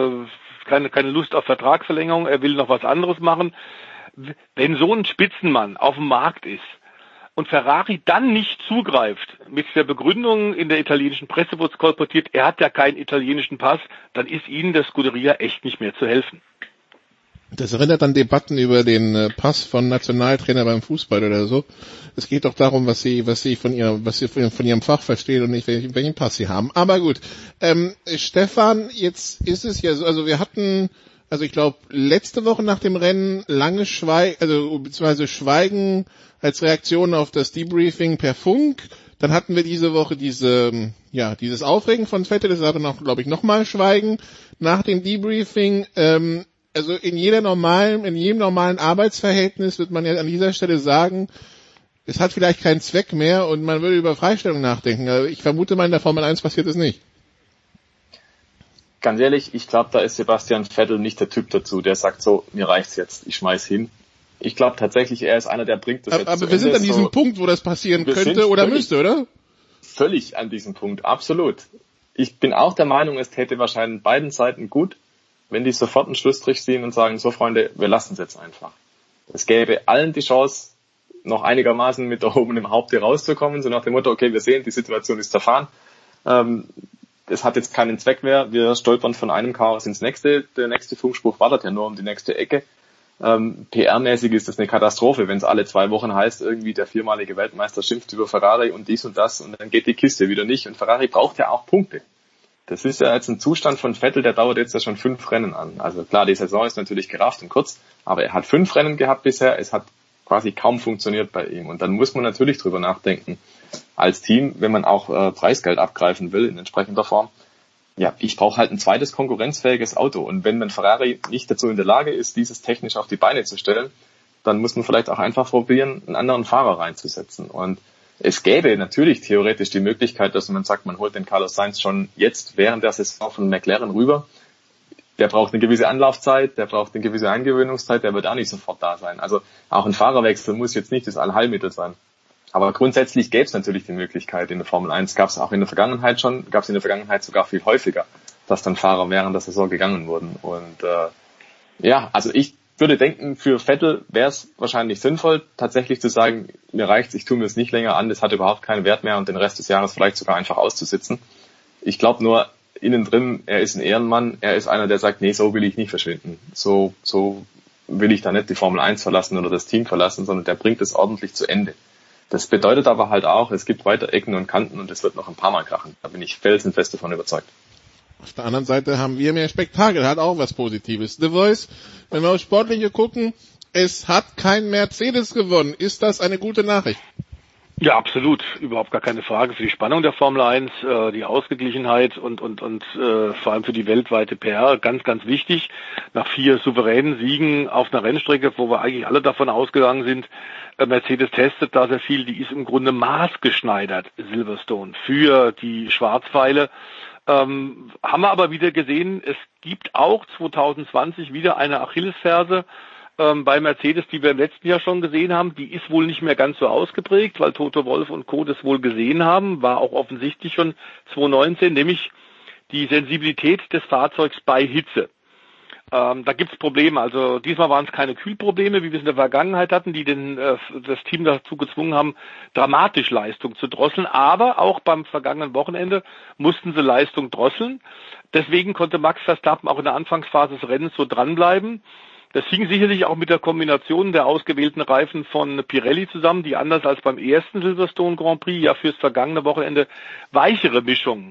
keine Lust auf Vertragsverlängerung, er will noch was anderes machen. Wenn so ein Spitzenmann auf dem Markt ist, und Ferrari dann nicht zugreift, mit der Begründung in der italienischen Presse wurde es kolportiert, er hat ja keinen italienischen Pass, dann ist ihnen der Scuderia echt nicht mehr zu helfen. Das erinnert an Debatten über den Pass von Nationaltrainer beim Fußball oder so. Es geht doch darum, was sie von ihrem Fach verstehen und nicht welchen Pass sie haben. Aber gut, Stefan, jetzt ist es ja so, also wir hatten, also ich glaube letzte Woche nach dem Rennen lange Schweigen als Reaktion auf das Debriefing per Funk. Dann hatten wir diese Woche dieses Aufregen von Vettel, das hatte noch, glaube ich, nochmal Schweigen nach dem Debriefing. Also in jedem normalen Arbeitsverhältnis wird man ja an dieser Stelle sagen, es hat vielleicht keinen Zweck mehr und man würde über Freistellung nachdenken. Also ich vermute mal, in der Formel 1 passiert es nicht. Ganz ehrlich, ich glaube, da ist Sebastian Vettel nicht der Typ dazu, der sagt so, mir reicht's jetzt, ich schmeiß hin. Ich glaube tatsächlich, er ist einer, der bringt das jetzt. Aber wir sind an diesem Punkt, wo das passieren könnte oder müsste, oder? Völlig an diesem Punkt, absolut. Ich bin auch der Meinung, es täte wahrscheinlich beiden Seiten gut, wenn die sofort einen Schlussstrich ziehen und sagen, so Freunde, wir lassen es jetzt einfach. Es gäbe allen die Chance, noch einigermaßen mit erhobenem Haupte rauszukommen, so nach dem Motto, okay, wir sehen, die Situation ist zerfahren. Es hat jetzt keinen Zweck mehr, wir stolpern von einem Chaos ins nächste, der nächste Funkspruch wartet ja nur um die nächste Ecke. PR-mäßig ist das eine Katastrophe, wenn es alle 2 Wochen heißt, irgendwie der 4-malige Weltmeister schimpft über Ferrari und dies und das und dann geht die Kiste wieder nicht und Ferrari braucht ja auch Punkte. Das ist ja jetzt ein Zustand von Vettel, der dauert jetzt ja schon 5 Rennen an. Also klar, die Saison ist natürlich gerafft und kurz, aber er hat 5 Rennen gehabt bisher, es hat quasi kaum funktioniert bei ihm. Und dann muss man natürlich drüber nachdenken, als Team, wenn man auch Preisgeld abgreifen will in entsprechender Form, ja, ich brauche halt ein zweites konkurrenzfähiges Auto. Und wenn man Ferrari nicht dazu in der Lage ist, dieses technisch auf die Beine zu stellen, dann muss man vielleicht auch einfach probieren, einen anderen Fahrer reinzusetzen. Und es gäbe natürlich theoretisch die Möglichkeit, dass man sagt, man holt den Carlos Sainz schon jetzt während der Saison von McLaren rüber. Der braucht eine gewisse Anlaufzeit, der braucht eine gewisse Eingewöhnungszeit, der wird auch nicht sofort da sein. Also auch ein Fahrerwechsel muss jetzt nicht das Allheilmittel sein. Aber grundsätzlich gäbe es natürlich die Möglichkeit in der Formel 1, gab es auch in der Vergangenheit schon, gab es in der Vergangenheit sogar viel häufiger, dass dann Fahrer während der Saison gegangen wurden. Und ja, also ich würde denken, für Vettel wäre es wahrscheinlich sinnvoll, tatsächlich zu sagen, mir reicht's, ich tue mir es nicht länger an, das hat überhaupt keinen Wert mehr und den Rest des Jahres vielleicht sogar einfach auszusitzen. Ich glaube nur, innen drin, er ist ein Ehrenmann, er ist einer, der sagt, nee, so will ich nicht verschwinden. So will ich da nicht die Formel 1 verlassen oder das Team verlassen, sondern der bringt es ordentlich zu Ende. Das bedeutet aber halt auch, es gibt weiter Ecken und Kanten und es wird noch ein paar Mal krachen. Da bin ich felsenfest davon überzeugt. Auf der anderen Seite haben wir mehr Spektakel, hat auch was Positives. The Voice, wenn wir aufs Sportliche gucken, es hat kein Mercedes gewonnen. Ist das eine gute Nachricht? Ja, absolut. Überhaupt gar keine Frage. Für die Spannung der Formel 1, die Ausgeglichenheit und vor allem für die weltweite PR ganz, ganz wichtig. Nach 4 souveränen Siegen auf einer Rennstrecke, wo wir eigentlich alle davon ausgegangen sind, Mercedes testet da sehr viel, die ist im Grunde maßgeschneidert, Silverstone, für die Schwarzpfeile. Haben wir aber wieder gesehen, es gibt auch 2020 wieder eine Achillesferse bei Mercedes, die wir im letzten Jahr schon gesehen haben. Die ist wohl nicht mehr ganz so ausgeprägt, weil Toto Wolff und Co. das wohl gesehen haben, war auch offensichtlich schon 2019, nämlich die Sensibilität des Fahrzeugs bei Hitze. Da gibt's Probleme. Also diesmal waren es keine Kühlprobleme, wie wir es in der Vergangenheit hatten, die das Team dazu gezwungen haben, dramatisch Leistung zu drosseln. Aber auch beim vergangenen Wochenende mussten sie Leistung drosseln. Deswegen konnte Max Verstappen auch in der Anfangsphase des Rennens so dranbleiben. Das hing sicherlich auch mit der Kombination der ausgewählten Reifen von Pirelli zusammen, die anders als beim ersten Silverstone Grand Prix ja fürs vergangene Wochenende weichere Mischungen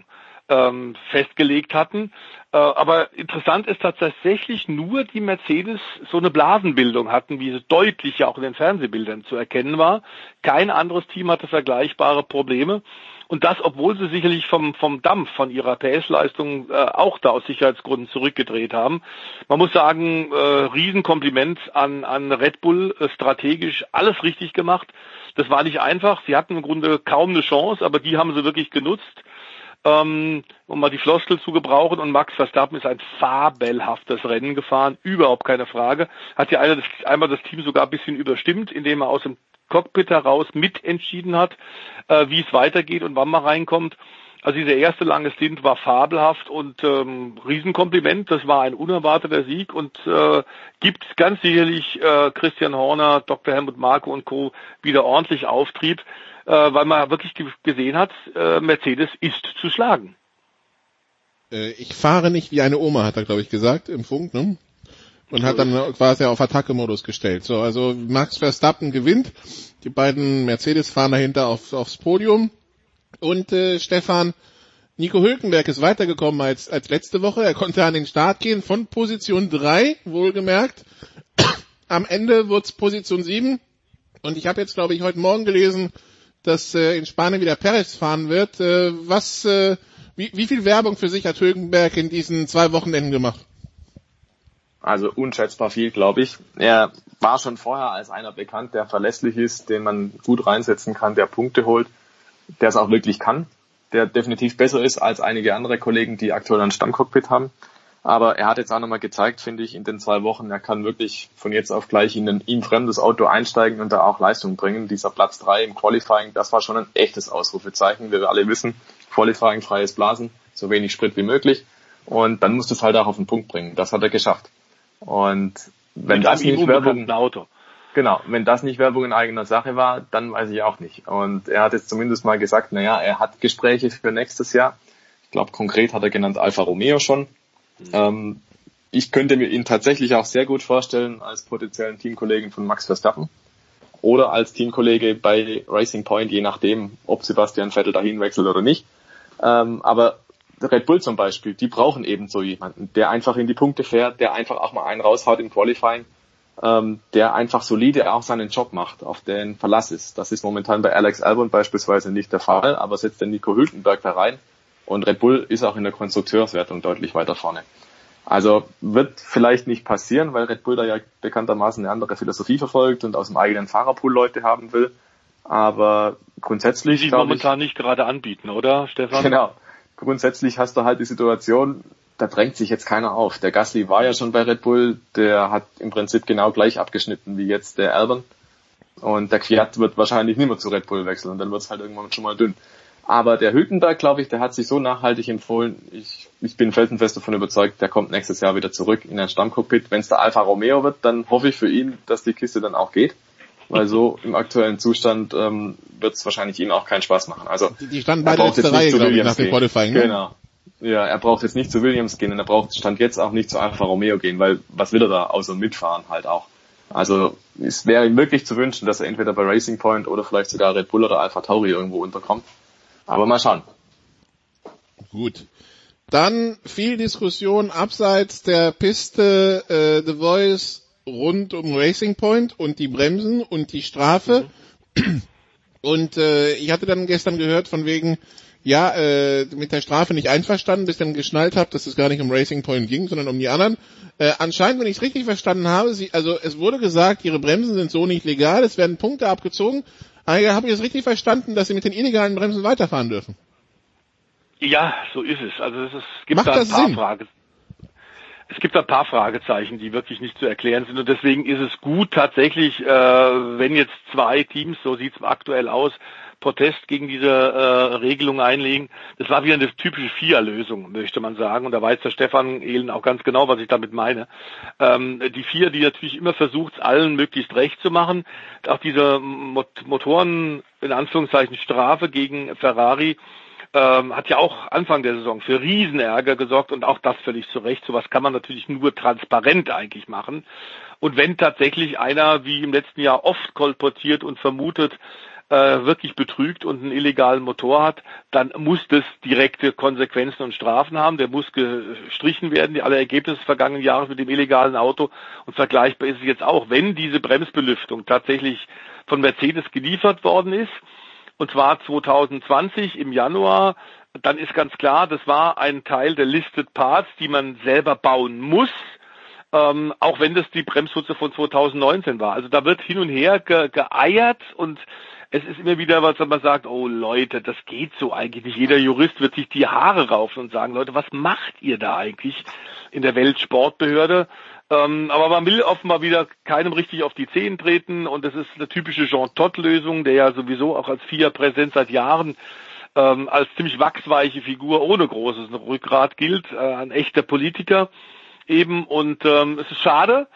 festgelegt hatten. Aber interessant ist, dass tatsächlich nur die Mercedes so eine Blasenbildung hatten, wie es deutlich ja auch in den Fernsehbildern zu erkennen war. Kein anderes Team hatte vergleichbare Probleme. Und das, obwohl sie sicherlich vom Dampf, von ihrer PS-Leistung auch da aus Sicherheitsgründen zurückgedreht haben. Man muss sagen, Riesenkompliment an Red Bull, strategisch alles richtig gemacht. Das war nicht einfach. Sie hatten im Grunde kaum eine Chance, aber die haben sie wirklich genutzt, um mal die Floskel zu gebrauchen. Und Max Verstappen ist ein fabelhaftes Rennen gefahren, überhaupt keine Frage. Hat ja einmal das Team sogar ein bisschen überstimmt, indem er aus dem Cockpit heraus mitentschieden hat, wie es weitergeht und wann man reinkommt. Also dieser erste lange Stint war fabelhaft und Riesenkompliment. Das war ein unerwarteter Sieg und gibt ganz sicherlich Christian Horner, Dr. Helmut Marko und Co. wieder ordentlich Auftrieb, weil man wirklich gesehen hat, Mercedes ist zu schlagen. Ich fahre nicht wie eine Oma, hat er, glaube ich, gesagt im Funk, ne? Und hat dann quasi auf Attacke-Modus gestellt. So, also Max Verstappen gewinnt. Die beiden Mercedes fahren dahinter aufs Podium. Und Stefan, Nico Hülkenberg ist weitergekommen als letzte Woche. Er konnte an den Start gehen von Position 3, wohlgemerkt. Am Ende wurde es Position 7. Und ich habe jetzt, glaube ich, heute Morgen gelesen, dass in Spanien wieder Perez fahren wird. Wie viel Werbung für sich hat Hülkenberg in diesen 2 Wochenenden gemacht? Also unschätzbar viel, glaube ich. Er war schon vorher als einer bekannt, der verlässlich ist, den man gut reinsetzen kann, der Punkte holt, der es auch wirklich kann, der definitiv besser ist als einige andere Kollegen, die aktuell ein Stammcockpit haben. Aber er hat jetzt auch nochmal gezeigt, finde ich, in den 2 Wochen, er kann wirklich von jetzt auf gleich in ein ihm fremdes Auto einsteigen und da auch Leistung bringen. Dieser Platz 3 im Qualifying, das war schon ein echtes Ausrufezeichen. Wir alle wissen, Qualifying, freies Blasen, so wenig Sprit wie möglich. Und dann musst du es halt auch auf den Punkt bringen. Das hat er geschafft. Und wenn das nicht Werbung, genau, wenn das nicht Werbung in eigener Sache war, dann weiß ich auch nicht. Und er hat jetzt zumindest mal gesagt, naja, er hat Gespräche für nächstes Jahr. Ich glaube, konkret hat er genannt Alfa Romeo schon. Ich könnte mir ihn tatsächlich auch sehr gut vorstellen als potenziellen Teamkollegen von Max Verstappen oder als Teamkollege bei Racing Point, je nachdem, ob Sebastian Vettel dahin wechselt oder nicht. Aber Red Bull zum Beispiel, die brauchen eben so jemanden, der einfach in die Punkte fährt, der einfach auch mal einen raushaut im Qualifying. der einfach solide auch seinen Job macht, auf den Verlass ist. Das ist momentan bei Alex Albon beispielsweise nicht der Fall, aber setzt der Nico Hülkenberg da rein und Red Bull ist auch in der Konstrukteurswertung deutlich weiter vorne. Also wird vielleicht nicht passieren, weil Red Bull da ja bekanntermaßen eine andere Philosophie verfolgt und aus dem eigenen Fahrerpool Leute haben will. Aber grundsätzlich... Die momentan nicht gerade anbieten, oder, Stefan? Genau. Grundsätzlich hast du halt die Situation, da drängt sich jetzt keiner auf. Der Gasly war ja schon bei Red Bull, der hat im Prinzip genau gleich abgeschnitten wie jetzt der Albon. Und der Kvyat wird wahrscheinlich nicht mehr zu Red Bull wechseln und dann wird es halt irgendwann schon mal dünn. Aber der Hülkenberg, glaube ich, der hat sich so nachhaltig empfohlen. Ich bin felsenfest davon überzeugt, der kommt nächstes Jahr wieder zurück in ein Stammcockpit. Wenn es der Alfa Romeo wird, dann hoffe ich für ihn, dass die Kiste dann auch geht. Weil so im aktuellen Zustand wird es wahrscheinlich ihm auch keinen Spaß machen. Also die standen beide letzte Reihe, glaube ich, nach dem Qualifying. Ne? Genau. Ja, er braucht jetzt nicht zu Williams gehen und er braucht Stand jetzt auch nicht zu Alfa Romeo gehen, weil was will er da außer mitfahren halt auch. Also es wäre ihm wirklich zu wünschen, dass er entweder bei Racing Point oder vielleicht sogar Red Bull oder Alpha Tauri irgendwo unterkommt. Aber mal schauen. Gut. Dann viel Diskussion abseits der Piste, The Voice rund um Racing Point und die Bremsen und die Strafe. Und ich hatte dann gestern gehört von wegen, ja, mit der Strafe nicht einverstanden, bis dann geschnallt habe, dass es gar nicht um Racing Point ging, sondern um die anderen. Anscheinend, wenn ich es richtig verstanden habe, also es wurde gesagt, ihre Bremsen sind so nicht legal, es werden Punkte abgezogen. Aber habe ich es richtig verstanden, dass sie mit den illegalen Bremsen weiterfahren dürfen? Ja, so ist es. Also es gibt da ein paar Fragezeichen, die wirklich nicht zu erklären sind. Und deswegen ist es gut tatsächlich, wenn jetzt zwei Teams, so sieht es aktuell aus, Protest gegen diese Regelung einlegen. Das war wieder eine typische FIA-Lösung, möchte man sagen. Und da weiß der Stefan Ehlen auch ganz genau, was ich damit meine. Die FIA, die natürlich immer versucht, es allen möglichst recht zu machen. Auch diese Motoren, in Anführungszeichen, Strafe gegen Ferrari, hat ja auch Anfang der Saison für Riesenärger gesorgt und auch das völlig zu Recht. Sowas kann man natürlich nur transparent eigentlich machen. Und wenn tatsächlich einer, wie im letzten Jahr oft kolportiert und vermutet, wirklich betrügt und einen illegalen Motor hat, dann muss das direkte Konsequenzen und Strafen haben. Der muss gestrichen werden, alle Ergebnisse des vergangenen Jahres mit dem illegalen Auto. Und vergleichbar ist es jetzt auch, wenn diese Bremsbelüftung tatsächlich von Mercedes geliefert worden ist, und zwar 2020 im Januar, dann ist ganz klar, das war ein Teil der Listed Parts, die man selber bauen muss, auch wenn das die Bremsputze von 2019 war. Also da wird hin und her geeiert und es ist immer wieder, was man sagt, oh Leute, das geht so eigentlich nicht. Jeder Jurist wird sich die Haare raufen und sagen, Leute, was macht ihr da eigentlich in der Weltsportbehörde? Aber man will offenbar wieder keinem richtig auf die Zehen treten und es ist eine typische Jean-Todt-Lösung, der ja sowieso auch als FIA-Präsident seit Jahren als ziemlich wachsweiche Figur ohne großes Rückgrat gilt, ein echter Politiker eben. Und es ist schade,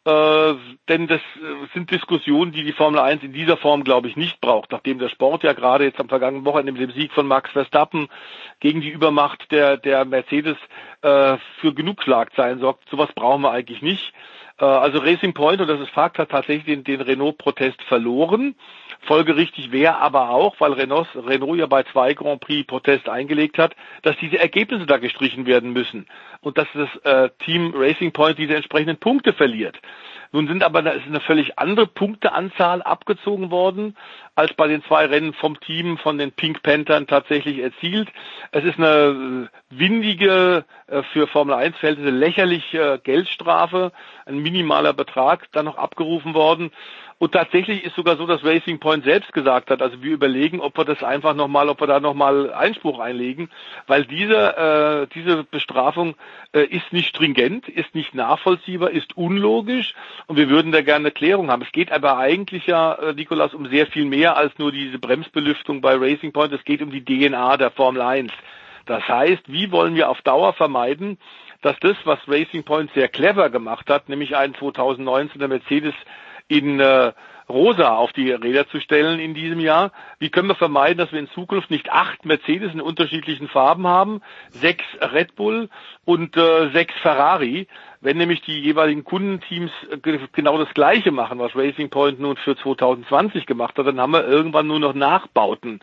denn das sind Diskussionen, die die Formel 1 in dieser Form, glaube ich, nicht braucht, nachdem der Sport ja gerade jetzt am vergangenen Wochenende mit dem Sieg von Max Verstappen gegen die Übermacht der Mercedes für genug Schlagzeilen sorgt. Sowas brauchen wir eigentlich nicht. Also Racing Point, und das ist Fakt, hat tatsächlich den Renault-Protest verloren. Folgerichtig wäre aber auch, weil Renault ja bei 2 Grand Prix Protest eingelegt hat, dass diese Ergebnisse da gestrichen werden müssen und dass das Team Racing Point diese entsprechenden Punkte verliert. Nun sind aber, da ist eine völlig andere Punkteanzahl abgezogen worden, als bei den 2 Rennen vom Team von den Pink Panthern tatsächlich erzielt. Es ist eine windige, für Formel 1 Verhältnisse lächerliche Geldstrafe, ein minimaler Betrag dann noch abgerufen worden. Und tatsächlich ist sogar so, dass Racing Point selbst gesagt hat, also wir überlegen, ob wir das einfach nochmal, ob wir da nochmal Einspruch einlegen, weil diese Bestrafung ist nicht stringent, ist nicht nachvollziehbar, ist unlogisch und wir würden da gerne eine Klärung haben. Es geht aber eigentlich ja, Nicolas, um sehr viel mehr als nur diese Bremsbelüftung bei Racing Point. Es geht um die DNA der Formel 1. Das heißt, wie wollen wir auf Dauer vermeiden, dass das, was Racing Point sehr clever gemacht hat, nämlich einen 2019er Mercedes in rosa auf die Räder zu stellen in diesem Jahr. Wie können wir vermeiden, dass wir in Zukunft nicht 8 Mercedes in unterschiedlichen Farben haben, 6 Red Bull und 6 Ferrari, wenn nämlich die jeweiligen Kundenteams genau das Gleiche machen, was Racing Point nun für 2020 gemacht hat, dann haben wir irgendwann nur noch Nachbauten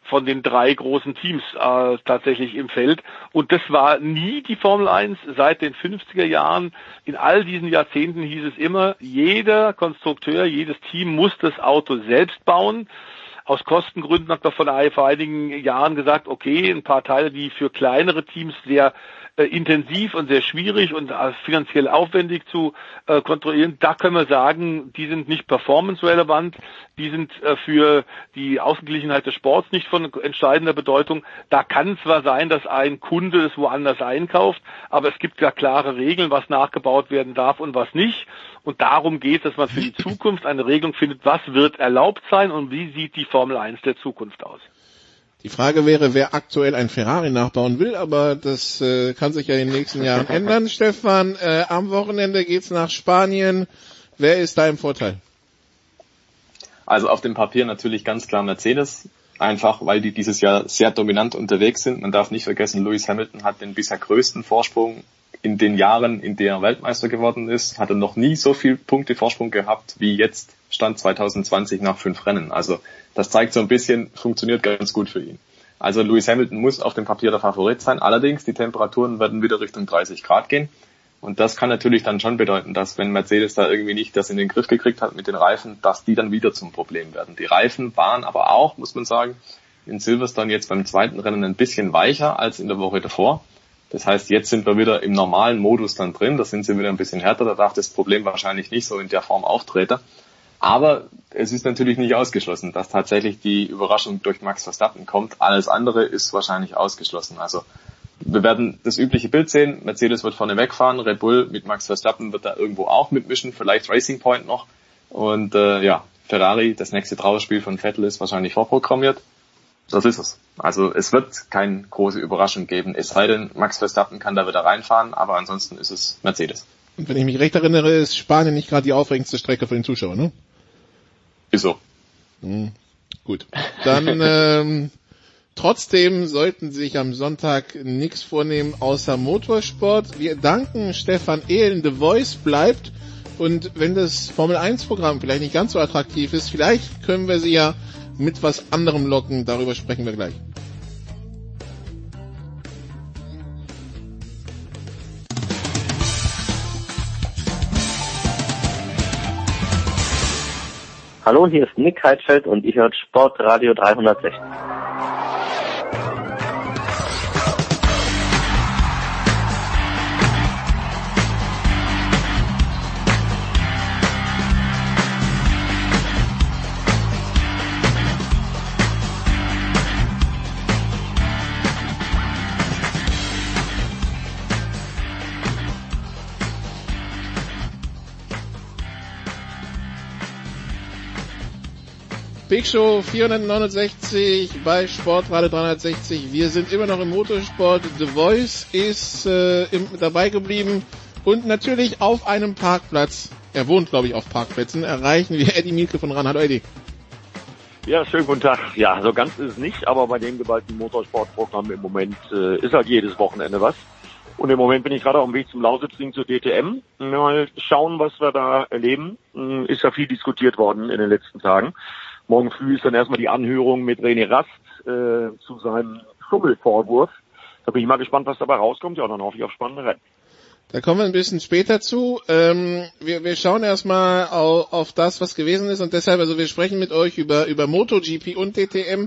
von den 3 großen Teams tatsächlich im Feld. Und das war nie die Formel 1 seit den 50er Jahren. In all diesen Jahrzehnten hieß es immer, jeder Konstrukteur, jedes Team muss das Auto selbst bauen. Aus Kostengründen hat man vor einigen Jahren gesagt, okay, ein paar Teile, die für kleinere Teams sehr intensiv und sehr schwierig und finanziell aufwendig zu kontrollieren, da können wir sagen, die sind nicht performance-relevant, die sind für die Ausgeglichenheit des Sports nicht von entscheidender Bedeutung. Da kann zwar sein, dass ein Kunde es woanders einkauft, aber es gibt ja klare Regeln, was nachgebaut werden darf und was nicht. Und darum geht es, dass man für die Zukunft eine Regelung findet, was wird erlaubt sein und wie sieht die Formel 1 der Zukunft aus. Die Frage wäre, wer aktuell ein Ferrari nachbauen will, aber das kann sich ja in den nächsten Jahren ändern. Stefan, am Wochenende geht's nach Spanien. Wer ist da im Vorteil? Also auf dem Papier natürlich ganz klar Mercedes, einfach weil die dieses Jahr sehr dominant unterwegs sind. Man darf nicht vergessen, Lewis Hamilton hat den bisher größten Vorsprung in den Jahren, in denen er Weltmeister geworden ist, hat er noch nie so viel Punkte Vorsprung gehabt wie jetzt, Stand 2020 nach 5 Rennen. Also das zeigt so ein bisschen, funktioniert ganz gut für ihn. Also Lewis Hamilton muss auf dem Papier der Favorit sein. Allerdings, die Temperaturen werden wieder Richtung 30 Grad gehen. Und das kann natürlich dann schon bedeuten, dass wenn Mercedes da irgendwie nicht das in den Griff gekriegt hat mit den Reifen, dass die dann wieder zum Problem werden. Die Reifen waren aber auch, muss man sagen, in Silverstone jetzt beim zweiten Rennen ein bisschen weicher als in der Woche davor. Das heißt, jetzt sind wir wieder im normalen Modus dann drin. Da sind sie wieder ein bisschen härter. Da darf das Problem wahrscheinlich nicht so in der Form auftreten. Aber es ist natürlich nicht ausgeschlossen, dass tatsächlich die Überraschung durch Max Verstappen kommt. Alles andere ist wahrscheinlich ausgeschlossen. Also wir werden das übliche Bild sehen. Mercedes wird vorne wegfahren. Red Bull mit Max Verstappen wird da irgendwo auch mitmischen. Vielleicht Racing Point noch. Und Ferrari, das nächste Trauerspiel von Vettel ist wahrscheinlich vorprogrammiert. Das ist es. Also es wird keine große Überraschung geben. Es sei denn, Max Verstappen kann da wieder reinfahren. Aber ansonsten ist es Mercedes. Und wenn ich mich recht erinnere, ist Spanien nicht gerade die aufregendste Strecke für den Zuschauer, ne? Ist so. Gut. Dann trotzdem sollten Sie sich am Sonntag nichts vornehmen außer Motorsport. Wir danken Stefan Ehlen. The Voice bleibt. Und wenn das Formel-1-Programm vielleicht nicht ganz so attraktiv ist, vielleicht können wir Sie ja mit was anderem locken. Darüber sprechen wir gleich. Hallo, hier ist Nick Heidfeld und ihr hört Sportradio 360. Big Show 469 bei Sportradio 360. Wir sind immer noch im Motorsport. The Voice ist dabei geblieben und natürlich auf einem Parkplatz. Er wohnt, glaube ich, auf Parkplätzen. Erreichen wir Eddie Mielke von RAN. Hallo Eddie. Ja, schönen guten Tag. Ja, so ganz ist es nicht, aber bei dem geballten Motorsportprogramm im Moment ist halt jedes Wochenende was. Und im Moment bin ich gerade auf dem Weg zum Lausitzring zur DTM. Mal schauen, was wir da erleben. Ist ja viel diskutiert worden in den letzten Tagen. Morgen früh ist dann erstmal die Anhörung mit René Rast zu seinem Schummelvorwurf. Da bin ich mal gespannt, was dabei rauskommt. Ja, dann hoffe ich auf spannende Rennen. Da kommen wir ein bisschen später zu. Wir schauen erstmal auf das, was gewesen ist. Und deshalb, also wir sprechen mit euch über MotoGP und DTM.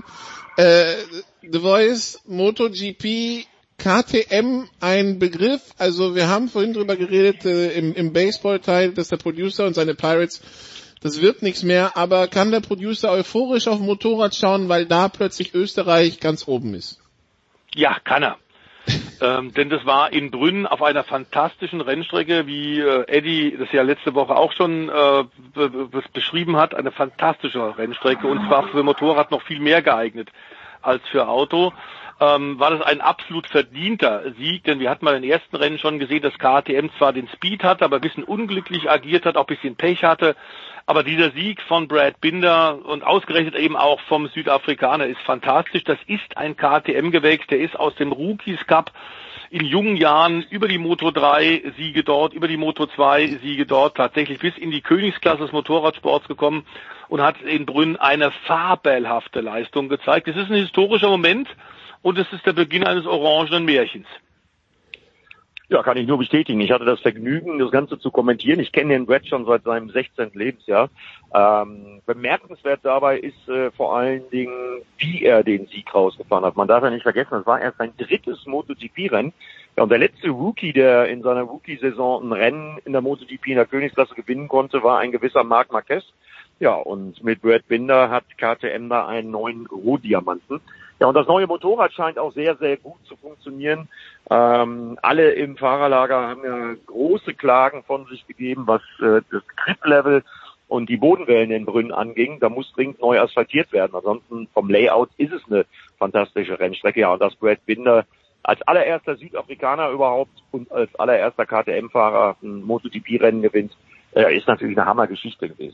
The Voice, MotoGP, KTM, ein Begriff. Also wir haben vorhin drüber geredet im Baseball-Teil, dass der Producer und seine Pirates, das wird nichts mehr, aber kann der Producer euphorisch auf dem Motorrad schauen, weil da plötzlich Österreich ganz oben ist? Ja, kann er. Denn das war in Brünn auf einer fantastischen Rennstrecke, wie Eddie das ja letzte Woche auch schon beschrieben hat, eine fantastische Rennstrecke und zwar für Motorrad noch viel mehr geeignet als für Auto. War das ein absolut verdienter Sieg, denn wir hatten mal in den ersten Rennen schon gesehen, dass KTM zwar den Speed hatte, aber ein bisschen unglücklich agiert hat, auch ein bisschen Pech hatte. Aber dieser Sieg von Brad Binder und ausgerechnet eben auch vom Südafrikaner ist fantastisch. Das ist ein KTM-Gewächs, der ist aus dem Rookies Cup in jungen Jahren über die Moto 3 Siege dort, über die Moto 2 Siege dort, tatsächlich bis in die Königsklasse des Motorradsports gekommen und hat in Brünn eine fabelhafte Leistung gezeigt. Es ist ein historischer Moment und es ist der Beginn eines orangenen Märchens. Ja, kann ich nur bestätigen. Ich hatte das Vergnügen, das Ganze zu kommentieren. Ich kenne den Brett schon seit seinem 16. Lebensjahr. Bemerkenswert dabei ist vor allen Dingen, wie er den Sieg rausgefahren hat. Man darf ja nicht vergessen, das war erst sein 3. MotoGP-Rennen. Ja, und der letzte Rookie, der in seiner Rookie-Saison ein Rennen in der MotoGP in der Königsklasse gewinnen konnte, war ein gewisser Marc Marquez. Ja, und mit Brad Binder hat KTM da einen neuen Rohdiamanten. Ja, und das neue Motorrad scheint auch sehr, sehr gut zu funktionieren. Alle im Fahrerlager haben ja große Klagen von sich gegeben, was das Grip-Level und die Bodenwellen in Brünn anging. Da muss dringend neu asphaltiert werden. Ansonsten vom Layout ist es eine fantastische Rennstrecke. Ja, und dass Brad Binder als allererster Südafrikaner überhaupt und als allererster KTM-Fahrer ein MotoGP-Rennen gewinnt, ist natürlich eine Hammergeschichte gewesen.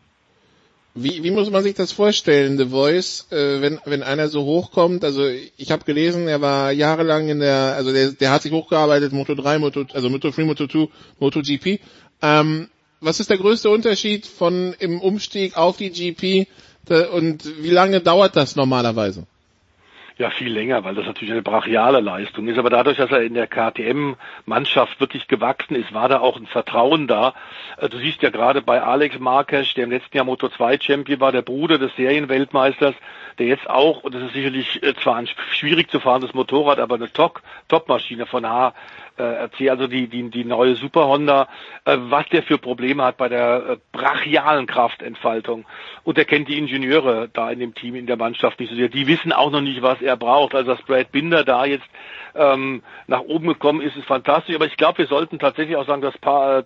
Wie muss man sich das vorstellen, The Voice, wenn einer so hochkommt? Also ich habe gelesen, er war jahrelang der hat sich hochgearbeitet, Moto 3, Moto 3, Moto 2, MotoGP. Was ist der größte Unterschied im Umstieg auf die GP und wie lange dauert das normalerweise? Ja, viel länger, weil das natürlich eine brachiale Leistung ist. Aber dadurch, dass er in der KTM-Mannschaft wirklich gewachsen ist, war da auch ein Vertrauen da. Du siehst ja gerade bei Alex Marquez, der im letzten Jahr Moto 2 Champion war, der Bruder des Serienweltmeisters, der jetzt auch, und das ist sicherlich zwar ein schwierig zu fahrendes Motorrad, aber eine Top-Maschine von HRC, also die neue Super Honda, was der für Probleme hat bei der brachialen Kraftentfaltung. Und er kennt die Ingenieure da in dem Team, in der Mannschaft nicht so sehr. Die wissen auch noch nicht, was er braucht. Also dass Brad Binder da jetzt nach oben gekommen ist, ist fantastisch. Aber ich glaube, wir sollten tatsächlich auch sagen, dass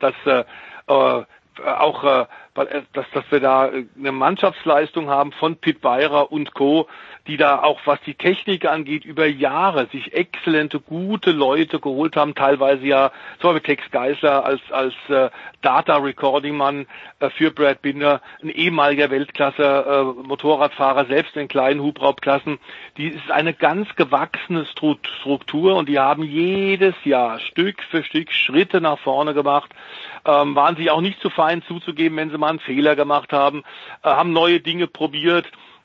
wir da eine Mannschaftsleistung haben von Pit Beirer und Co., die da auch, was die Technik angeht, über Jahre sich exzellente, gute Leute geholt haben, teilweise ja, so wie Tex Geisler als Data-Recording-Mann für Brad Binder, ein ehemaliger Weltklasse Motorradfahrer, selbst in kleinen Hubraubklassen. Die ist eine ganz gewachsene Struktur und die haben jedes Jahr Stück für Stück Schritte nach vorne gemacht, waren sich auch nicht zu fein zuzugeben, wenn sie mal einen Fehler gemacht haben, haben neue Dinge probiert,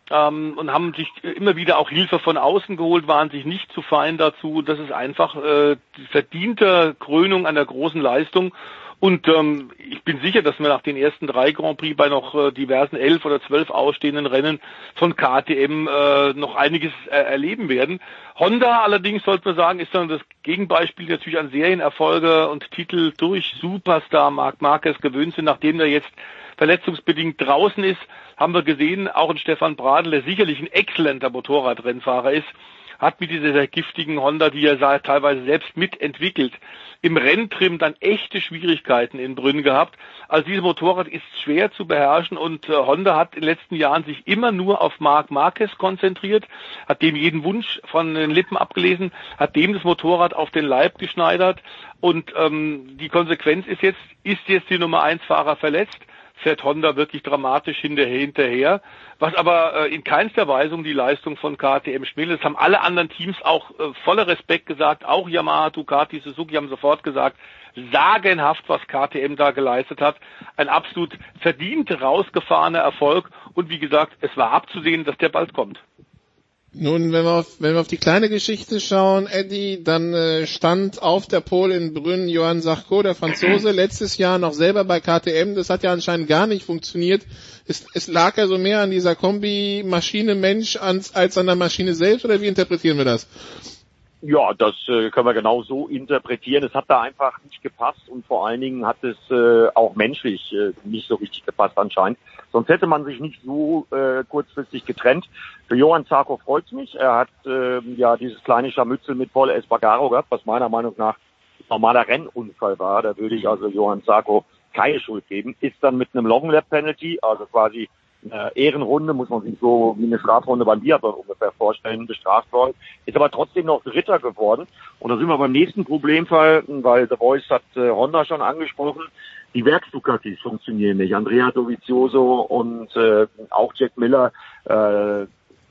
und haben sich immer wieder auch Hilfe von außen geholt, waren sich nicht zu fein dazu. Das ist einfach die verdiente Krönung einer großen Leistung. Und ich bin sicher, dass wir nach den ersten 3 Grand Prix bei noch diversen 11 oder 12 ausstehenden Rennen von KTM noch einiges erleben werden. Honda allerdings, sollte man sagen, ist dann das Gegenbeispiel natürlich an Serienerfolge und Titel durch Superstar Marc Marquez gewöhnt sind, nachdem er jetzt verletzungsbedingt draußen ist, haben wir gesehen, auch ein Stefan Bradl, der sicherlich ein exzellenter Motorradrennfahrer ist, hat mit dieser sehr giftigen Honda, die er teilweise selbst mitentwickelt, im Renntrim dann echte Schwierigkeiten in Brünn gehabt. Also dieses Motorrad ist schwer zu beherrschen und Honda hat in den letzten Jahren sich immer nur auf Marc Marquez konzentriert, hat dem jeden Wunsch von den Lippen abgelesen, hat dem das Motorrad auf den Leib geschneidert und die Konsequenz ist jetzt die Nummer 1 Fahrer verletzt, fährt Honda wirklich dramatisch hinterher, was aber in keinster Weise um die Leistung von KTM schmälert. Das haben alle anderen Teams auch voller Respekt gesagt, auch Yamaha, Ducati, Suzuki haben sofort gesagt, sagenhaft, was KTM da geleistet hat. Ein absolut verdient rausgefahrener Erfolg und wie gesagt, es war abzusehen, dass der bald kommt. Nun, wenn wir auf die kleine Geschichte schauen, Eddie, dann stand auf der Pole in Brünn Johann Sarko, der Franzose, letztes Jahr noch selber bei KTM. Das hat ja anscheinend gar nicht funktioniert. Es lag ja so mehr an dieser Kombi Maschine-Mensch als an der Maschine selbst, oder wie interpretieren wir das? Ja, das können wir genau so interpretieren. Es hat da einfach nicht gepasst und vor allen Dingen hat es auch menschlich nicht so richtig gepasst anscheinend. Sonst hätte man sich nicht so kurzfristig getrennt. Für Johann Zarco freut's mich. Er hat ja dieses kleine Scharmützel mit Paul Espargaro gehabt, was meiner Meinung nach ein normaler Rennunfall war. Da würde ich also Johann Zarco keine Schuld geben. Ist dann mit einem Long Lap Penalty, also quasi eine Ehrenrunde, muss man sich so wie eine Strafrunde beim Biathlon ungefähr vorstellen, bestraft worden, ist aber trotzdem noch Dritter geworden. Und da sind wir beim nächsten Problemfall, weil The Voice hat Honda schon angesprochen, die Werks-Ducatis funktionieren nicht. Andrea Dovizioso und auch Jack Miller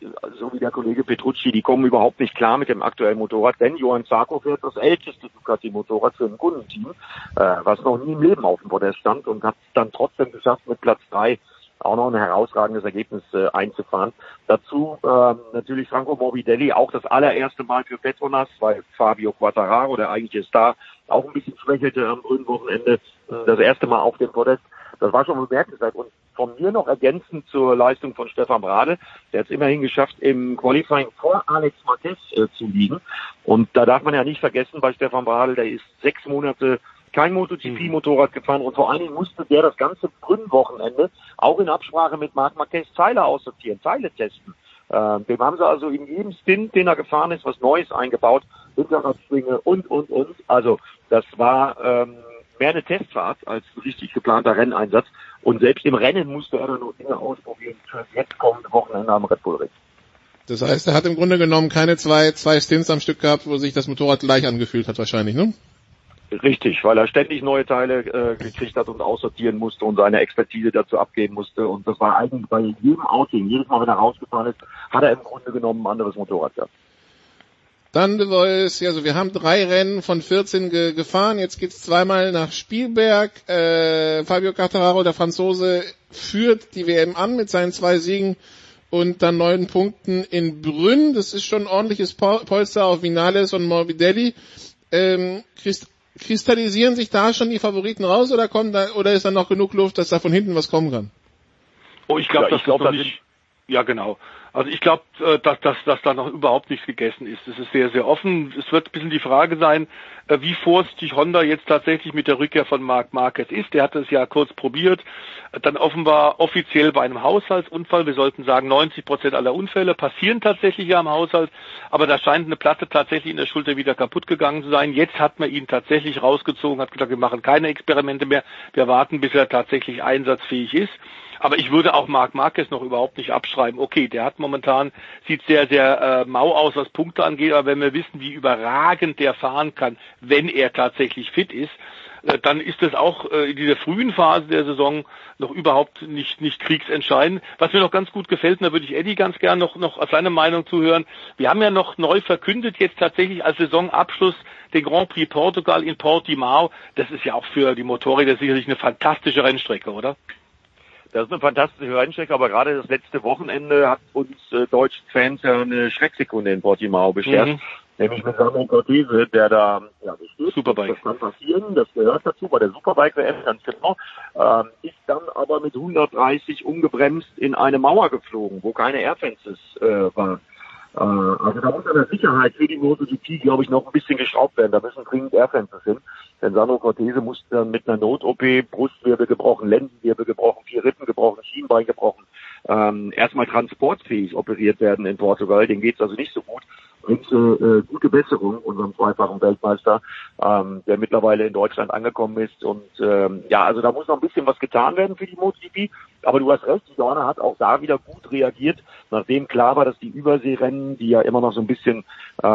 so wie der Kollege Petrucci, die kommen überhaupt nicht klar mit dem aktuellen Motorrad, denn Johann Zarco fährt das älteste Ducati-Motorrad für ein Kundenteam, was noch nie im Leben auf dem Podest stand und hat es dann trotzdem geschafft, mit Platz 3 auch noch ein herausragendes Ergebnis einzufahren. Dazu natürlich Franco Morbidelli, auch das allererste Mal für Petronas, weil Fabio Quartararo, der eigentliche Star, auch ein bisschen schwächelte am grünen Wochenende, das erste Mal auf dem Podest. Das war schon bemerkenswert. Und von mir noch ergänzend zur Leistung von Stefan Bradl, der hat es immerhin geschafft, im Qualifying vor Alex Marquez zu liegen. Und da darf man ja nicht vergessen, bei Stefan Bradl, der ist 6 Monate kein MotoGP-Motorrad gefahren und vor allen Dingen musste der das ganze Brünn-Wochenende auch in Absprache mit Marc Marquez Teile aussortieren, Teile testen. Dem haben sie also in jedem Stint, den er gefahren ist, was Neues eingebaut, Hinterradschwinge und. Also das war mehr eine Testfahrt als richtig geplanter Renneinsatz. Und selbst im Rennen musste er dann noch Dinge ausprobieren für das jetzt kommende Wochenende am Red Bull Ring. Das heißt, er hat im Grunde genommen keine zwei Stints am Stück gehabt, wo sich das Motorrad gleich angefühlt hat wahrscheinlich, ne? Richtig, weil er ständig neue Teile gekriegt hat und aussortieren musste und seine Expertise dazu abgeben musste. Und das war eigentlich bei jedem Outing, jedes Mal, wenn er rausgefahren ist, hat er im Grunde genommen ein anderes Motorrad gehabt. Dann The Voice, also wir haben 3 Rennen von 14 gefahren, jetzt geht's zweimal nach Spielberg. Fabio Quartararo, der Franzose, führt die WM an mit seinen 2 Siegen und dann 9 Punkten in Brünn. Das ist schon ein ordentliches Polster auf Vinales und Morbidelli. Kristallisieren sich da schon die Favoriten raus oder ist da noch genug Luft, dass da von hinten was kommen kann? Oh, ich glaube, das ist noch nicht. Ja, genau. Also ich glaube, dass da noch überhaupt nichts gegessen ist. Es ist sehr, sehr offen. Es wird ein bisschen die Frage sein, wie vorsichtig Honda jetzt tatsächlich mit der Rückkehr von Marc Marquez ist. Der hatte es ja kurz probiert. Dann offenbar offiziell bei einem Haushaltsunfall. Wir sollten sagen, 90% aller Unfälle passieren tatsächlich ja im Haushalt. Aber da scheint eine Platte tatsächlich in der Schulter wieder kaputt gegangen zu sein. Jetzt hat man ihn tatsächlich rausgezogen, hat gesagt, wir machen keine Experimente mehr. Wir warten, bis er tatsächlich einsatzfähig ist. Aber ich würde auch Marc Marquez noch überhaupt nicht abschreiben. Okay, der hat momentan, sieht sehr, sehr mau aus, was Punkte angeht, aber wenn wir wissen, wie überragend der fahren kann, wenn er tatsächlich fit ist, dann ist das auch in dieser frühen Phase der Saison noch überhaupt nicht kriegsentscheidend. Was mir noch ganz gut gefällt, und da würde ich Eddie ganz gern noch aus seiner Meinung zuhören. Wir haben ja noch neu verkündet, jetzt tatsächlich als Saisonabschluss den Grand Prix Portugal in Portimao. Das ist ja auch für die Motorräder sicherlich eine fantastische Rennstrecke, oder? Das ist eine fantastische Rennstrecke, aber gerade das letzte Wochenende hat uns deutschen Fans ja eine Schrecksekunde in Portimao beschert. Nämlich mit Samuel Cortese, der da, besteht. Superbike. Das kann passieren, das gehört dazu bei der Superbike-WM, ganz genau. Ist dann aber mit 130 ungebremst in eine Mauer geflogen, wo keine Airfences waren. Also da muss an der Sicherheit für die MotoGP, glaube ich, noch ein bisschen geschraubt werden. Da müssen dringend Airfences hin. Denn Sandro Cortese musste dann mit einer Not-OP, Brustwirbel gebrochen, Lendenwirbel gebrochen, 4 Rippen gebrochen, Schienbein gebrochen, erstmal transportfähig operiert werden in Portugal. Dem geht's also nicht so gut. Wünsche gute Besserung unserem zweifachen Weltmeister, der mittlerweile in Deutschland angekommen ist. Und also da muss noch ein bisschen was getan werden für die MotoGP. Aber du hast recht, die Dorna hat auch da wieder gut reagiert, nachdem klar war, dass die Überseerennen, die ja immer noch so ein bisschen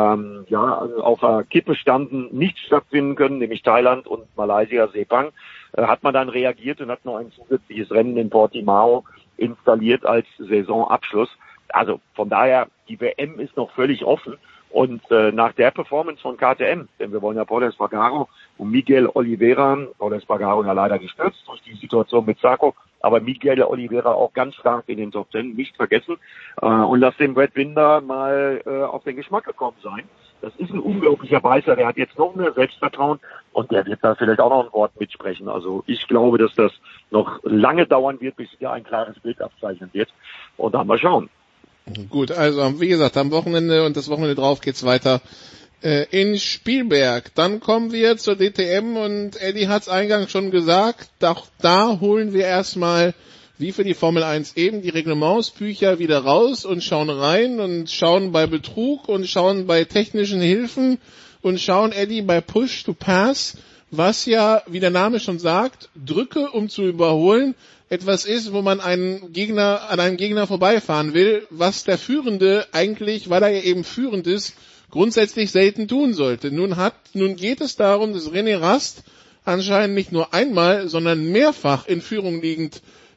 auf der Kippe standen, nicht stattfinden können, nämlich Thailand und Malaysia Sepang, hat man dann reagiert und hat noch ein zusätzliches Rennen in Portimao installiert als Saisonabschluss. Also von daher, die WM ist noch völlig offen und nach der Performance von KTM, denn wir wollen ja Pol Espargaro und Miguel Oliveira, Pol Espargaro ja leider gestürzt durch die Situation mit Zarco, aber Miguel Oliveira auch ganz stark in den Top 10, nicht vergessen, und lass den Brad Binder mal auf den Geschmack gekommen sein. Das ist ein unglaublicher Beißer, der hat jetzt noch mehr Selbstvertrauen und der wird da vielleicht auch noch ein Wort mitsprechen. Also ich glaube, dass das noch lange dauern wird, bis er ein klares Bild abzeichnen wird und dann mal schauen. Gut, also wie gesagt, am Wochenende und das Wochenende drauf geht's weiter in Spielberg. Dann kommen wir zur DTM und Eddie hat's eingangs schon gesagt, doch da holen wir erstmal, wie für die Formel 1 eben, die Reglementsbücher wieder raus und schauen rein und schauen bei Betrug und schauen bei technischen Hilfen und schauen, Eddie, bei Push to Pass, was ja, wie der Name schon sagt, drücke, um zu überholen, etwas ist, wo man an einem Gegner vorbeifahren will, was der Führende eigentlich, weil er ja eben führend ist, grundsätzlich selten tun sollte. Nun geht es darum, dass René Rast anscheinend nicht nur einmal, sondern mehrfach in Führung liegend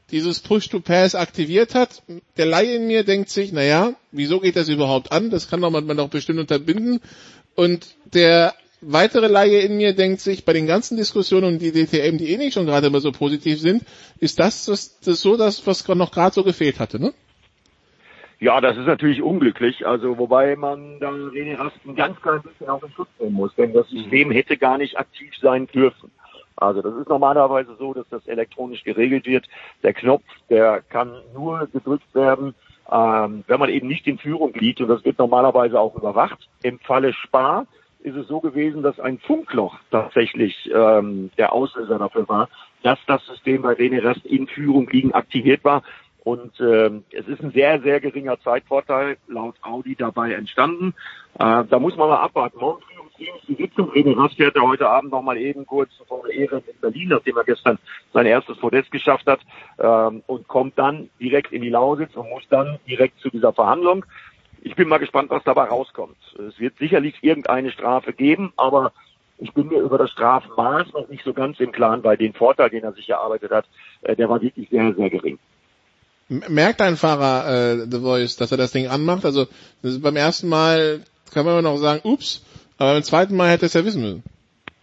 dieses Push-to-Pass aktiviert hat. Der Laie in mir denkt sich, naja, wieso geht das überhaupt an? Das kann man doch bestimmt unterbinden. Und der weitere Laie in mir denkt sich, bei den ganzen Diskussionen um die DTM, die nicht schon gerade immer so positiv sind, ist das was noch gerade so gefehlt hatte, ne? Ja, das ist natürlich unglücklich, also wobei man da René Rast ein ganz klein bisschen auf den Schutz nehmen muss, denn das System hätte gar nicht aktiv sein dürfen. Also das ist normalerweise so, dass das elektronisch geregelt wird. Der Knopf, der kann nur gedrückt werden, wenn man eben nicht in Führung liegt, und das wird normalerweise auch überwacht. Im Falle Spa ist es so gewesen, dass ein Funkloch tatsächlich der Auslöser dafür war, dass das System bei René Rast in Führung liegen aktiviert war. Und es ist ein sehr, sehr geringer Zeitvorteil laut Audi dabei entstanden. Da muss man mal abwarten. Morgen früh um 10 ist die Sitzung. René Rast fährt ja heute Abend noch mal eben kurz vor der Ehre in Berlin, nachdem er gestern sein erstes Podest geschafft hat, und kommt dann direkt in die Lausitz und muss dann direkt zu dieser Verhandlung. Ich bin mal gespannt, was dabei rauskommt. Es wird sicherlich irgendeine Strafe geben, aber ich bin mir über das Strafmaß noch nicht so ganz im Klaren, weil den Vorteil, den er sich erarbeitet hat, der war wirklich sehr, sehr gering. Merkt ein Fahrer The Voice, dass er das Ding anmacht? Also das ist beim ersten Mal kann man noch sagen, ups, aber beim zweiten Mal hätte er es ja wissen müssen.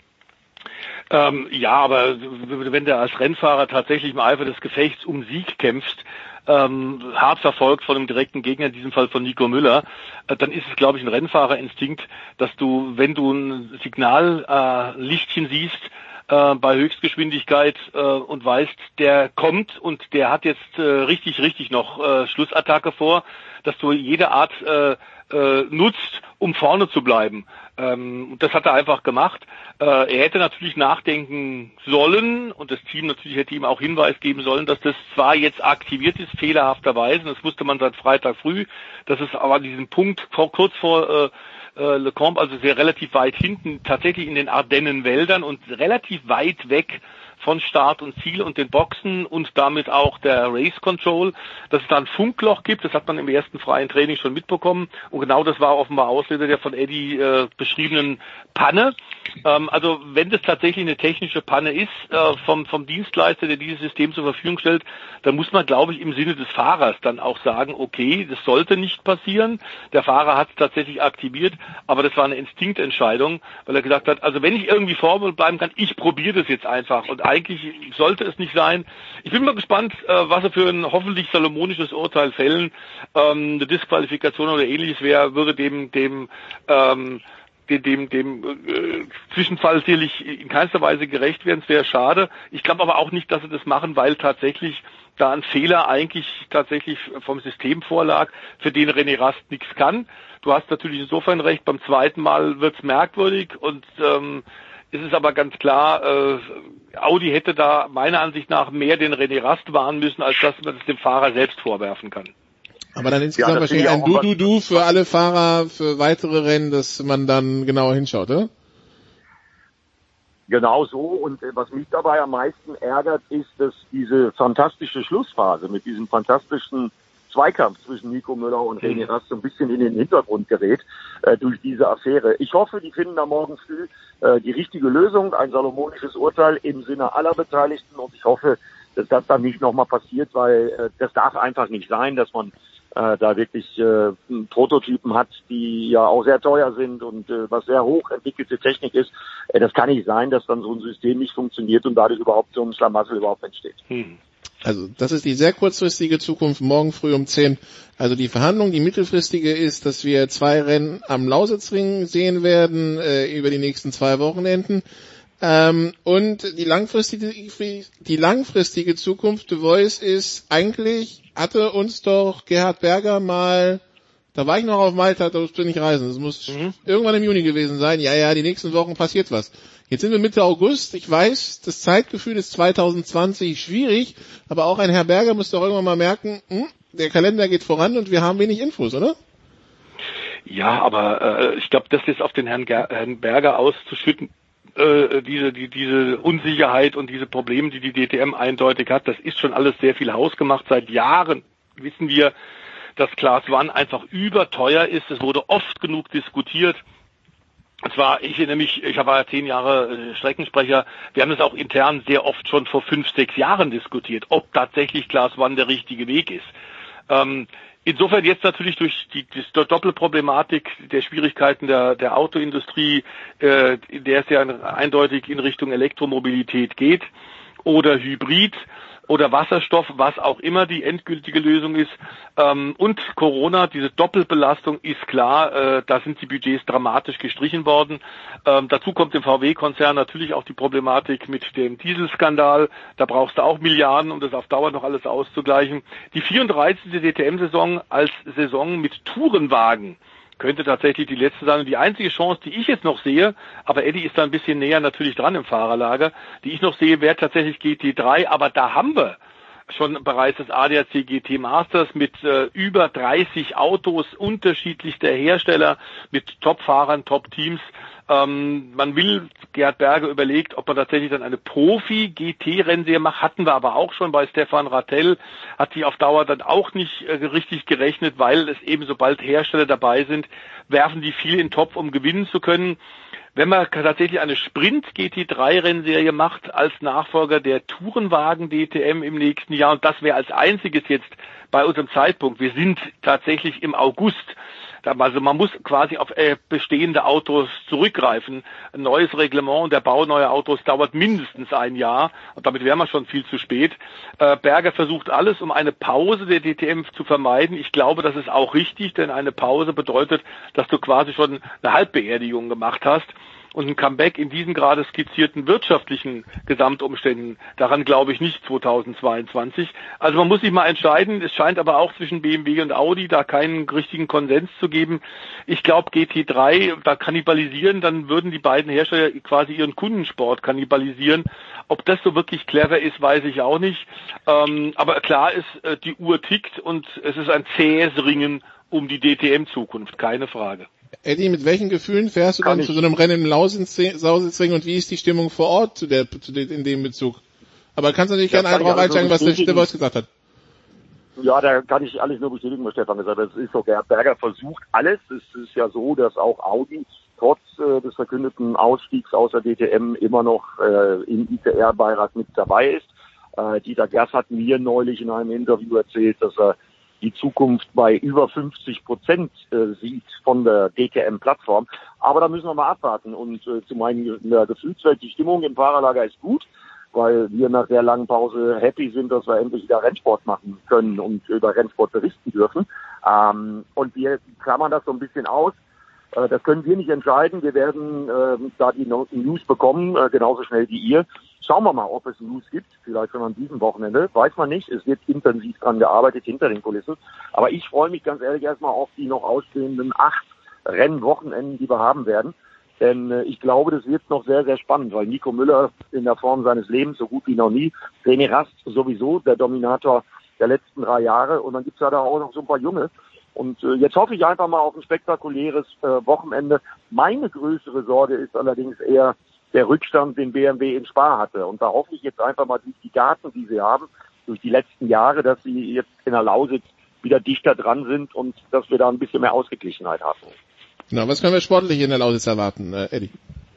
Ja, aber wenn du als Rennfahrer tatsächlich im Eifer des Gefechts um Sieg kämpfst, hart verfolgt von einem direkten Gegner, in diesem Fall von Nico Müller, dann ist es, glaube ich, ein Rennfahrerinstinkt, dass du, wenn du ein Signallichtchen siehst, bei Höchstgeschwindigkeit und weißt, der kommt und der hat jetzt richtig noch Schlussattacke vor, dass du jede Art nutzt, um vorne zu bleiben. Das hat er einfach gemacht. Er hätte natürlich nachdenken sollen und das Team natürlich hätte ihm auch Hinweis geben sollen, dass das zwar jetzt aktiviert ist, fehlerhafterweise, das wusste man seit Freitag früh, dass es aber diesen Punkt kurz vor Le Combe, also sehr relativ weit hinten, tatsächlich in den Ardennenwäldern und relativ weit weg von Start und Ziel und den Boxen und damit auch der Race Control, dass es da ein Funkloch gibt, das hat man im ersten freien Training schon mitbekommen und genau das war offenbar Auslöser der von Eddie beschriebenen Panne. Also wenn das tatsächlich eine technische Panne ist vom Dienstleister, der dieses System zur Verfügung stellt, dann muss man, glaube ich, im Sinne des Fahrers dann auch sagen, okay, das sollte nicht passieren. Der Fahrer hat es tatsächlich aktiviert, aber das war eine Instinktentscheidung, weil er gesagt hat, also wenn ich irgendwie vorne bleiben kann, ich probiere das jetzt einfach und eigentlich sollte es nicht sein. Ich bin mal gespannt, was er für ein hoffentlich salomonisches Urteil fällen. Eine Disqualifikation oder ähnliches würde dem Zwischenfall sicherlich in keinster Weise gerecht werden. Es wäre schade. Ich glaube aber auch nicht, dass sie das machen, weil tatsächlich da ein Fehler eigentlich tatsächlich vom System vorlag, für den René Rast nichts kann. Du hast natürlich insofern recht, beim zweiten Mal wird's merkwürdig und es ist aber ganz klar, Audi hätte da meiner Ansicht nach mehr den René Rast warnen müssen, als dass man es dem Fahrer selbst vorwerfen kann. Aber dann insgesamt wahrscheinlich ein Du für alle Fahrer für weitere Rennen, dass man dann genauer hinschaut, oder? Genau so. Und was mich dabei am meisten ärgert, ist, dass diese fantastische Schlussphase mit diesem fantastischen Zweikampf zwischen Nico Müller und René Rast so ein bisschen in den Hintergrund gerät durch diese Affäre. Ich hoffe, die finden da morgen früh die richtige Lösung, ein salomonisches Urteil im Sinne aller Beteiligten. Und ich hoffe, dass das dann nicht nochmal passiert, weil das darf einfach nicht sein, dass man da wirklich Prototypen hat, die ja auch sehr teuer sind und was sehr hoch entwickelte Technik ist. Das kann nicht sein, dass dann so ein System nicht funktioniert und dadurch überhaupt so ein Schlamassel überhaupt entsteht. Also das ist die sehr kurzfristige Zukunft, morgen früh um 10. Also die Verhandlung, die mittelfristige ist, dass wir 2 Rennen am Lausitzring sehen werden über die nächsten 2 Wochenenden. Und die langfristige Zukunft The Voice ist eigentlich, hatte uns doch Gerhard Berger mal, da war ich noch auf Malta, da durfte ich nicht reisen, das muss irgendwann im Juni gewesen sein, ja, die nächsten Wochen passiert was. Jetzt sind wir Mitte August, ich weiß, das Zeitgefühl ist 2020 schwierig, aber auch ein Herr Berger muss doch irgendwann mal merken, der Kalender geht voran und wir haben wenig Infos, oder? Ja, aber ich glaube, das jetzt auf den Herrn Berger auszuschütten, diese Unsicherheit und diese Probleme, die DTM eindeutig hat, das ist schon alles sehr viel hausgemacht. Seit Jahren wissen wir, dass Class One einfach überteuer ist. Es wurde oft genug diskutiert. Und zwar, ich war ja 10 Jahre Streckensprecher, wir haben das auch intern sehr oft schon vor 5, 6 Jahren diskutiert, ob tatsächlich Class One der richtige Weg ist. Insofern jetzt natürlich durch die Doppelproblematik der Schwierigkeiten der Autoindustrie, in der es ja eindeutig in Richtung Elektromobilität geht, oder Hybrid oder Wasserstoff, was auch immer die endgültige Lösung ist, und Corona, diese Doppelbelastung ist klar, da sind die Budgets dramatisch gestrichen worden. Dazu kommt im VW-Konzern natürlich auch die Problematik mit dem Dieselskandal, da brauchst du auch Milliarden, um das auf Dauer noch alles auszugleichen. Die 34. DTM-Saison als Saison mit Tourenwagen könnte tatsächlich die letzte sein. Und die einzige Chance, die ich jetzt noch sehe, aber Eddie ist da ein bisschen näher natürlich dran im Fahrerlager, die ich noch sehe, wäre tatsächlich GT3, aber da haben wir schon bereits das ADAC GT Masters mit über 30 Autos unterschiedlichster Hersteller, mit Top-Fahrern, Top-Teams. Gerhard Berger überlegt, ob man tatsächlich dann eine Profi-GT-Rennserie macht, hatten wir aber auch schon bei Stefan Rattel, hat sich auf Dauer dann auch nicht richtig gerechnet, weil es eben, sobald Hersteller dabei sind, werfen die viel in den Topf, um gewinnen zu können. Wenn man tatsächlich eine Sprint-GT3-Rennserie macht als Nachfolger der Tourenwagen DTM im nächsten Jahr, und das wäre als einziges jetzt bei unserem Zeitpunkt, wir sind tatsächlich im August, also man muss quasi auf bestehende Autos zurückgreifen. Ein neues Reglement und der Bau neuer Autos dauert mindestens ein Jahr und damit wären wir schon viel zu spät. Berger versucht alles, um eine Pause der DTM zu vermeiden. Ich glaube, das ist auch richtig, denn eine Pause bedeutet, dass du quasi schon eine Halbbeerdigung gemacht hast. Und ein Comeback in diesen gerade skizzierten wirtschaftlichen Gesamtumständen, daran glaube ich nicht 2022. Also man muss sich mal entscheiden. Es scheint aber auch zwischen BMW und Audi da keinen richtigen Konsens zu geben. Ich glaube GT3, da kannibalisieren, dann würden die beiden Hersteller quasi ihren Kundensport kannibalisieren. Ob das so wirklich clever ist, weiß ich auch nicht. Aber klar ist, die Uhr tickt und es ist ein zähes Ringen um die DTM-Zukunft, keine Frage. Eddie, mit welchen Gefühlen fährst du dann zu so einem Rennen im Lausitzring und wie ist die Stimmung vor Ort in dem Bezug? Aber kannst du natürlich gerne darauf einsteigen, was der Voice gesagt hat. Ja, da kann ich alles nur bestätigen, was Stefan gesagt hat. Es ist so, Gerhard Berger versucht alles. Es ist ja so, dass auch Audi trotz des verkündeten Ausstiegs aus der DTM immer noch im ITR-Beirat mit dabei ist. Dieter Gerst hat mir neulich in einem Interview erzählt, dass er die Zukunft bei über 50% sieht von der DTM-Plattform. Aber da müssen wir mal abwarten. Und zu meiner Gefühlswelt, die Stimmung im Fahrerlager ist gut, weil wir nach der langen Pause happy sind, dass wir endlich wieder Rennsport machen können und über Rennsport berichten dürfen. Und wir klammern das so ein bisschen aus. Das können wir nicht entscheiden. Wir werden da die News bekommen, genauso schnell wie ihr. Schauen wir mal, ob es News gibt, vielleicht schon an diesem Wochenende. Weiß man nicht. Es wird intensiv dran gearbeitet hinter den Kulissen. Aber ich freue mich ganz ehrlich erstmal auf die noch ausstehenden 8 Rennwochenenden, die wir haben werden. Denn ich glaube, das wird noch sehr, sehr spannend, weil Nico Müller in der Form seines Lebens so gut wie noch nie, René Rast sowieso, der Dominator der letzten 3 Jahre. Und dann gibt's ja da auch noch so ein paar Junge. Und jetzt hoffe ich einfach mal auf ein spektakuläres Wochenende. Meine größere Sorge ist allerdings eher der Rückstand, den BMW in Spa hatte. Und da hoffe ich jetzt einfach mal durch die Daten, die sie haben, durch die letzten Jahre, dass sie jetzt in der Lausitz wieder dichter dran sind und dass wir da ein bisschen mehr Ausgeglichenheit haben. Na, was können wir sportlich in der Lausitz erwarten, Eddie?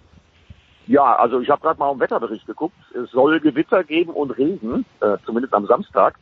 Ja, also ich habe gerade mal auf den Wetterbericht geguckt. Es soll Gewitter geben und Regen, zumindest am Samstag.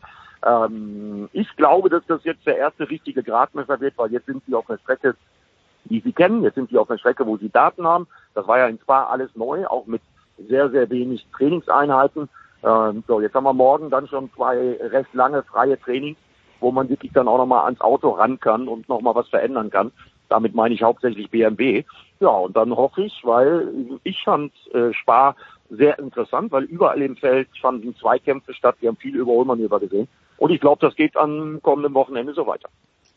Ich glaube, dass das jetzt der erste richtige Gradmesser wird, weil jetzt sind sie auf einer Strecke, die sie kennen. Jetzt sind sie auf einer Strecke, wo sie Daten haben. Das war ja in Spa alles neu, auch mit sehr, sehr wenig Trainingseinheiten. So, jetzt haben wir morgen dann schon 2 recht lange freie Trainings, wo man wirklich dann auch nochmal ans Auto ran kann und nochmal was verändern kann. Damit meine ich hauptsächlich BMW. Ja, und dann hoffe ich, weil ich fand Spa sehr interessant, weil überall im Feld fanden Zweikämpfe statt. Wir haben viel Überholmanöver gesehen. Und ich glaube, das geht am kommenden Wochenende so weiter.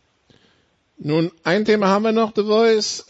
Nun, ein Thema haben wir noch, The Voice,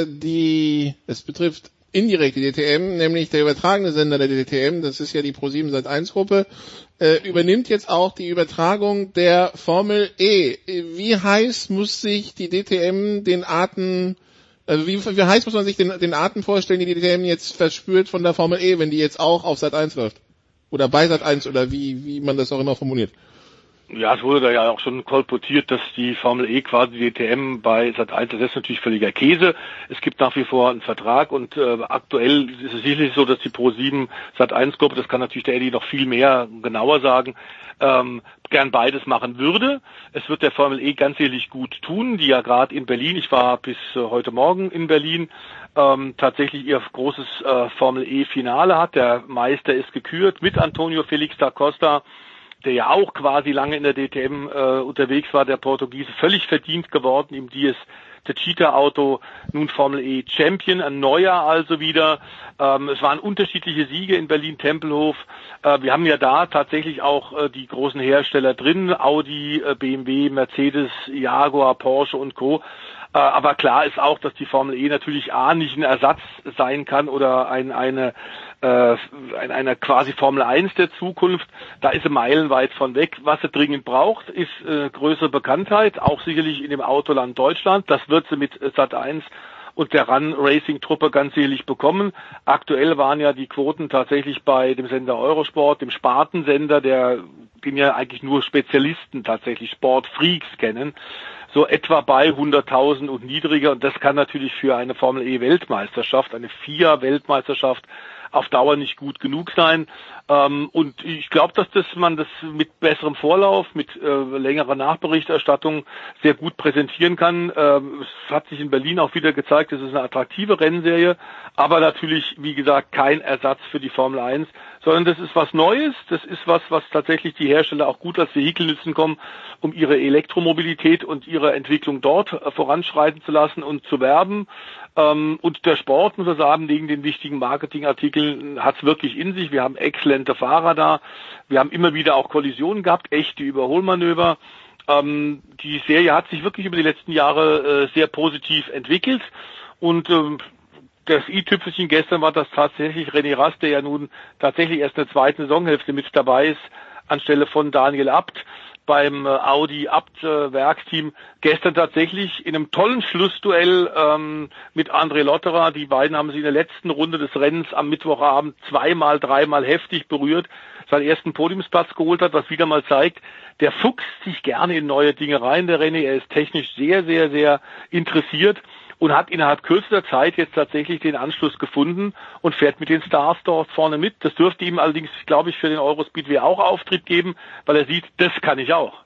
es betrifft indirekt die DTM, nämlich der übertragene Sender der DTM, das ist ja die Pro7 Sat.1-Gruppe, übernimmt jetzt auch die Übertragung der Formel E. Wie heiß muss sich die DTM den Atem, wie heiß muss man sich den Atem vorstellen, die DTM jetzt verspürt von der Formel E, wenn die jetzt auch auf Sat.1 läuft? Oder bei Sat.1 oder wie man das auch immer formuliert? Ja, es wurde da ja auch schon kolportiert, dass die Formel E quasi die DTM bei Sat.1, das ist natürlich völliger Käse. Es gibt nach wie vor einen Vertrag und aktuell ist es sicherlich so, dass die Pro7 Sat.1-Gruppe, das kann natürlich der Eddie noch viel mehr genauer sagen, gern beides machen würde. Es wird der Formel E ganz sicherlich gut tun, die ja gerade in Berlin, ich war bis heute Morgen in Berlin, tatsächlich ihr großes Formel E-Finale hat. Der Meister ist gekürt mit Antonio Felix da Costa, der ja auch quasi lange in der DTM unterwegs war, der Portugiese, völlig verdient geworden, im Dias Techeetah Auto, nun Formel E Champion, ein neuer also wieder. Es waren unterschiedliche Siege in Berlin-Tempelhof. Wir haben ja da tatsächlich auch die großen Hersteller drin, Audi, BMW, Mercedes, Jaguar, Porsche und Co. Aber klar ist auch, dass die Formel E natürlich nicht ein Ersatz sein kann oder eine quasi Formel 1 der Zukunft. Da ist sie meilenweit von weg. Was sie dringend braucht, ist größere Bekanntheit, auch sicherlich in dem Autoland Deutschland. Das wird sie mit Sat.1 und der Run Racing Truppe ganz sicherlich bekommen. Aktuell waren ja die Quoten tatsächlich bei dem Sender Eurosport, dem Spartensender, den ja eigentlich nur Spezialisten tatsächlich Sportfreaks kennen, so etwa bei 100.000 und niedriger. Und das kann natürlich für eine Formel E Weltmeisterschaft, eine FIA-Weltmeisterschaft auf Dauer nicht gut genug sein. Und ich glaube, dass man das mit besserem Vorlauf, mit längerer Nachberichterstattung sehr gut präsentieren kann. Es hat sich in Berlin auch wieder gezeigt, es ist eine attraktive Rennserie, aber natürlich, wie gesagt, kein Ersatz für die Formel 1, sondern das ist was Neues, das ist was tatsächlich die Hersteller auch gut als Vehikel nutzen kommen, um ihre Elektromobilität und ihre Entwicklung dort voranschreiten zu lassen und zu werben. Und der Sport, muss man sagen, neben den wichtigen Marketingartikeln hat es wirklich in sich. Wir haben exzellente Fahrer da. Wir haben immer wieder auch Kollisionen gehabt, echte Überholmanöver. Die Serie hat sich wirklich über die letzten Jahre sehr positiv entwickelt. Und das i-Tüpfelchen gestern war das tatsächlich René Rast, der ja nun tatsächlich erst in der zweiten Saisonhälfte mit dabei ist, anstelle von Daniel Abt beim Audi Abt Werksteam, gestern tatsächlich in einem tollen Schlussduell mit André Lotterer. Die beiden haben sich in der letzten Runde des Rennens am Mittwochabend dreimal heftig berührt, seinen ersten Podiumsplatz geholt hat, was wieder mal zeigt, der fuchst sich gerne in neue Dinge rein, der René. Er ist technisch sehr, sehr, sehr interessiert und hat innerhalb kürzester Zeit jetzt tatsächlich den Anschluss gefunden und fährt mit den Stars dort vorne mit. Das dürfte ihm allerdings, glaube ich, für den Eurospeedway auch Auftritt geben, weil er sieht, das kann ich auch.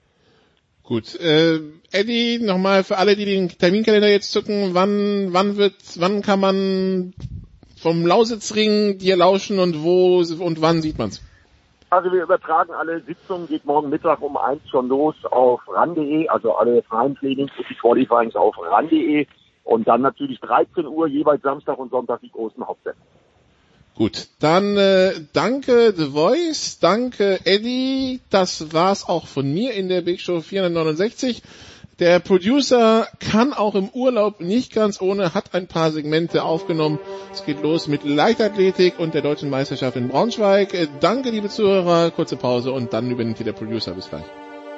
Gut, Eddie, nochmal für alle, die den Terminkalender jetzt zucken, wann kann man vom Lausitzring dir lauschen und wo und wann sieht man's? Also wir übertragen alle Sitzungen, geht morgen Mittag um 1 schon los auf ran.de, also alle freien Trainings und die Qualifyings auf ran.de und dann natürlich 13 Uhr jeweils Samstag und Sonntag die großen Hauptsendungen. Gut, dann danke The Voice, danke Eddie, das war's auch von mir in der Big Show 469. Der Producer kann auch im Urlaub nicht ganz ohne, hat ein paar Segmente aufgenommen. Es geht los mit Leichtathletik und der deutschen Meisterschaft in Braunschweig. Danke, liebe Zuhörer, kurze Pause und dann übernimmt hier der Producer. Bis gleich.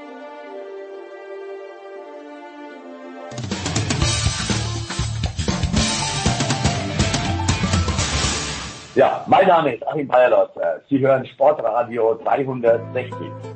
Ja, mein Name ist Achim Bayerlotz. Sie hören Sportradio 360.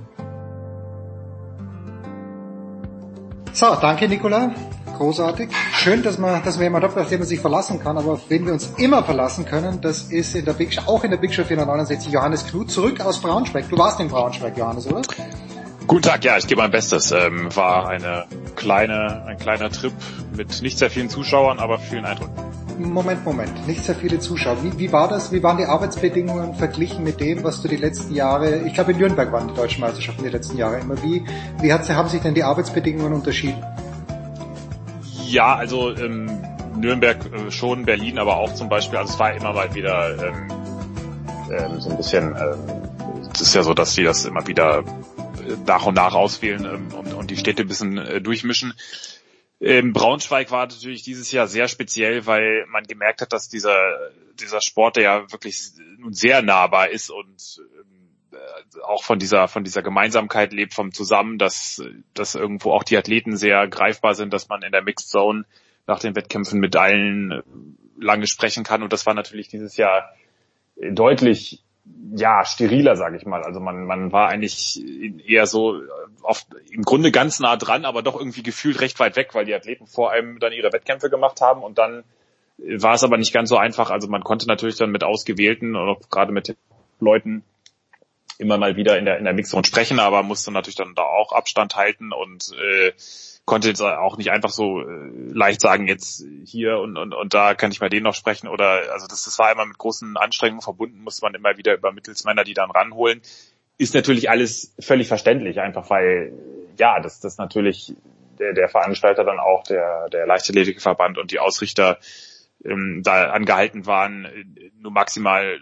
So, danke Nicola. Großartig. Schön, dass wir jemanden haben, auf den man sich verlassen kann, aber auf wen wir uns immer verlassen können, das ist in der Big Show, auch in der Big Show 469 Johannes Knut, zurück aus Braunschweig. Du warst in Braunschweig, Johannes, oder? Guten Tag, ja, ich gebe mein Bestes. War ein kleiner Trip mit nicht sehr vielen Zuschauern, aber vielen Eindrücken. Moment. Nicht sehr viele Zuschauer. Wie war das? Wie waren die Arbeitsbedingungen verglichen mit dem, was du die letzten Jahre, ich glaube in Nürnberg waren die deutschen Meisterschaften die letzten Jahre immer. Haben sich denn die Arbeitsbedingungen unterschieden? Ja, also Nürnberg schon, Berlin aber auch zum Beispiel. Also es war immer mal wieder so ein bisschen, es ist ja so, dass die das immer wieder nach und nach auswählen und die Städte ein bisschen durchmischen. Braunschweig war natürlich dieses Jahr sehr speziell, weil man gemerkt hat, dass dieser Sport, der ja wirklich nun sehr nahbar ist und auch von dieser Gemeinsamkeit lebt, vom Zusammen, dass irgendwo auch die Athleten sehr greifbar sind, dass man in der Mixed Zone nach den Wettkämpfen mit allen lange sprechen kann. Und das war natürlich dieses Jahr deutlich steriler, sage ich mal. Also man war eigentlich eher so oft im Grunde ganz nah dran, aber doch irgendwie gefühlt recht weit weg, weil die Athleten vor allem dann ihre Wettkämpfe gemacht haben und dann war es aber nicht ganz so einfach. Also man konnte natürlich dann mit Ausgewählten oder gerade mit Leuten immer mal wieder in der Mixzone sprechen, aber musste natürlich dann da auch Abstand halten und konnte jetzt auch nicht einfach so leicht sagen, jetzt hier und da kann ich mal den noch sprechen oder also das war immer mit großen Anstrengungen verbunden, musste man immer wieder über Mittelsmänner die dann ranholen. Ist natürlich alles völlig verständlich, einfach weil das natürlich der Veranstalter dann auch der Leichtathletikverband und die Ausrichter da angehalten waren, nur maximal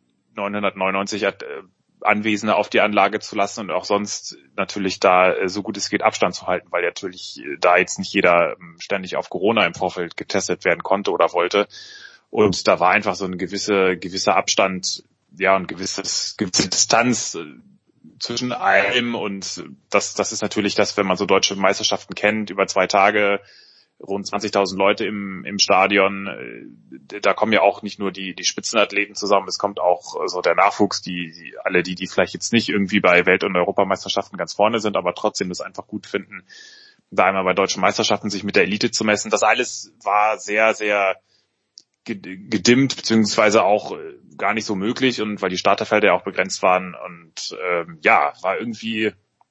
999 Anwesende auf die Anlage zu lassen und auch sonst natürlich da so gut es geht Abstand zu halten, weil natürlich da jetzt nicht jeder ständig auf Corona im Vorfeld getestet werden konnte oder wollte. Und da war einfach so ein gewisser Abstand, und gewisse Distanz zwischen allem und das ist natürlich das, wenn man so deutsche Meisterschaften kennt, über 2 Tage, rund 20.000 Leute im Stadion, da kommen ja auch nicht nur die Spitzenathleten zusammen, es kommt auch so der Nachwuchs, die vielleicht jetzt nicht irgendwie bei Welt- und Europameisterschaften ganz vorne sind, aber trotzdem das einfach gut finden, da einmal bei deutschen Meisterschaften sich mit der Elite zu messen. Das alles war sehr, sehr gedimmt, beziehungsweise auch gar nicht so möglich und weil die Starterfelder ja auch begrenzt waren und war irgendwie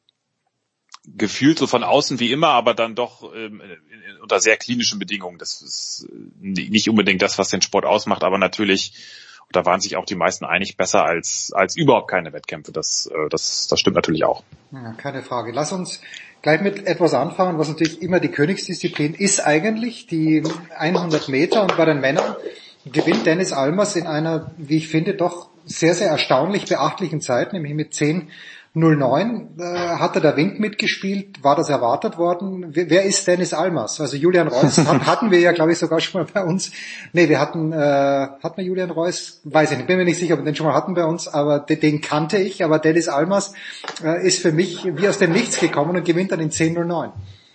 gefühlt so von außen wie immer, aber dann doch unter sehr klinischen Bedingungen. Das ist nicht unbedingt das, was den Sport ausmacht, aber natürlich, da waren sich auch die meisten einig, besser als überhaupt keine Wettkämpfe. Das stimmt natürlich auch. Ja, keine Frage. Lass uns gleich mit etwas anfangen, was natürlich immer die Königsdisziplin ist eigentlich, die 100 Meter und bei den Männern gewinnt Dennis Almers in einer, wie ich finde, doch sehr, sehr erstaunlich beachtlichen Zeit, nämlich mit 10:09 hat er der Wind mitgespielt, war das erwartet worden? Wer ist Dennis Almers? Also Julian Reuss hatten wir ja, glaube ich, sogar schon mal bei uns. Nee, hatten wir Julian Reuss? Weiß ich nicht, bin mir nicht sicher, ob wir den schon mal hatten bei uns, aber den kannte ich. Aber Dennis Almers ist für mich wie aus dem Nichts gekommen und gewinnt dann in 10:09.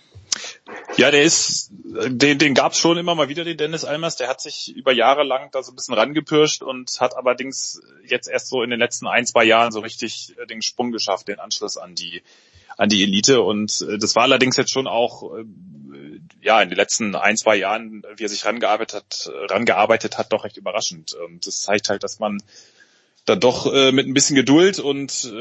Ja, den gab's schon immer mal wieder, den Dennis Almers. Der hat sich über Jahre lang da so ein bisschen rangepirscht und hat allerdings jetzt erst so in den letzten 1-2 Jahren so richtig den Sprung geschafft, den Anschluss an die Elite. Und das war allerdings jetzt schon auch, in den letzten 1-2 Jahren, wie er sich rangearbeitet hat, doch recht überraschend. Und das zeigt halt, dass man da doch mit ein bisschen Geduld und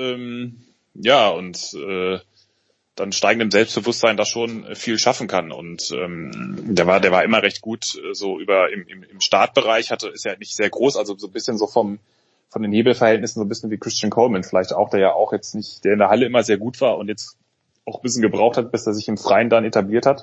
dann steigendem Selbstbewusstsein da schon viel schaffen kann. Und der war immer recht gut so im Startbereich, ist ja nicht sehr groß, also so ein bisschen so von den Hebelverhältnissen so ein bisschen wie Christian Coleman vielleicht auch, der ja auch jetzt nicht, der in der Halle immer sehr gut war und jetzt auch ein bisschen gebraucht hat, bis er sich im Freien dann etabliert hat.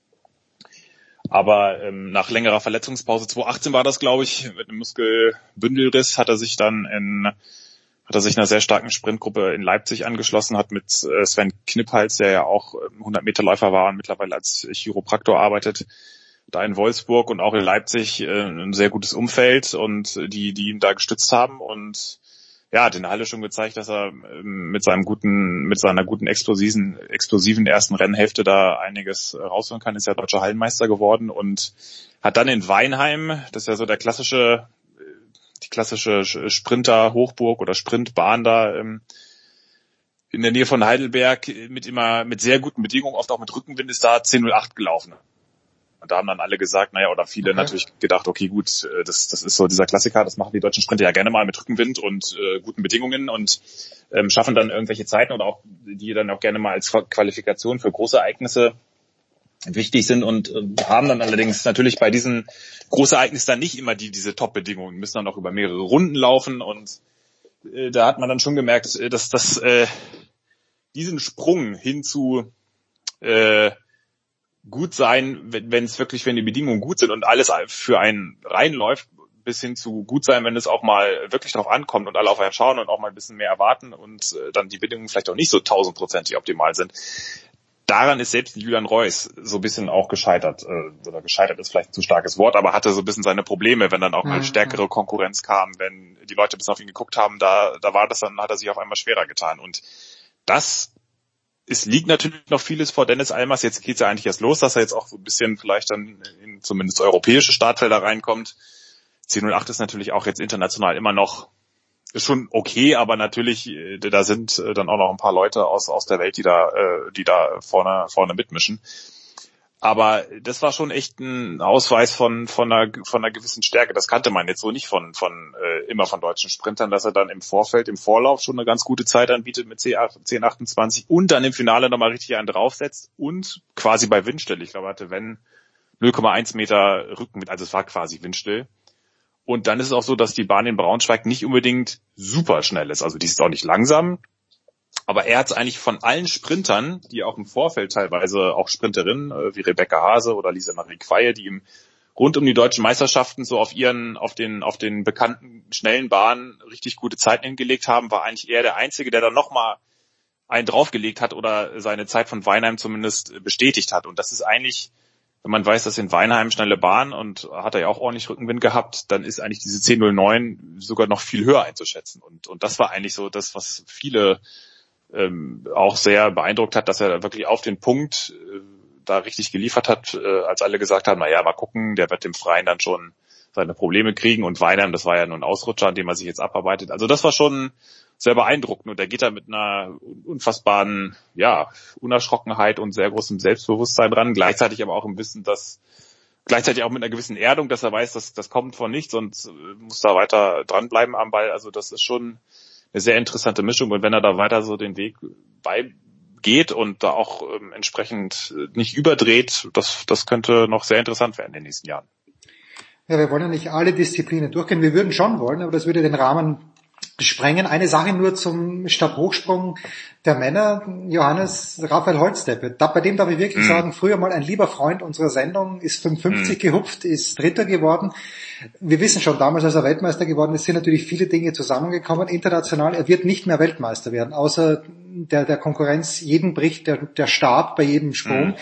Aber nach längerer Verletzungspause, 2018 war das, glaube ich, mit einem Muskelbündelriss, hat er sich einer sehr starken Sprintgruppe in Leipzig angeschlossen, hat mit Sven Kniphals, der ja auch 100-Meter-Läufer war und mittlerweile als Chiropraktor arbeitet, da in Wolfsburg und auch in Leipzig ein sehr gutes Umfeld und die ihn da gestützt haben und hat in der Halle schon gezeigt, dass er mit seiner guten explosiven ersten Rennhälfte da einiges rausholen kann, ist ja deutscher Hallenmeister geworden und hat dann in Weinheim, das ist ja so die klassische Sprinter-Hochburg oder Sprintbahn da in der Nähe von Heidelberg mit sehr guten Bedingungen, oft auch mit Rückenwind, ist da 10:08 gelaufen. Und da haben dann alle gesagt, oder viele natürlich gedacht, okay, gut, das ist so dieser Klassiker, das machen die deutschen Sprinter ja gerne mal mit Rückenwind und guten Bedingungen und schaffen dann irgendwelche Zeiten oder auch die dann auch gerne mal als Qualifikation für große Ereignisse wichtig sind und haben dann allerdings natürlich bei diesen Großereignissen dann nicht immer diese Top-Bedingungen, müssen dann auch über mehrere Runden laufen und da hat man dann schon gemerkt, dass diesen Sprung hin zu gut sein, wenn die Bedingungen gut sind und alles für einen reinläuft, bis hin zu gut sein, wenn es auch mal wirklich drauf ankommt und alle auf einen schauen und auch mal ein bisschen mehr erwarten und dann die Bedingungen vielleicht auch nicht so 1000%ig optimal sind. Daran ist selbst Julian Reuss so ein bisschen auch gescheitert. Oder gescheitert ist vielleicht ein zu starkes Wort, aber hatte so ein bisschen seine Probleme, wenn dann auch mal stärkere Konkurrenz kam, wenn die Leute bis auf ihn geguckt haben, da war das dann, hat er sich auf einmal schwerer getan. Und liegt natürlich noch vieles vor Dennis Almers. Jetzt geht's ja eigentlich erst los, dass er jetzt auch so ein bisschen vielleicht dann in zumindest europäische Startfelder reinkommt. 10:08 ist natürlich auch jetzt international immer noch ist schon okay, aber natürlich, da sind dann auch noch ein paar Leute aus der Welt, die da vorne mitmischen. Aber das war schon echt ein Ausweis von einer gewissen Stärke. Das kannte man jetzt so nicht von deutschen Sprintern, dass er dann im Vorlauf schon eine ganz gute Zeit anbietet mit 10,28 und dann im Finale nochmal richtig einen draufsetzt und quasi bei Windstille. Ich glaube, er hatte 0,1 Meter Rückenwind, also es war quasi windstill. Und dann ist es auch so, dass die Bahn in Braunschweig nicht unbedingt super schnell ist. Also die ist auch nicht langsam. Aber er hat es eigentlich von allen Sprintern, die auch im Vorfeld teilweise auch Sprinterinnen wie Rebecca Hase oder Lisa Marie Quaye, die ihm rund um die deutschen Meisterschaften so auf den bekannten schnellen Bahnen richtig gute Zeiten hingelegt haben, war eigentlich er der Einzige, der dann nochmal einen draufgelegt hat oder seine Zeit von Weinheim zumindest bestätigt hat. Und das ist eigentlich, wenn man weiß, dass in Weinheim schnelle Bahn und hat er ja auch ordentlich Rückenwind gehabt, dann ist eigentlich diese 10:09 sogar noch viel höher einzuschätzen. Und das war eigentlich so das, was viele auch sehr beeindruckt hat, dass er wirklich auf den Punkt da richtig geliefert hat, als alle gesagt haben, mal gucken, der wird im Freien dann schon seine Probleme kriegen und Weinheim, das war ja nur ein Ausrutscher, an dem er sich jetzt abarbeitet. Also das war schon sehr beeindruckend und der geht da mit einer unfassbaren, Unerschrockenheit und sehr großem Selbstbewusstsein ran, gleichzeitig aber auch im Wissen, gleichzeitig auch mit einer gewissen Erdung, dass er weiß, dass das kommt von nichts und muss da weiter dranbleiben am Ball. Also das ist schon eine sehr interessante Mischung und wenn er da weiter so den Weg beigeht und da auch entsprechend nicht überdreht, das könnte noch sehr interessant werden in den nächsten Jahren. Ja, wir wollen ja nicht alle Disziplinen durchgehen, wir würden schon wollen, aber das würde den Rahmen sprengen. Eine Sache nur zum Stabhochsprung der Männer, Johannes Raphael Holzdeppe. Bei dem darf ich wirklich sagen, früher mal ein lieber Freund unserer Sendung, ist 55 gehupft, ist Dritter geworden. Wir wissen schon, damals als er Weltmeister geworden ist, sind natürlich viele Dinge zusammengekommen. International, er wird nicht mehr Weltmeister werden, außer der Konkurrenz, jedem bricht der Stab bei jedem Sprung.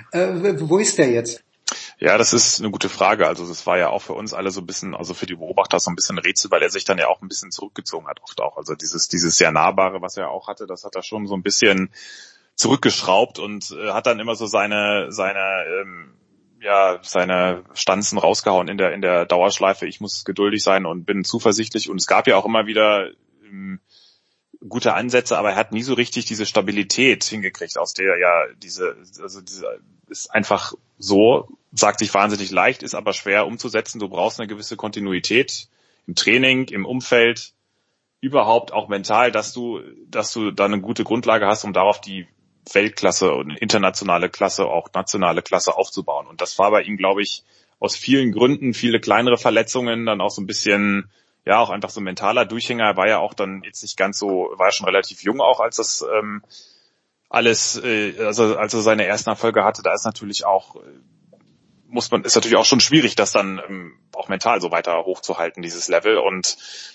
Wo ist der jetzt? Ja, das ist eine gute Frage. Also das war ja auch für uns alle so ein bisschen, also für die Beobachter so ein bisschen Rätsel, weil er sich dann ja auch ein bisschen zurückgezogen hat oft auch. Also dieses sehr Nahbare, was er auch hatte, das hat er schon so ein bisschen zurückgeschraubt und hat dann immer so seine Stanzen rausgehauen in der Dauerschleife. Ich muss geduldig sein und bin zuversichtlich. Und es gab ja auch immer wieder gute Ansätze, aber er hat nie so richtig diese Stabilität hingekriegt, aus der ja diese ist einfach so, sagt sich wahnsinnig leicht, ist aber schwer umzusetzen. Du brauchst eine gewisse Kontinuität im Training, im Umfeld, überhaupt auch mental, dass du da eine gute Grundlage hast, um darauf die Weltklasse und internationale Klasse, auch nationale Klasse aufzubauen. Und das war bei ihm, glaube ich, aus vielen Gründen, viele kleinere Verletzungen, dann auch so ein bisschen, auch einfach so ein mentaler Durchhänger. Er war ja auch dann jetzt nicht ganz so, war ja schon relativ jung auch, als das als er seine ersten Erfolge hatte. Da ist natürlich auch, ist natürlich auch schon schwierig, das dann auch mental so weiter hochzuhalten, dieses Level. Und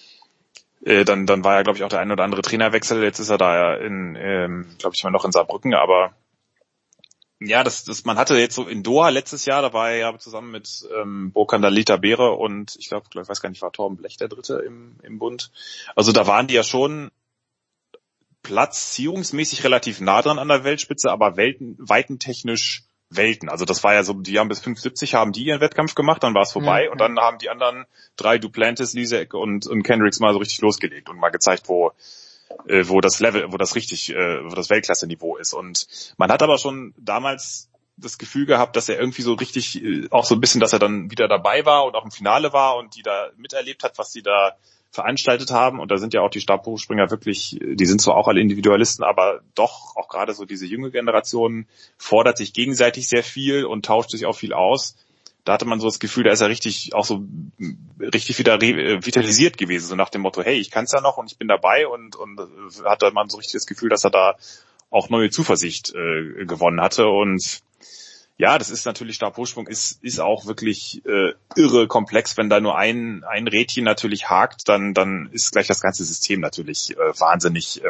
dann war ja, glaube ich, auch der ein oder andere Trainerwechsel. Jetzt ist er da glaube ich, immer noch in Saarbrücken. Aber ja, man hatte jetzt so in Doha letztes Jahr, da war er ja zusammen mit Bokan Dalita Beere und ich weiß gar nicht, war Torben Blech der Dritte im Bund. Also da waren die ja schon platzierungsmäßig relativ nah dran an der Weltspitze, aber weitentechnisch Welten. Also das war ja so, die haben bis 5,70 haben die ihren Wettkampf gemacht, dann war es vorbei und dann haben die anderen 3, Duplantis, Lisek und Kendricks mal so richtig losgelegt und mal gezeigt, wo das Weltklasse-Niveau ist. Und man hat aber schon damals das Gefühl gehabt, dass er irgendwie so richtig, auch so ein bisschen, dass er dann wieder dabei war und auch im Finale war und die da miterlebt hat, was die da veranstaltet haben. Und da sind ja auch die Stabhochspringer wirklich, die sind zwar auch alle Individualisten, aber doch auch gerade so diese junge Generation fordert sich gegenseitig sehr viel und tauscht sich auch viel aus. Da hatte man so das Gefühl, da ist er richtig wieder vitalisiert gewesen, so nach dem Motto, hey, ich kann's ja noch und ich bin dabei und hatte man so richtig das Gefühl, dass er da auch neue Zuversicht gewonnen hatte. Und ja, das ist natürlich, Stabhochsprung ist auch wirklich irre komplex. Wenn da nur ein Rädchen natürlich hakt, dann ist gleich das ganze System natürlich wahnsinnig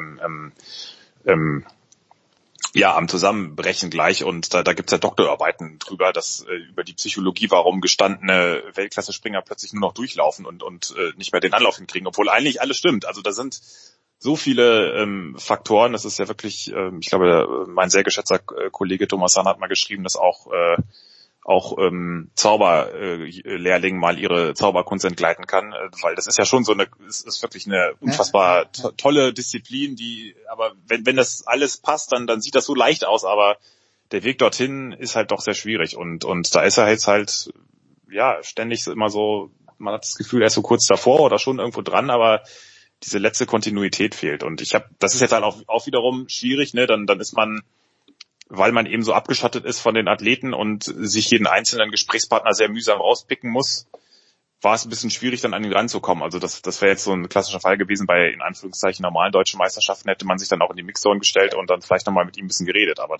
am Zusammenbrechen gleich. Und da gibt's ja Doktorarbeiten drüber, über die Psychologie, warum gestandene Weltklasse-Springer plötzlich nur noch durchlaufen und nicht mehr den Anlauf hinkriegen, obwohl eigentlich alles stimmt. Also da sind so viele Faktoren, das ist ja wirklich, ich glaube, mein sehr geschätzter Kollege Thomas Sann hat mal geschrieben, dass auch Zauberlehrlingen mal ihre Zauberkunst entgleiten kann, weil das ist ja schon ist wirklich eine unfassbar tolle Disziplin, aber wenn das alles passt, dann sieht das so leicht aus, aber der Weg dorthin ist halt doch sehr schwierig und da ist er jetzt halt, ja, ständig immer so, man hat das Gefühl, er ist so kurz davor oder schon irgendwo dran, aber diese letzte Kontinuität fehlt und das ist jetzt halt auch wiederum schwierig, ne, dann ist man, weil man eben so abgeschottet ist von den Athleten und sich jeden einzelnen Gesprächspartner sehr mühsam rauspicken muss, war es ein bisschen schwierig, dann an ihn ranzukommen. Also das wäre jetzt so ein klassischer Fall gewesen bei, in Anführungszeichen, normalen deutschen Meisterschaften, hätte man sich dann auch in die Mixzone gestellt und dann vielleicht nochmal mit ihm ein bisschen geredet. Aber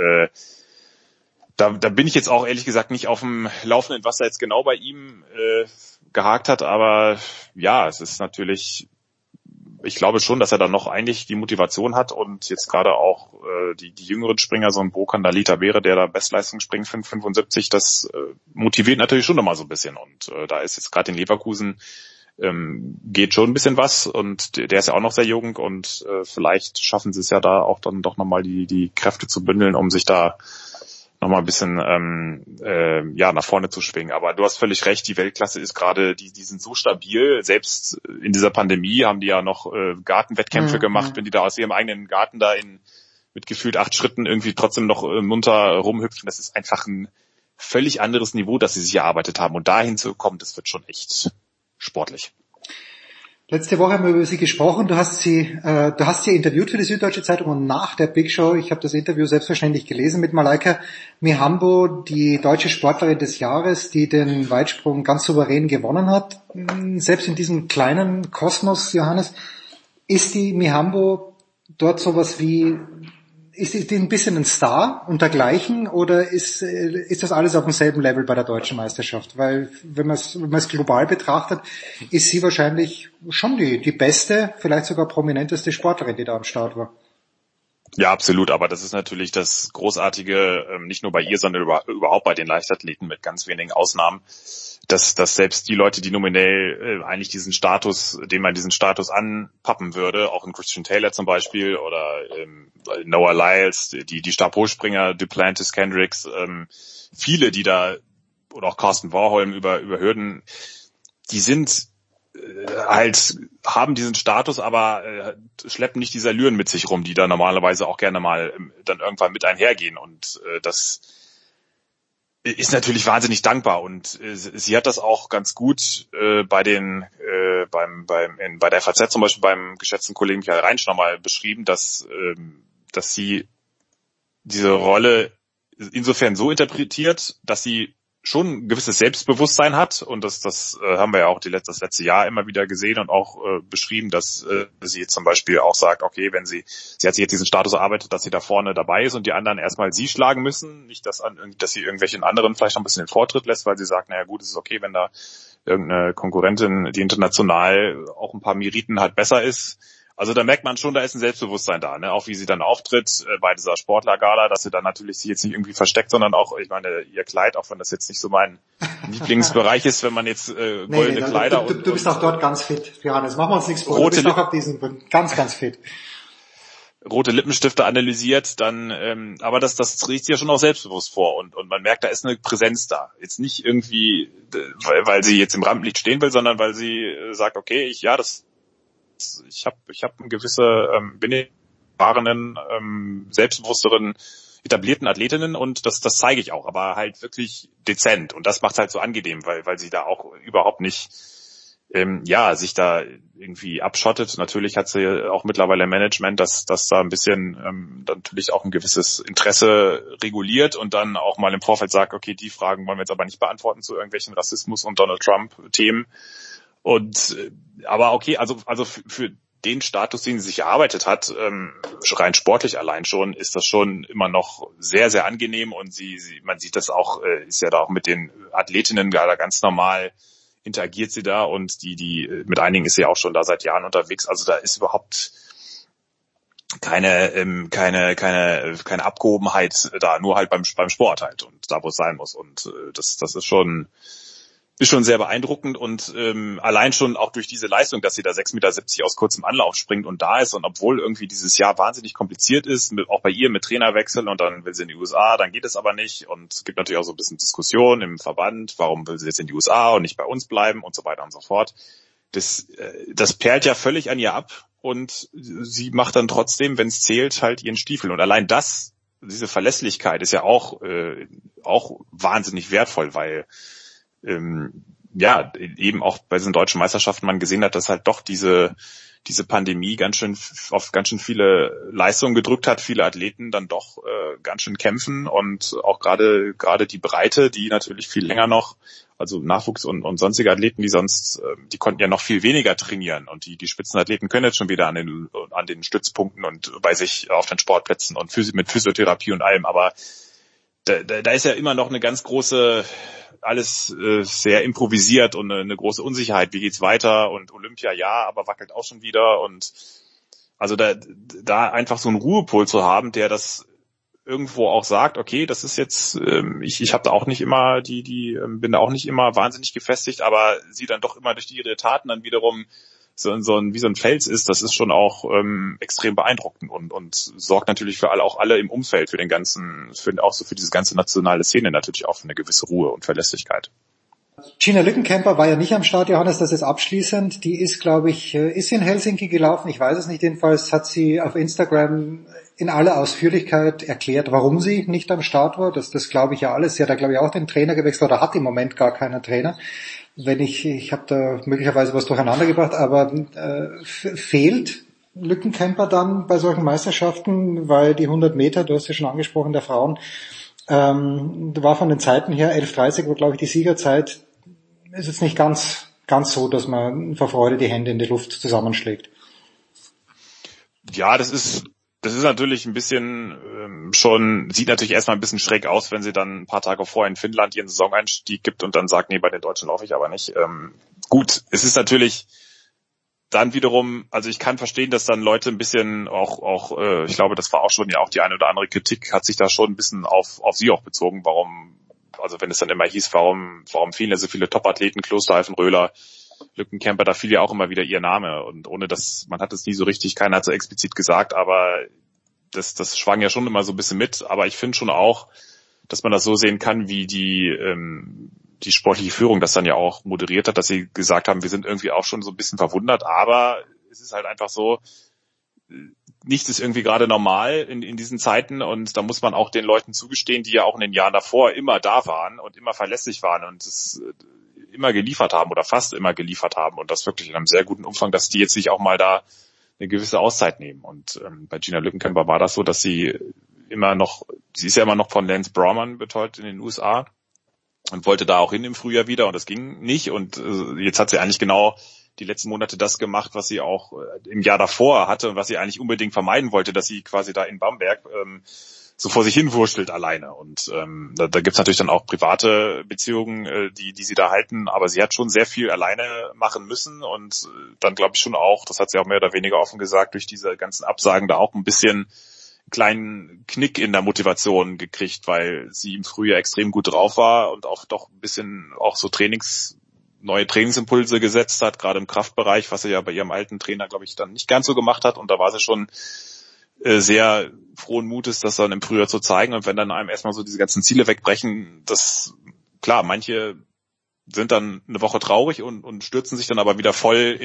da bin ich jetzt auch ehrlich gesagt nicht auf dem Laufenden, was da jetzt genau bei ihm gehakt hat. Aber ja, es ist natürlich, ich glaube schon, dass er dann noch eigentlich die Motivation hat und jetzt gerade auch die jüngeren Springer, so ein Bo Kandalita wäre, der da Bestleistung springt, 5,75, das motiviert natürlich schon nochmal so ein bisschen und da ist jetzt gerade in Leverkusen geht schon ein bisschen was und der ist ja auch noch sehr jung und vielleicht schaffen sie es ja da auch dann doch nochmal die Kräfte zu bündeln, um sich da nochmal ein bisschen nach vorne zu schwingen. Aber du hast völlig recht, die Weltklasse ist gerade, die sind so stabil, selbst in dieser Pandemie haben die ja noch Gartenwettkämpfe gemacht, wenn die da aus ihrem eigenen Garten da mit gefühlt 8 Schritten irgendwie trotzdem noch munter rumhüpfen. Das ist einfach ein völlig anderes Niveau, das sie sich erarbeitet haben. Und dahin zu kommen, das wird schon echt sportlich. Letzte Woche haben wir über sie gesprochen. Du hast sie interviewt für die Süddeutsche Zeitung und nach der Big Show, ich habe das Interview selbstverständlich gelesen mit Malaika Mihambo, die deutsche Sportlerin des Jahres, die den Weitsprung ganz souverän gewonnen hat. Selbst in diesem kleinen Kosmos, Johannes, ist die Mihambo dort sowas wie, ist die ein bisschen ein Star und dergleichen oder ist das alles auf demselben Level bei der deutschen Meisterschaft? Weil wenn man es global betrachtet, ist sie wahrscheinlich schon die beste, vielleicht sogar prominenteste Sportlerin, die da am Start war. Ja, absolut, aber das ist natürlich das Großartige, nicht nur bei ihr, sondern überhaupt bei den Leichtathleten mit ganz wenigen Ausnahmen, dass selbst die Leute, die nominell eigentlich den man diesen Status anpappen würde, auch ein Christian Taylor zum Beispiel oder Noah Lyles, die Stabhochspringer, Duplantis, Kendricks, viele, die da, oder auch Carsten Warholm über Hürden, die sind haben diesen Status, aber schleppen nicht diese Allüren mit sich rum, die da normalerweise auch gerne mal dann irgendwann mit einhergehen und das ist natürlich wahnsinnig dankbar und sie hat das auch ganz gut bei der FAZ zum Beispiel beim geschätzten Kollegen Michael Reinsch nochmal beschrieben, dass sie diese Rolle insofern so interpretiert, dass sie schon ein gewisses Selbstbewusstsein hat und das haben wir ja auch das letzte Jahr immer wieder gesehen und auch beschrieben, dass sie jetzt zum Beispiel auch sagt, okay, wenn sie hat sich jetzt diesen Status erarbeitet, dass sie da vorne dabei ist und die anderen erstmal sie schlagen müssen, nicht dass sie irgendwelchen anderen vielleicht noch ein bisschen den Vortritt lässt, weil sie sagt, naja gut, es ist okay, wenn da irgendeine Konkurrentin, die international auch ein paar Meriten hat, besser ist. Also da merkt man schon, da ist ein Selbstbewusstsein da, ne? Auch wie sie dann auftritt bei dieser Sportlergala, dass sie dann natürlich sich jetzt nicht irgendwie versteckt, sondern auch, ich meine, ihr Kleid, auch wenn das jetzt nicht so mein Lieblingsbereich ist, wenn man jetzt goldene Kleider du bist auch dort ganz fit, Johannes. Machen wir uns nichts vor. Du bist auch auf diesen ganz, ganz fit. Rote Lippenstifte analysiert, dann, aber das riecht sich ja schon auch selbstbewusst vor und man merkt, da ist eine Präsenz da. Jetzt nicht irgendwie, weil sie jetzt im Rampenlicht stehen will, sondern weil sie sagt, okay, ich habe eine gewisse, bin erfahrenen, selbstbewussteren, etablierten Athletinnen und das zeige ich auch, aber halt wirklich dezent und das macht halt so angenehm, weil sie da auch überhaupt nicht sich da irgendwie abschottet. Natürlich hat sie auch mittlerweile ein Management, das da ein bisschen natürlich auch ein gewisses Interesse reguliert und dann auch mal im Vorfeld sagt, okay, die Fragen wollen wir jetzt aber nicht beantworten zu irgendwelchen Rassismus- und Donald Trump-Themen. Und aber okay, also für den Status, den sie sich erarbeitet hat, rein sportlich allein schon, ist das schon immer noch sehr, sehr angenehm und man sieht das auch, ist ja da auch mit den Athletinnen gerade ganz normal, interagiert sie da und die mit einigen ist sie auch schon da seit Jahren unterwegs, also da ist überhaupt keine Abgehobenheit da, nur halt beim Sport halt und da, wo es sein muss und das ist schon ist schon sehr beeindruckend und allein schon auch durch diese Leistung, dass sie da 6,70 Meter aus kurzem Anlauf springt und da ist und obwohl irgendwie dieses Jahr wahnsinnig kompliziert ist, auch bei ihr mit Trainerwechsel und dann will sie in die USA, dann geht es aber nicht und es gibt natürlich auch so ein bisschen Diskussion im Verband, warum will sie jetzt in die USA und nicht bei uns bleiben und so weiter und so fort. Das perlt ja völlig an ihr ab und sie macht dann trotzdem, wenn es zählt, halt ihren Stiefel und allein diese Verlässlichkeit ist ja auch wahnsinnig wertvoll, weil eben auch bei diesen deutschen Meisterschaften man gesehen hat, dass halt doch diese Pandemie auf ganz schön viele Leistungen gedrückt hat, viele Athleten dann doch ganz schön kämpfen und auch gerade die Breite, die natürlich viel länger noch, also Nachwuchs und sonstige Athleten, die konnten ja noch viel weniger trainieren und die Spitzenathleten können jetzt schon wieder an den Stützpunkten und bei sich auf den Sportplätzen und mit Physiotherapie und allem, aber da ist ja immer noch eine ganz große, alles sehr improvisiert und eine große Unsicherheit. Wie geht's weiter? Und Olympia ja, aber wackelt auch schon wieder. Und also da einfach so einen Ruhepol zu haben, der das irgendwo auch sagt, okay, das ist jetzt, ich habe da auch nicht immer bin da auch nicht immer wahnsinnig gefestigt, aber sie dann doch immer durch ihre Taten dann wiederum wie so ein Fels ist, das ist schon auch extrem beeindruckend und sorgt natürlich für alle im Umfeld, für diese ganze nationale Szene natürlich auch für eine gewisse Ruhe und Verlässlichkeit. Gina Lückenkämper war ja nicht am Start, Johannes, das ist abschließend. Die ist, glaube ich, ist in Helsinki gelaufen, ich weiß es nicht, jedenfalls hat sie auf Instagram in aller Ausführlichkeit erklärt, warum sie nicht am Start war. Das glaube ich ja alles. Sie hat da, glaube ich, auch den Trainer gewechselt oder hat im Moment gar keinen Trainer. Ich habe da möglicherweise was durcheinander gebracht, aber fehlt Lückenkämper dann bei solchen Meisterschaften, weil die 100 Meter, du hast ja schon angesprochen, der Frauen, war von den Zeiten her 11:30 war, glaube ich, die Siegerzeit, ist jetzt nicht ganz so, dass man vor Freude die Hände in die Luft zusammenschlägt. Ja, das ist natürlich ein bisschen sieht natürlich erstmal ein bisschen schräg aus, wenn sie dann ein paar Tage vorher in Finnland ihren Saisoneinstieg gibt und dann sagt, nee, bei den Deutschen laufe ich aber nicht. Gut, es ist natürlich dann wiederum, also ich kann verstehen, dass dann Leute ein bisschen auch ich glaube, das war auch schon ja auch die eine oder andere Kritik, hat sich da schon ein bisschen auf sie auch bezogen, also wenn es dann immer hieß, warum fehlen da so viele Top-Athleten, Klosterhalfen, Röhler, Lückenkämper, da fiel ja auch immer wieder ihr Name und ohne dass, man hat es nie so richtig, keiner hat so explizit gesagt, aber das schwang ja schon immer so ein bisschen mit, aber ich finde schon auch, dass man das so sehen kann, wie die sportliche Führung das dann ja auch moderiert hat, dass sie gesagt haben, wir sind irgendwie auch schon so ein bisschen verwundert, aber es ist halt einfach so, nichts ist irgendwie gerade normal in diesen Zeiten und da muss man auch den Leuten zugestehen, die ja auch in den Jahren davor immer da waren und immer verlässlich waren und es immer geliefert haben oder fast immer geliefert haben und das wirklich in einem sehr guten Umfang, dass die jetzt sich auch mal da eine gewisse Auszeit nehmen. Und bei Gina Lückenkämper war das so, dass sie ist ja immer noch von Lance Brauman betreut in den USA und wollte da auch hin im Frühjahr wieder und das ging nicht und jetzt hat sie eigentlich genau die letzten Monate das gemacht, was sie auch im Jahr davor hatte und was sie eigentlich unbedingt vermeiden wollte, dass sie quasi da in Bamberg so vor sich hin wurschtelt alleine. Und da gibt's natürlich dann auch private Beziehungen, die sie da halten, aber sie hat schon sehr viel alleine machen müssen und dann glaube ich schon auch, das hat sie auch mehr oder weniger offen gesagt, durch diese ganzen Absagen da auch ein bisschen kleinen Knick in der Motivation gekriegt, weil sie im Frühjahr extrem gut drauf war und auch doch ein bisschen auch so neue Trainingsimpulse gesetzt hat, gerade im Kraftbereich, was sie ja bei ihrem alten Trainer, glaube ich, dann nicht ganz so gemacht hat und da war sie schon sehr frohen Mutes, das dann im Frühjahr zu zeigen und wenn dann einem erstmal so diese ganzen Ziele wegbrechen, klar, manche sind dann eine Woche traurig und stürzen sich dann aber wieder voll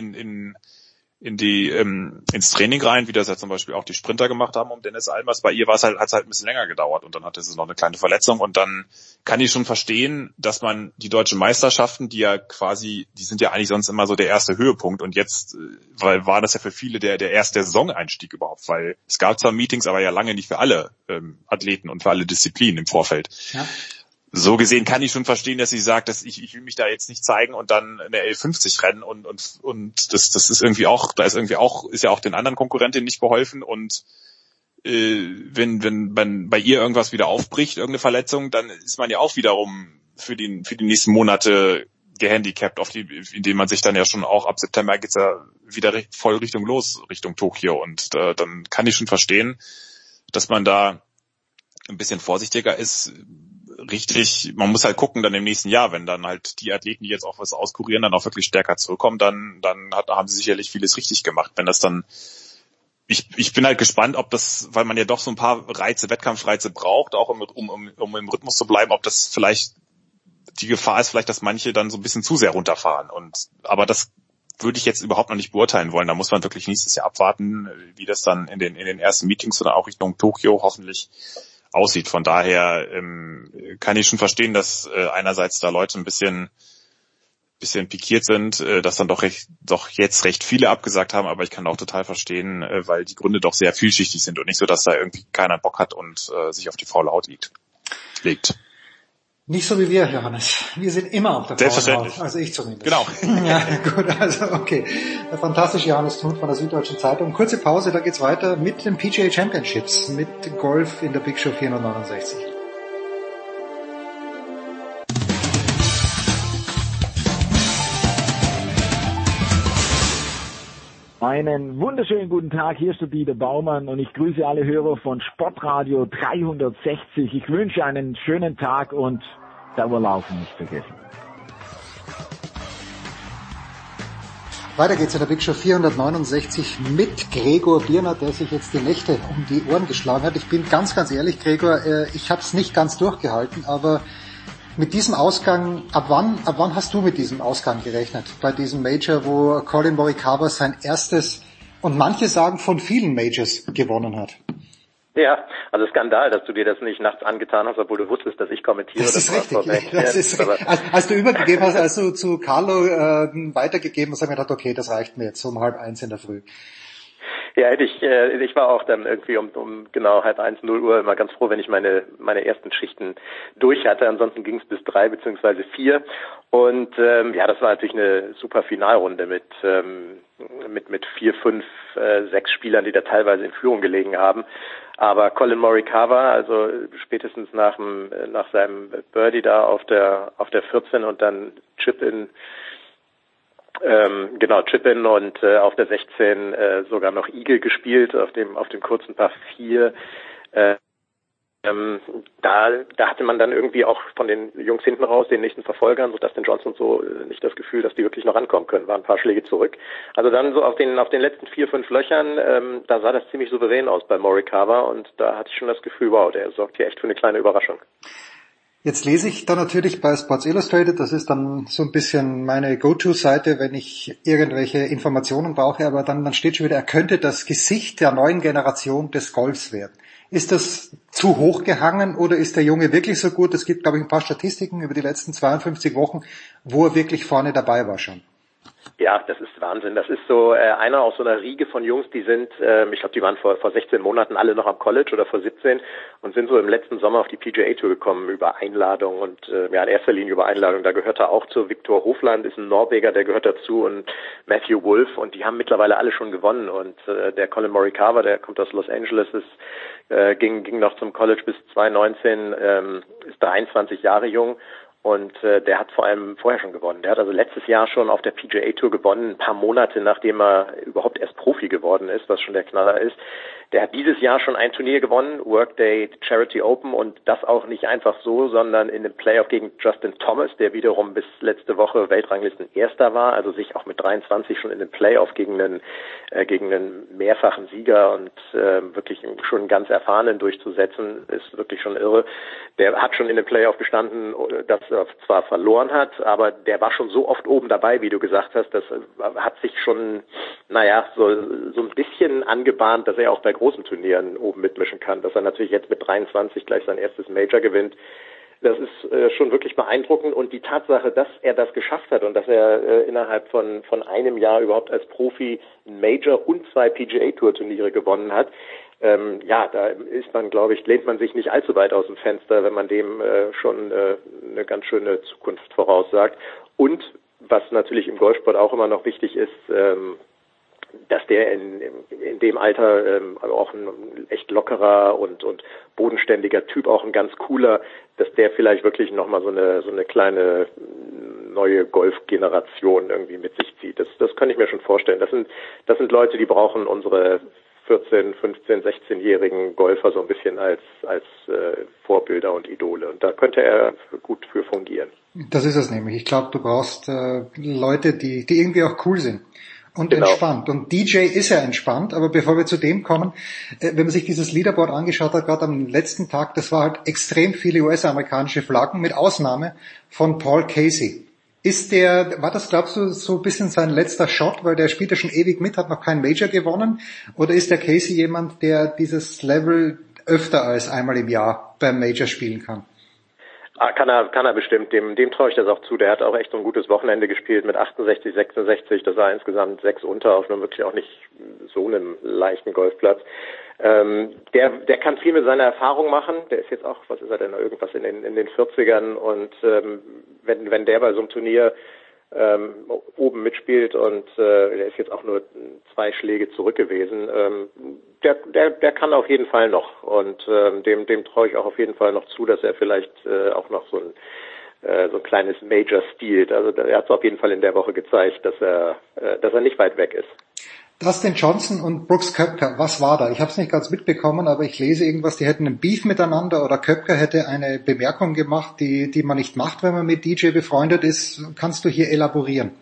ins Training rein, wie das ja zum Beispiel auch die Sprinter gemacht haben um Dennis Almers. Bei ihr hat's halt ein bisschen länger gedauert und dann hatte sie noch eine kleine Verletzung und dann kann ich schon verstehen, dass man die deutschen Meisterschaften, die sind ja eigentlich sonst immer so der erste Höhepunkt und jetzt war das ja für viele der erste Saisoneinstieg überhaupt, weil es gab zwar Meetings, aber ja lange nicht für alle Athleten und für alle Disziplinen im Vorfeld. Ja. So gesehen kann ich schon verstehen, dass sie sagt, dass ich will mich da jetzt nicht zeigen und dann eine L50 rennen und das ist irgendwie auch, ist ja auch den anderen Konkurrentinnen nicht geholfen und wenn bei ihr irgendwas wieder aufbricht, irgendeine Verletzung, dann ist man ja auch wiederum für die nächsten Monate gehandicapt, indem man sich dann ja schon auch ab September geht's ja wieder voll Richtung Tokio und dann kann ich schon verstehen, dass man da ein bisschen vorsichtiger ist. richtig, man muss halt gucken dann im nächsten Jahr, wenn dann halt die Athleten, die jetzt auch was auskurieren, dann auch wirklich stärker zurückkommen, dann haben sie sicherlich vieles richtig gemacht. Wenn das dann, ich bin halt gespannt, ob das, weil man ja doch so ein paar Wettkampfreize braucht, auch um im Rhythmus zu bleiben, ob das vielleicht, die Gefahr ist vielleicht, dass manche dann so ein bisschen zu sehr runterfahren aber das würde ich jetzt überhaupt noch nicht beurteilen wollen. Da muss man wirklich nächstes Jahr abwarten, wie das dann in den ersten Meetings oder auch Richtung Tokio hoffentlich aussieht. Von daher kann ich schon verstehen, dass einerseits da Leute ein bisschen pikiert sind, dass dann doch jetzt recht viele abgesagt haben, aber ich kann auch total verstehen, weil die Gründe doch sehr vielschichtig sind und nicht so, dass da irgendwie keiner Bock hat und sich auf die faule Haut legt. Nicht so wie wir, Johannes. Wir sind immer auf der Selbstverständlich. Frauenhaut. Also ich zumindest. Genau. Ja, gut, also okay. Der fantastische Johannes Knut von der Süddeutschen Zeitung. Kurze Pause, dann geht's weiter mit den PGA Championships, mit Golf in der Big Show 469. Einen wunderschönen guten Tag, hier ist der Dieter Baumann und ich grüße alle Hörer von Sportradio 360. Ich wünsche einen schönen Tag und Dauerlaufen nicht vergessen. Weiter geht's in der Big Show 469 mit Gregor Birner, der sich jetzt die Nächte um die Ohren geschlagen hat. Ich bin ganz ehrlich, Gregor, ich habe es nicht ganz durchgehalten, aber mit diesem Ausgang, ab wann hast du mit diesem Ausgang gerechnet? Bei diesem Major, wo Collin Morikawa sein erstes und manche sagen von vielen Majors gewonnen hat. Ja, also Skandal, dass du dir das nicht nachts angetan hast, obwohl du wusstest, dass ich kommentiere. Das ist richtig. Das ist als du übergegeben hast, als du zu Carlo weitergegeben hast, habe ich gedacht, okay, das reicht mir jetzt um 12:30 in der Früh. Ja, ich war auch dann irgendwie um genau 12:30, 0 Uhr immer ganz froh, wenn ich meine ersten Schichten durch hatte. Ansonsten ging es bis 3 bzw. 4. Und ja, das war natürlich eine super Finalrunde mit 4, 5, 6 Spielern, die da teilweise in Führung gelegen haben. Aber Collin Morikawa, also spätestens nach seinem Birdie da auf der 14 und dann Chip-In und auf der 16 sogar noch Eagle gespielt, auf dem kurzen Par 4. Da hatte man dann irgendwie auch von den Jungs hinten raus, den nächsten Verfolgern, so Dustin Johnson und so, nicht das Gefühl, dass die wirklich noch rankommen können, waren ein paar Schläge zurück. Also dann so auf den letzten 4, 5 Löchern, da sah das ziemlich souverän aus bei Morikawa und da hatte ich schon das Gefühl, wow, der sorgt hier echt für eine kleine Überraschung. Jetzt lese ich da natürlich bei Sports Illustrated, das ist dann so ein bisschen meine Go-To-Seite, wenn ich irgendwelche Informationen brauche, aber dann steht schon wieder, er könnte das Gesicht der neuen Generation des Golfs werden. Ist das zu hoch gehangen oder ist der Junge wirklich so gut? Es gibt, glaube ich, ein paar Statistiken über die letzten 52 Wochen, wo er wirklich vorne dabei war schon. Ja, das ist Wahnsinn. Das ist so einer aus so einer Riege von Jungs, die sind, ich glaube, die waren vor 16 Monaten alle noch am College oder vor 17 und sind so im letzten Sommer auf die PGA Tour gekommen über Einladung und ja, in erster Linie über Einladung. Da gehört er auch zu. Viktor Hofland ist ein Norweger, der gehört dazu und Matthew Wolf und die haben mittlerweile alle schon gewonnen und der Collin Morikawa, der kommt aus Los Angeles, ging noch zum College bis 2019, ist 23 Jahre jung. Und der hat vor allem vorher schon gewonnen. Der hat also letztes Jahr schon auf der PGA Tour gewonnen, ein paar Monate nachdem er überhaupt erst Profi geworden ist, was schon der Knaller ist. Der hat dieses Jahr schon ein Turnier gewonnen, Workday Charity Open, und das auch nicht einfach so, sondern in dem Playoff gegen Justin Thomas, der wiederum bis letzte Woche Weltranglisten-Erster war, also sich auch mit 23 schon in dem Playoff gegen einen mehrfachen Sieger und wirklich schon einen ganz erfahrenen durchzusetzen, ist wirklich schon irre. Der hat schon in dem Playoff gestanden, das er zwar verloren hat, aber der war schon so oft oben dabei, wie du gesagt hast, das hat sich schon, so ein bisschen angebahnt, dass er auch bei großen Turnieren oben mitmischen kann, dass er natürlich jetzt mit 23 gleich sein erstes Major gewinnt. Das ist schon wirklich beeindruckend und die Tatsache, dass er das geschafft hat und dass er innerhalb von einem Jahr überhaupt als Profi ein Major und 2 PGA Tour Turniere gewonnen hat, da ist man, glaube ich, lehnt man sich nicht allzu weit aus dem Fenster, wenn man dem schon eine ganz schöne Zukunft voraussagt. Und was natürlich im Golfsport auch immer noch wichtig ist, dass der in dem Alter auch ein echt lockerer und bodenständiger Typ, auch ein ganz cooler, dass der vielleicht wirklich nochmal so eine kleine neue Golfgeneration irgendwie mit sich zieht. Das kann ich mir schon vorstellen. Das sind Leute, die brauchen unsere 14, 15, 16-jährigen Golfer so ein bisschen als Vorbilder und Idole. Und da könnte er gut für fungieren. Das ist es nämlich. Ich glaube, du brauchst Leute, die irgendwie auch cool sind. Und entspannt. Und DJ ist ja entspannt, aber bevor wir zu dem kommen, wenn man sich dieses Leaderboard angeschaut hat, gerade am letzten Tag, das war halt extrem viele US-amerikanische Flaggen, mit Ausnahme von Paul Casey. War das, glaubst du, so ein bisschen sein letzter Shot, weil der spielt ja schon ewig mit, hat noch kein Major gewonnen? Oder ist der Casey jemand, der dieses Level öfter als einmal im Jahr beim Major spielen kann? Kann er bestimmt. Dem traue ich das auch zu. Der hat auch echt so ein gutes Wochenende gespielt mit 68, 66. Das war insgesamt 6 unter auf einem wirklich auch nicht so einem leichten Golfplatz. Der kann viel mit seiner Erfahrung machen. Der ist jetzt auch, was ist er denn, irgendwas in den 40ern. Und wenn der bei so einem Turnier oben mitspielt und der ist jetzt auch nur 2 Schläge zurück gewesen, der kann auf jeden Fall noch, und dem traue ich auch auf jeden Fall noch zu, dass er vielleicht auch noch so ein kleines Major stiehlt. Also er hat es auf jeden Fall in der Woche gezeigt, dass er nicht weit weg ist. Dustin Johnson und Brooks Koepka, was war da? Ich habe es nicht ganz mitbekommen, aber ich lese irgendwas, die hätten einen Beef miteinander, oder Koepka hätte eine Bemerkung gemacht, die man nicht macht, wenn man mit DJ befreundet ist. Kannst du hier elaborieren?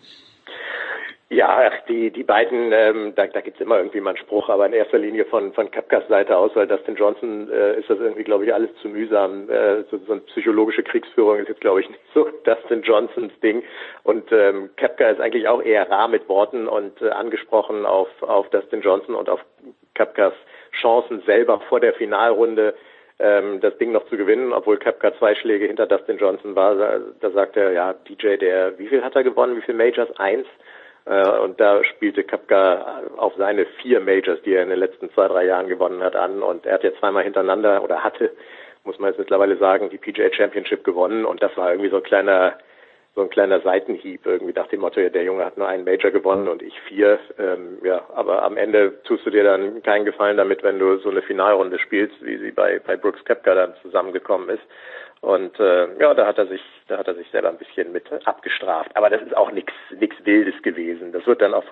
Ja, die beiden, da gibt's immer irgendwie mal einen Spruch, aber in erster Linie von Koepkas Seite aus, weil Dustin Johnson ist das irgendwie, glaube ich, alles zu mühsam. So eine psychologische Kriegsführung ist jetzt, glaube ich, nicht so Dustin Johnsons Ding. Und Koepka ist eigentlich auch eher rar mit Worten und angesprochen auf Dustin Johnson und auf Koepkas Chancen selber vor der Finalrunde das Ding noch zu gewinnen, obwohl Koepka 2 Schläge hinter Dustin Johnson war. Da sagt er, ja, DJ, wie viel hat er gewonnen? Wie viele Majors? 1. Und da spielte Koepka auf seine 4 Majors, die er in den letzten 2-3 Jahren gewonnen hat, an. Und er hat jetzt zweimal hintereinander, oder hatte, muss man jetzt mittlerweile sagen, die PGA Championship gewonnen. Und das war irgendwie so ein kleiner Seitenhieb, irgendwie nach dem Motto, der Junge hat nur einen Major gewonnen und ich 4. Aber am Ende tust du dir dann keinen Gefallen damit, wenn du so eine Finalrunde spielst, wie sie bei Brooks Koepka dann zusammengekommen ist. Und da hat er sich selber ein bisschen mit abgestraft. Aber das ist auch nichts Wildes gewesen. Das wird dann von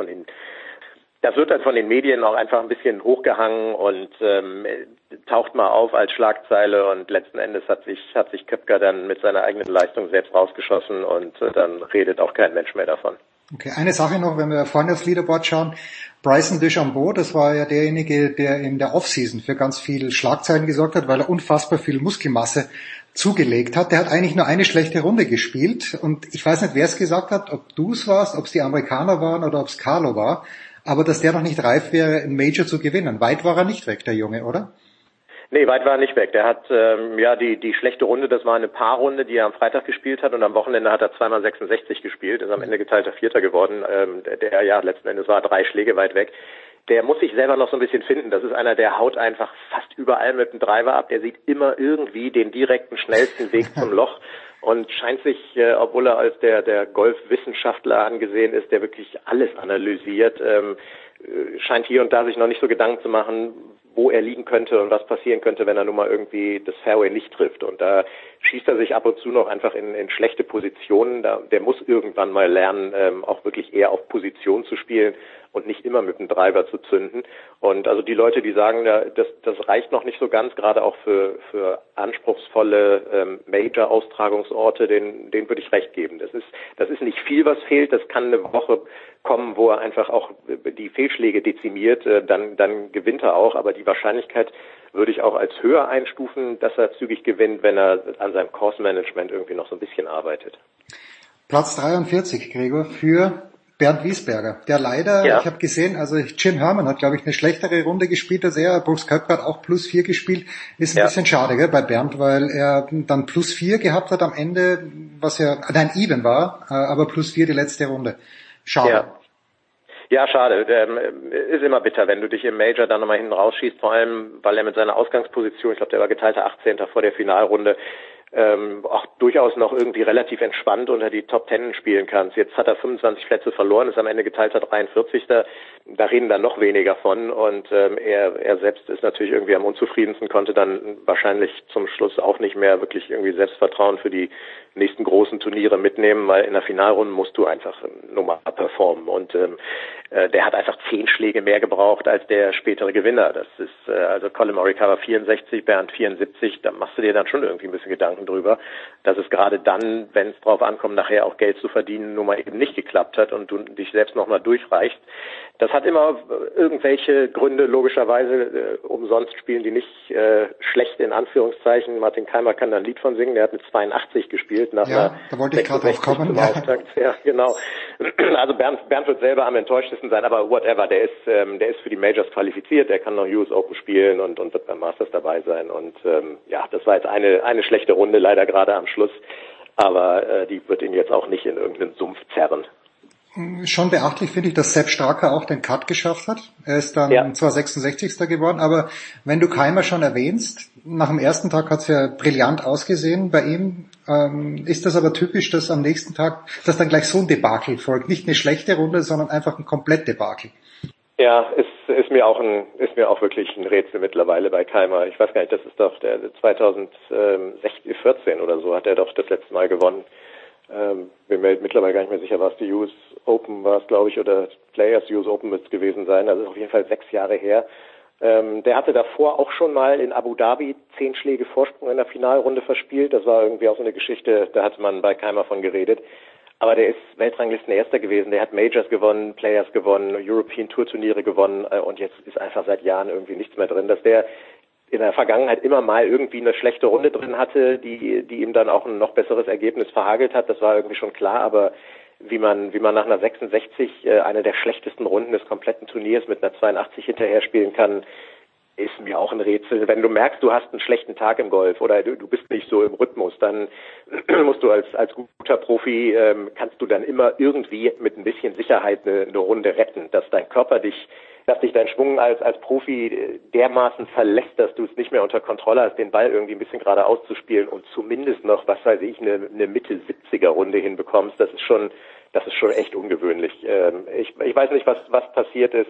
den Medien auch einfach ein bisschen hochgehangen und taucht mal auf als Schlagzeile, und letzten Endes hat sich Koepka dann mit seiner eigenen Leistung selbst rausgeschossen, und dann redet auch kein Mensch mehr davon. Okay, eine Sache noch, wenn wir vorne aufs Leaderboard schauen. Bryson DeChambeau, das war ja derjenige, der in der Offseason für ganz viel Schlagzeilen gesorgt hat, weil er unfassbar viel Muskelmasse zugelegt hat. Der hat eigentlich nur eine schlechte Runde gespielt, und ich weiß nicht, wer es gesagt hat, ob du es warst, ob es die Amerikaner waren oder ob es Carlo war, aber dass der noch nicht reif wäre, ein Major zu gewinnen. Weit war er nicht weg, der Junge, oder? Nee, weit war er nicht weg. Der hat die schlechte Runde, das war eine Paarrunde, die er am Freitag gespielt hat, und am Wochenende hat er 2x66 gespielt, ist am Ende geteilter Vierter geworden. Letzten Endes war 3 Schläge weit weg. Der muss sich selber noch so ein bisschen finden. Das ist einer, der haut einfach fast überall mit dem Driver ab. Der sieht immer irgendwie den direkten, schnellsten Weg zum Loch und scheint sich, obwohl er als der Golfwissenschaftler angesehen ist, der wirklich alles analysiert, scheint hier und da sich noch nicht so Gedanken zu machen, wo er liegen könnte und was passieren könnte, wenn er nun mal irgendwie das Fairway nicht trifft. Und da schießt er sich ab und zu noch einfach in schlechte Positionen. Der muss irgendwann mal lernen, auch wirklich eher auf Position zu spielen und nicht immer mit dem Driver zu zünden. Und also die Leute, die sagen, das reicht noch nicht so ganz, gerade auch für anspruchsvolle Major-Austragungsorte, denen würde ich recht geben. Das ist nicht viel, was fehlt. Das kann eine Woche kommen, wo er einfach auch die Fehlschläge dezimiert, dann gewinnt er auch. Aber die Wahrscheinlichkeit würde ich auch als höher einstufen, dass er zügig gewinnt, wenn er an seinem Course-Management irgendwie noch so ein bisschen arbeitet. Platz 43, Gregor, für Bernd Wiesberger, der leider, Ich habe gesehen, also Jim Herman hat, glaube ich, eine schlechtere Runde gespielt als er. Brooks Koepka hat auch +4 gespielt. Ist ein bisschen schade, gell, bei Bernd, weil er dann +4 gehabt hat am Ende, was ja even war, aber +4 die letzte Runde. Schade. Ja, schade. Ist immer bitter, wenn du dich im Major dann nochmal hinten rausschießt, vor allem, weil er mit seiner Ausgangsposition, ich glaube, der war geteilter 18. vor der Finalrunde, auch durchaus noch irgendwie relativ entspannt unter die Top 10 spielen kannst. Jetzt hat er 25 Plätze verloren, ist am Ende geteilter 43. Da reden dann noch weniger von, und er selbst ist natürlich irgendwie am unzufriedensten, konnte dann wahrscheinlich zum Schluss auch nicht mehr wirklich irgendwie Selbstvertrauen für die nächsten großen Turniere mitnehmen, weil in der Finalrunde musst du einfach normal performen. Und der hat einfach 10 Schläge mehr gebraucht als der spätere Gewinner. Das ist also Colin Morikawa 64, Bernd 74. Da machst du dir dann schon irgendwie ein bisschen Gedanken drüber, dass es gerade dann, wenn es drauf ankommt, nachher auch Geld zu verdienen, nun mal eben nicht geklappt hat und du dich selbst nochmal durchreichst. Das hat immer irgendwelche Gründe, logischerweise. Umsonst spielen die nicht schlecht in Anführungszeichen. Martin Keimer kann da ein Lied von singen. Der hat mit 82 gespielt nach da wollte ich gerade drauf kommen. Ja. Ja, genau. Also Bernd wird selber am enttäuschtesten sein, aber whatever. Der ist für die Majors qualifiziert. Der kann noch US Open spielen und wird beim Masters dabei sein. Und das war jetzt eine schlechte Runde leider gerade am Schluss. Aber die wird ihn jetzt auch nicht in irgendeinen Sumpf zerren. Schon beachtlich finde ich, dass Sepp Straka auch den Cut geschafft hat. Er ist dann zwar 66. geworden, aber wenn du Keimer schon erwähnst, nach dem ersten Tag hat es ja brillant ausgesehen bei ihm. Ist das aber typisch, dass am nächsten Tag, dass dann gleich so ein Debakel folgt? Nicht eine schlechte Runde, sondern einfach ein komplett Debakel. Ja, ist mir auch wirklich ein Rätsel mittlerweile bei Keimer. Ich weiß gar nicht, das ist doch der 2014 oder so hat er doch das letzte Mal gewonnen. Bin mir mittlerweile gar nicht mehr sicher, war es die US Open, war es glaube ich, oder Players US Open wird es gewesen sein, also auf jeden Fall 6 Jahre her. Der hatte davor auch schon mal in Abu Dhabi 10 Schläge Vorsprung in der Finalrunde verspielt, das war irgendwie auch so eine Geschichte, da hatte man bei Keimer von geredet. Aber der ist Weltranglistenerster gewesen, der hat Majors gewonnen, Players gewonnen, European Tour Turniere gewonnen und jetzt ist einfach seit Jahren irgendwie nichts mehr drin, dass der in der Vergangenheit immer mal irgendwie eine schlechte Runde drin hatte, die ihm dann auch ein noch besseres Ergebnis verhagelt hat, das war irgendwie schon klar, aber wie man nach einer 66 eine der schlechtesten Runden des kompletten Turniers mit einer 82 hinterher spielen kann, ist mir auch ein Rätsel. Wenn du merkst, du hast einen schlechten Tag im Golf oder du bist nicht so im Rhythmus, dann musst du als guter Profi, kannst du dann immer irgendwie mit ein bisschen Sicherheit eine Runde retten, dass dein Körper dich dein Schwung als Profi dermaßen verlässt, dass du es nicht mehr unter Kontrolle hast, den Ball irgendwie ein bisschen gerade auszuspielen und zumindest noch, was weiß ich, eine Mitte 70er Runde hinbekommst. Das ist schon echt ungewöhnlich. Ich weiß nicht, was passiert ist.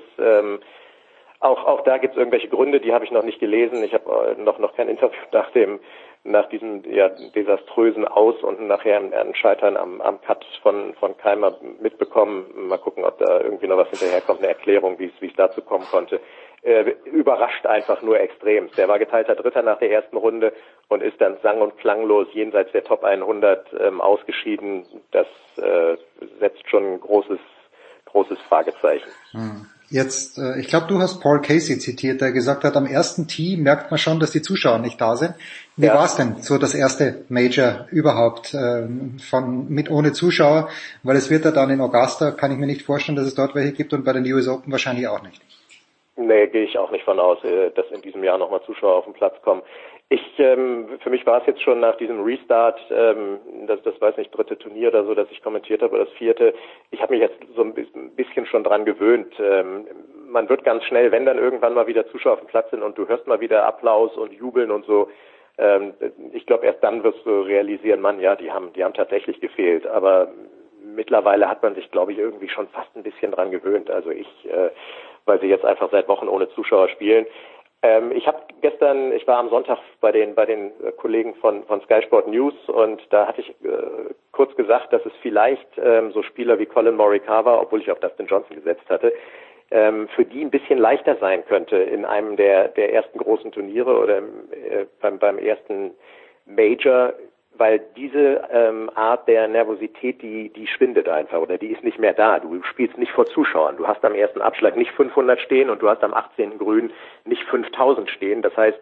Auch da gibt es irgendwelche Gründe, die habe ich noch nicht gelesen. Ich habe noch kein Interview nach diesem desaströsen Aus und nachher ein Scheitern am Cut von Keimer mitbekommen. Mal gucken, ob da irgendwie noch was hinterherkommt, eine Erklärung, wie es dazu kommen konnte. Überrascht einfach nur extrem. Der war geteilter Dritter nach der ersten Runde und ist dann sang- und klanglos jenseits der Top 100 ausgeschieden. Das setzt schon ein großes Fragezeichen. Jetzt, ich glaube, du hast Paul Casey zitiert, der gesagt hat, am ersten Tee merkt man schon, dass die Zuschauer nicht da sind. Wie war es denn so das erste Major überhaupt ohne Zuschauer? Weil es wird ja dann in Augusta, kann ich mir nicht vorstellen, dass es dort welche gibt und bei den US Open wahrscheinlich auch nicht. Nee, gehe ich auch nicht von aus, dass in diesem Jahr nochmal Zuschauer auf den Platz kommen. Für mich war es jetzt schon nach diesem Restart, das weiß nicht, 3. Turnier oder so, das ich kommentiert habe, oder das 4. Ich habe mich jetzt so ein bisschen schon dran gewöhnt. Man wird ganz schnell, wenn dann irgendwann mal wieder Zuschauer auf dem Platz sind und du hörst mal wieder Applaus und Jubeln und so, ich glaube, erst dann wirst du realisieren, die haben tatsächlich gefehlt. Aber mittlerweile hat man sich, glaube ich, irgendwie schon fast ein bisschen dran gewöhnt. Also weil sie jetzt einfach seit Wochen ohne Zuschauer spielen. Ich war am Sonntag bei den Kollegen von Sky Sport News und da hatte ich kurz gesagt, dass es vielleicht so Spieler wie Colin Morikawa, obwohl ich auf Dustin Johnson gesetzt hatte, für die ein bisschen leichter sein könnte in einem der ersten großen Turniere oder beim ersten Major, weil diese Art der Nervosität, die schwindet einfach oder die ist nicht mehr da. Du spielst nicht vor Zuschauern. Du hast am ersten Abschlag nicht 500 stehen und du hast am 18. Grün nicht 5000 stehen. Das heißt,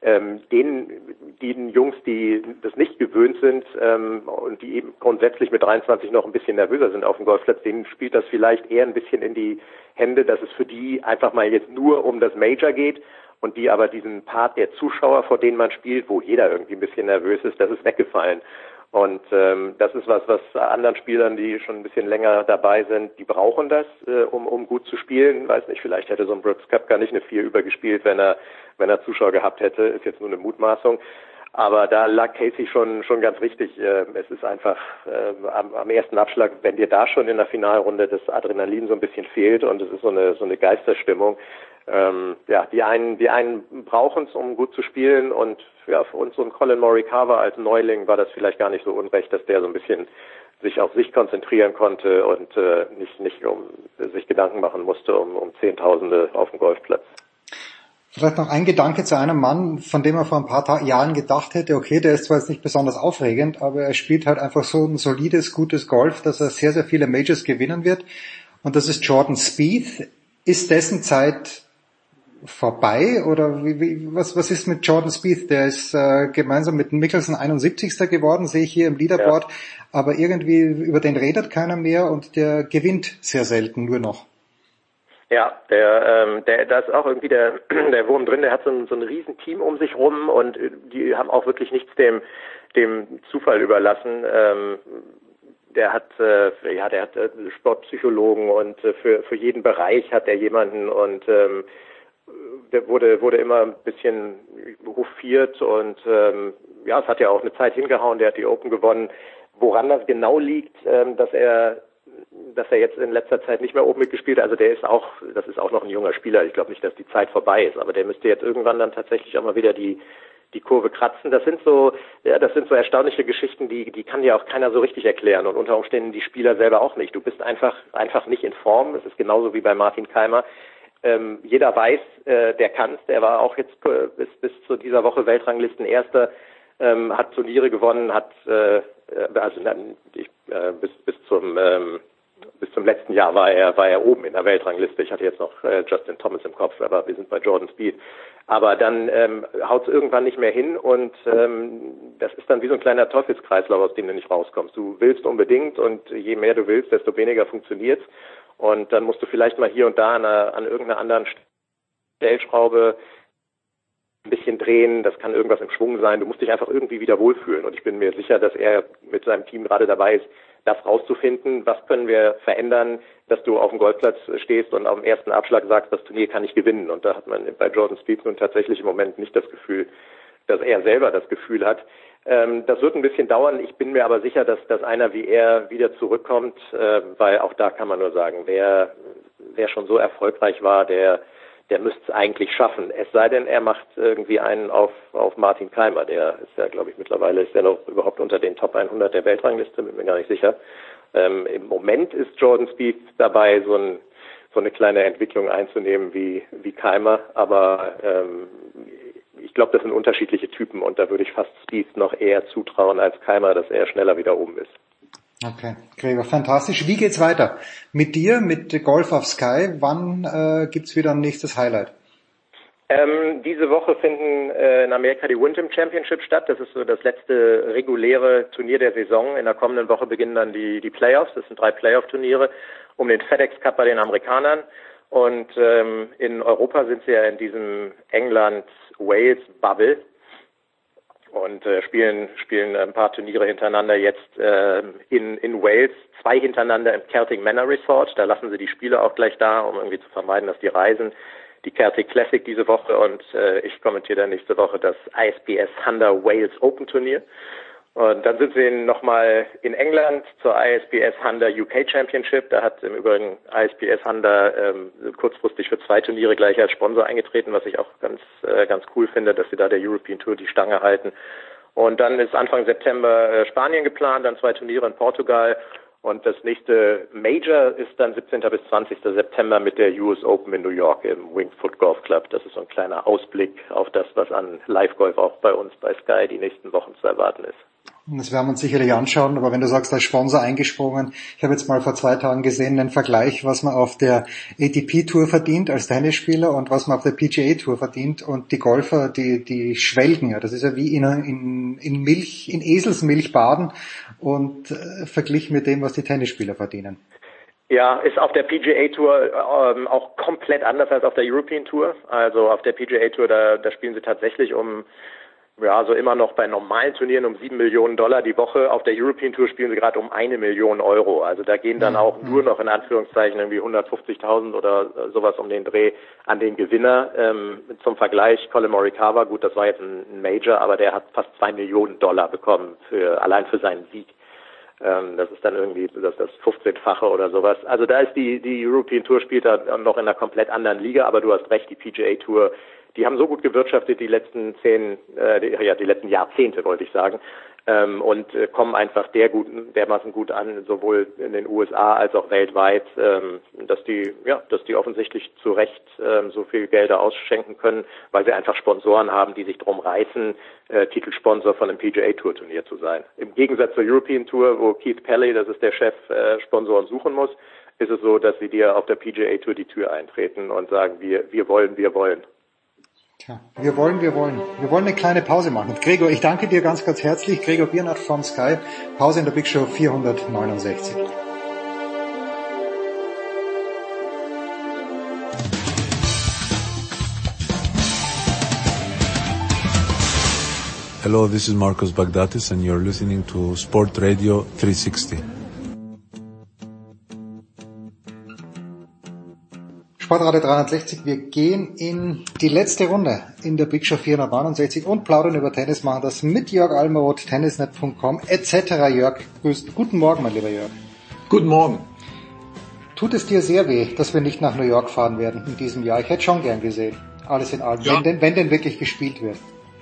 den Jungs, die das nicht gewöhnt sind und die eben grundsätzlich mit 23 noch ein bisschen nervöser sind auf dem Golfplatz, denen spielt das vielleicht eher ein bisschen in die Hände, dass es für die einfach mal jetzt nur um das Major geht. Und die aber diesen Part der Zuschauer, vor denen man spielt, wo jeder irgendwie ein bisschen nervös ist, das ist weggefallen. Und das ist was anderen Spielern, die schon ein bisschen länger dabei sind, die brauchen das, um gut zu spielen. Weiß nicht, vielleicht hätte so ein Brooks Koepka nicht eine 4 übergespielt, wenn er Zuschauer gehabt hätte. Ist jetzt nur eine Mutmaßung. Aber da lag Casey schon ganz richtig. Es ist einfach am ersten Abschlag, wenn dir da schon in der Finalrunde das Adrenalin so ein bisschen fehlt und es ist so eine Geisterstimmung. Die einen brauchen es, um gut zu spielen, und ja, für uns so ein Colin Morikawa als Neuling war das vielleicht gar nicht so unrecht, dass der so ein bisschen sich auf sich konzentrieren konnte und nicht um sich Gedanken machen musste um Zehntausende auf dem Golfplatz. Vielleicht noch ein Gedanke zu einem Mann, von dem er vor ein paar Jahren gedacht hätte, okay, der ist zwar jetzt nicht besonders aufregend, aber er spielt halt einfach so ein solides, gutes Golf, dass er sehr, sehr viele Majors gewinnen wird. Und das ist Jordan Spieth. Ist dessen Zeit vorbei oder was ist mit Jordan Spieth? Der ist gemeinsam mit Mickelson 71. geworden, sehe ich hier im Leaderboard, aber irgendwie über den redet keiner mehr und der gewinnt sehr selten, nur noch. Ja, da ist auch irgendwie der Wurm drin, der hat so ein riesen Team um sich rum und die haben auch wirklich nichts dem Zufall überlassen. Der hat Sportpsychologen und für jeden Bereich hat er jemanden und der wurde immer ein bisschen hofiert und es hat ja auch eine Zeit hingehauen, der hat die Open gewonnen. Woran das genau liegt, dass er jetzt in letzter Zeit nicht mehr oben mitgespielt hat, also das ist auch noch ein junger Spieler, ich glaube nicht, dass die Zeit vorbei ist, aber der müsste jetzt irgendwann dann tatsächlich auch mal wieder die Kurve kratzen. Das sind so erstaunliche Geschichten, die kann ja auch keiner so richtig erklären und unter Umständen die Spieler selber auch nicht. Du bist einfach nicht in Form, es ist genauso wie bei Martin Keimer. Jeder weiß, der kann's, der war auch jetzt bis zu dieser Woche Weltranglistenerster, hat Turniere gewonnen, bis zum letzten Jahr war er oben in der Weltrangliste. Ich hatte jetzt noch Justin Thomas im Kopf, aber wir sind bei Jordan Spieth. Aber dann haut es irgendwann nicht mehr hin und das ist dann wie so ein kleiner Teufelskreislauf, aus dem du nicht rauskommst. Du willst unbedingt und je mehr du willst, desto weniger funktioniert's. Und dann musst du vielleicht mal hier und da an irgendeiner anderen Stellschraube ein bisschen drehen, das kann irgendwas im Schwung sein, du musst dich einfach irgendwie wieder wohlfühlen und ich bin mir sicher, dass er mit seinem Team gerade dabei ist, das rauszufinden, was können wir verändern, dass du auf dem Golfplatz stehst und auf dem ersten Abschlag sagst, das Turnier kann ich gewinnen und da hat man bei Jordan Spieth nun tatsächlich im Moment nicht das Gefühl, dass er selber das Gefühl hat. Das wird ein bisschen dauern, ich bin mir aber sicher, dass einer wie er wieder zurückkommt, weil auch da kann man nur sagen, wer schon so erfolgreich war, der müsste es eigentlich schaffen. Es sei denn, er macht irgendwie einen auf Martin Keimer. Der ist ja, glaube ich, mittlerweile ist er noch überhaupt unter den Top 100 der Weltrangliste, bin mir gar nicht sicher. Im Moment ist Jordan Spieth dabei, so eine kleine Entwicklung einzunehmen wie Keimer. Aber ich glaube, das sind unterschiedliche Typen und da würde ich fast Spieth noch eher zutrauen als Keimer, dass er schneller wieder oben ist. Okay, Gregor, fantastisch. Wie geht's weiter? Mit dir, mit Golf auf Sky, wann gibt's wieder ein nächstes Highlight? Diese Woche finden in Amerika die Wyndham Championship statt. Das ist so das letzte reguläre Turnier der Saison. In der kommenden Woche beginnen dann die Playoffs. Das sind 3 Playoff-Turniere um den FedEx Cup bei den Amerikanern. Und in Europa sind sie ja in diesem England-Wales-Bubble. Und spielen ein paar Turniere hintereinander jetzt in Wales, 2 hintereinander im Celtic Manor Resort. Da lassen sie die Spiele auch gleich da, um irgendwie zu vermeiden, dass die reisen. Die Celtic Classic diese Woche und ich kommentiere dann nächste Woche das ISPS Honda Wales Open Turnier. Und dann sind sie nochmal in England zur ISPS Honda UK Championship. Da hat im Übrigen ISPS Honda kurzfristig für 2 Turniere gleich als Sponsor eingetreten, was ich auch ganz cool finde, dass sie da der European Tour die Stange halten. Und dann ist Anfang September Spanien geplant, dann 2 Turniere in Portugal. Und das nächste Major ist dann 17. bis 20. September mit der US Open in New York im Winged Foot Golf Club. Das ist so ein kleiner Ausblick auf das, was an Live-Golf auch bei uns bei Sky die nächsten Wochen zu erwarten ist. Das werden wir uns sicherlich anschauen, aber wenn du sagst, als Sponsor eingesprungen, ich habe jetzt mal vor 2 Tagen gesehen, einen Vergleich, was man auf der ATP-Tour verdient als Tennisspieler und was man auf der PGA-Tour verdient und die Golfer, die schwelgen, ja, das ist ja wie in Eselsmilch baden und verglichen mit dem, was die Tennisspieler verdienen. Ja, ist auf der PGA Tour auch komplett anders als auf der European Tour. Also auf der PGA Tour, da spielen sie tatsächlich um Ja, also immer noch bei normalen Turnieren um $7 Millionen die Woche. Auf der European Tour spielen sie gerade um 1 Million Euro. Also da gehen dann auch nur noch in Anführungszeichen irgendwie 150.000 oder sowas um den Dreh an den Gewinner. Zum Vergleich, Colin Morikawa, gut, das war jetzt ein Major, aber der hat fast $2 Millionen bekommen allein für seinen Sieg. Das ist dann irgendwie das 15-fache oder sowas. Also da ist die European Tour spielt da noch in einer komplett anderen Liga, aber du hast recht, die PGA Tour, die haben so gut gewirtschaftet die letzten Jahrzehnte, wollte ich sagen, und kommen einfach dermaßen gut an, sowohl in den USA als auch weltweit, dass die offensichtlich zu Recht so viel Gelder ausschenken können, weil sie einfach Sponsoren haben, die sich drum reißen, Titelsponsor von einem PGA Tour Turnier zu sein. Im Gegensatz zur European Tour, wo Keith Pelley, das ist der Chef, Sponsoren suchen muss, ist es so, dass sie dir auf der PGA Tour die Tür eintreten und sagen, wir wollen. Tja, wir wollen. Wir wollen eine kleine Pause machen. Und Gregor, ich danke dir ganz, ganz herzlich. Gregor Biernat von Sky. Pause in der Big Show 469. Hello, this is Marcos Bagdatis and you're listening to Sport Radio 360. Sportradio 360, wir gehen in die letzte Runde in der Big Show 469 und plaudern über Tennis, machen das mit Jörg Almeroth, tennisnet.com etc. Jörg, guten Morgen, mein lieber Jörg. Guten Morgen. Tut es dir sehr weh, dass wir nicht nach New York fahren werden in diesem Jahr? Ich hätte schon gern gesehen, alles in allem, ja. wenn denn wirklich gespielt wird.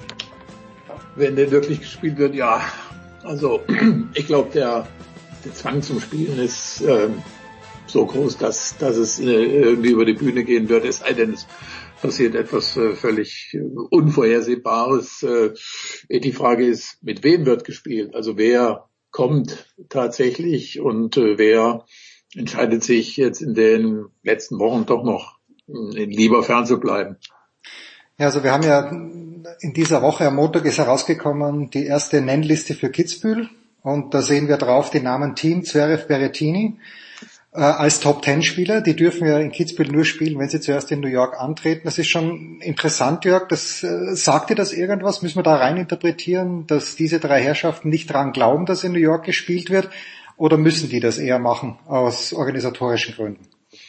Wenn denn wirklich gespielt wird, ja. Also ich glaube, der Zwang zum Spielen ist so groß, dass es irgendwie über die Bühne gehen wird, es sei denn, es passiert etwas völlig Unvorhersehbares. Die Frage ist, mit wem wird gespielt? Also wer kommt tatsächlich und wer entscheidet sich jetzt in den letzten Wochen doch noch lieber fernzubleiben? Ja, also wir haben ja in dieser Woche, am Montag ist herausgekommen, die erste Nennliste für Kitzbühel und da sehen wir drauf den Namen Team Zverev Berrettini als Top-10-Spieler. Die dürfen ja in Kitzbühel nur spielen, wenn sie zuerst in New York antreten. Das ist schon interessant, Jörg. Sagt dir das irgendwas? Müssen wir da rein interpretieren, dass diese drei Herrschaften nicht dran glauben, dass in New York gespielt wird? Oder müssen die das eher machen aus organisatorischen Gründen?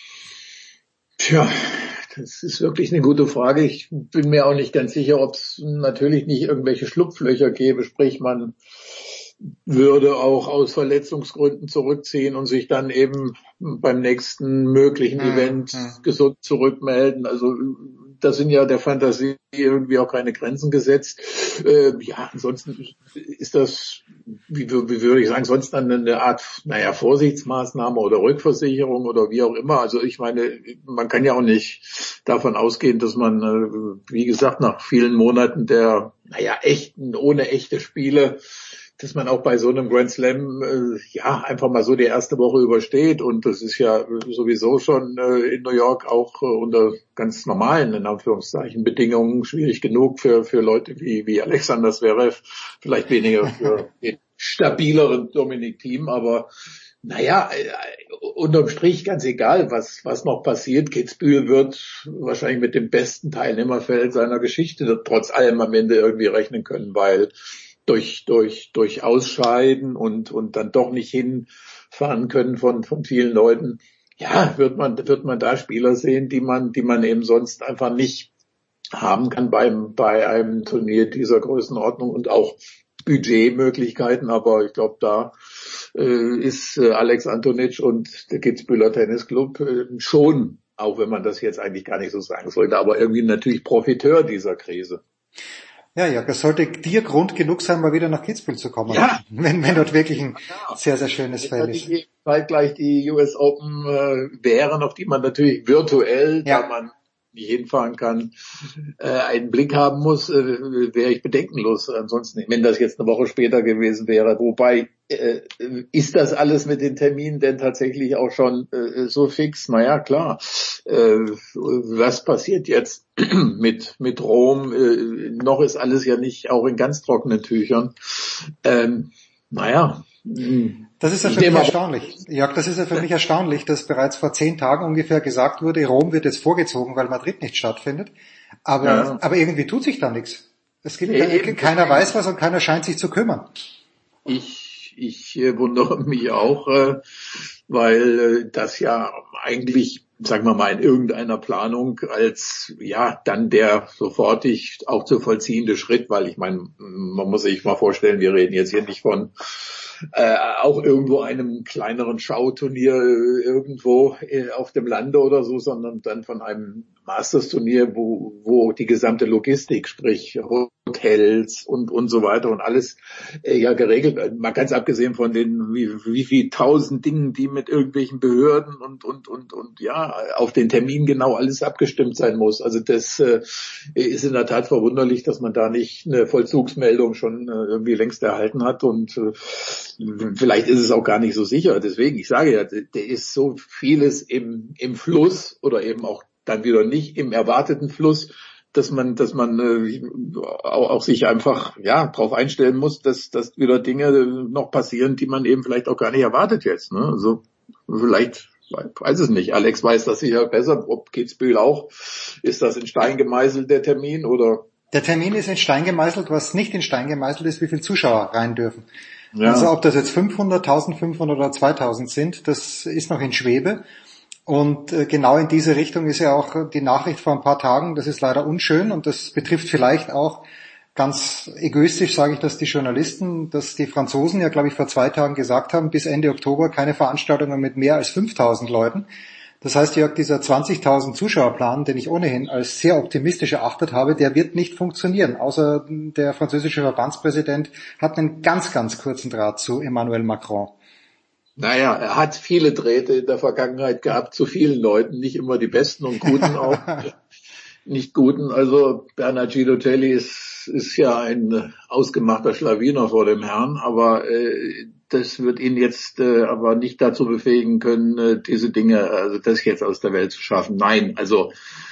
Tja, das ist wirklich eine gute Frage. Ich bin mir auch nicht ganz sicher, ob es natürlich nicht irgendwelche Schlupflöcher gäbe, sprich man würde auch aus Verletzungsgründen zurückziehen und sich dann eben beim nächsten möglichen Event gesund zurückmelden. Also da sind ja der Fantasie irgendwie auch keine Grenzen gesetzt. Ja, ansonsten ist das, wie würde ich sagen, sonst dann eine Art, Vorsichtsmaßnahme oder Rückversicherung oder wie auch immer. Also ich meine, man kann ja auch nicht davon ausgehen, dass man, wie gesagt, nach vielen Monaten der, ohne echte Spiele, dass man auch bei so einem Grand Slam einfach mal so die erste Woche übersteht und das ist ja sowieso schon in New York auch unter ganz normalen, in Anführungszeichen, Bedingungen schwierig genug für Leute wie Alexander Zverev, vielleicht weniger für den stabileren Dominic Thiem, aber unterm Strich ganz egal, was noch passiert, Kitzbühel wird wahrscheinlich mit dem besten Teilnehmerfeld seiner Geschichte trotz allem am Ende irgendwie rechnen können, weil durch Ausscheiden und dann doch nicht hinfahren können von vielen Leuten, ja, wird man da Spieler sehen, die man eben sonst einfach nicht haben kann bei einem Turnier dieser Größenordnung und auch Budgetmöglichkeiten, aber ich glaube, da ist Alex Antonic und der Kitzbüheler Tennisclub schon, auch wenn man das jetzt eigentlich gar nicht so sagen sollte, aber irgendwie natürlich Profiteur dieser Krise. Ja, das sollte dir Grund genug sein, mal wieder nach Kitzbühel zu kommen, wenn dort wirklich ein sehr, sehr schönes Feld ist. Zeitgleich die US Open wären, auf die man natürlich virtuell, da man nicht hinfahren kann, einen Blick haben muss, wäre ich bedenkenlos. Ansonsten, wenn das jetzt eine Woche später gewesen wäre, wobei ist das alles mit den Terminen denn tatsächlich auch schon so fix? Naja, klar. Was passiert jetzt mit Rom? Noch ist alles ja nicht auch in ganz trockenen Tüchern. Das ist ja für mich erstaunlich. Jörg, das ist ja für mich erstaunlich, dass bereits vor 10 Tagen ungefähr gesagt wurde, Rom wird jetzt vorgezogen, weil Madrid nicht stattfindet. Aber irgendwie tut sich da nichts. Es gibt keiner weiß was und keiner scheint sich zu kümmern. Ich wundere mich auch, weil das ja eigentlich, sagen wir mal, in irgendeiner Planung als ja dann der sofortig auch zu vollziehende Schritt, weil ich meine, man muss sich mal vorstellen, wir reden jetzt hier nicht von auch irgendwo einem kleineren Schauturnier irgendwo auf dem Lande oder so, sondern dann von einem Masters-Turnier, wo die gesamte Logistik, sprich Hotels und so weiter und alles ja geregelt, mal ganz abgesehen von den wie viel tausend Dingen, die mit irgendwelchen Behörden und ja auf den Termin genau alles abgestimmt sein muss. Also das ist in der Tat verwunderlich, dass man da nicht eine Vollzugsmeldung schon irgendwie längst erhalten hat und vielleicht ist es auch gar nicht so sicher. Deswegen, ich sage ja, der ist so vieles im Fluss oder eben auch dann wieder nicht im erwarteten Fluss, dass man auch sich einfach ja darauf einstellen muss, dass wieder Dinge noch passieren, die man eben vielleicht auch gar nicht erwartet jetzt. Ne? Also vielleicht, weiß es nicht. Alex weiß das sicher besser. Ob Kitzbühel auch? Ist das in Stein gemeißelt, der Termin? Oder? Der Termin ist in Stein gemeißelt. Was nicht in Stein gemeißelt ist, wie viele Zuschauer rein dürfen. Ja. Also ob das jetzt 500, 1500 oder 2000 sind, das ist noch in Schwebe. Und genau in diese Richtung ist ja auch die Nachricht vor ein paar Tagen. Das ist leider unschön und das betrifft vielleicht auch ganz egoistisch, sage ich das, die Journalisten, dass die Franzosen ja, glaube ich, vor 2 Tagen gesagt haben, bis Ende Oktober keine Veranstaltungen mit mehr als 5000 Leuten. Das heißt, Jörg, dieser 20.000 Zuschauerplan, den ich ohnehin als sehr optimistisch erachtet habe, der wird nicht funktionieren. Außer der französische Verbandspräsident hat einen ganz, ganz kurzen Draht zu Emmanuel Macron. Naja, er hat viele Drähte in der Vergangenheit gehabt zu vielen Leuten, nicht immer die besten und guten auch, nicht guten. Also Bernard Girotelli ist ja ein ausgemachter Schlawiner vor dem Herrn, aber das wird ihn jetzt aber nicht dazu befähigen können, diese Dinge, also das jetzt aus der Welt zu schaffen. Nein, also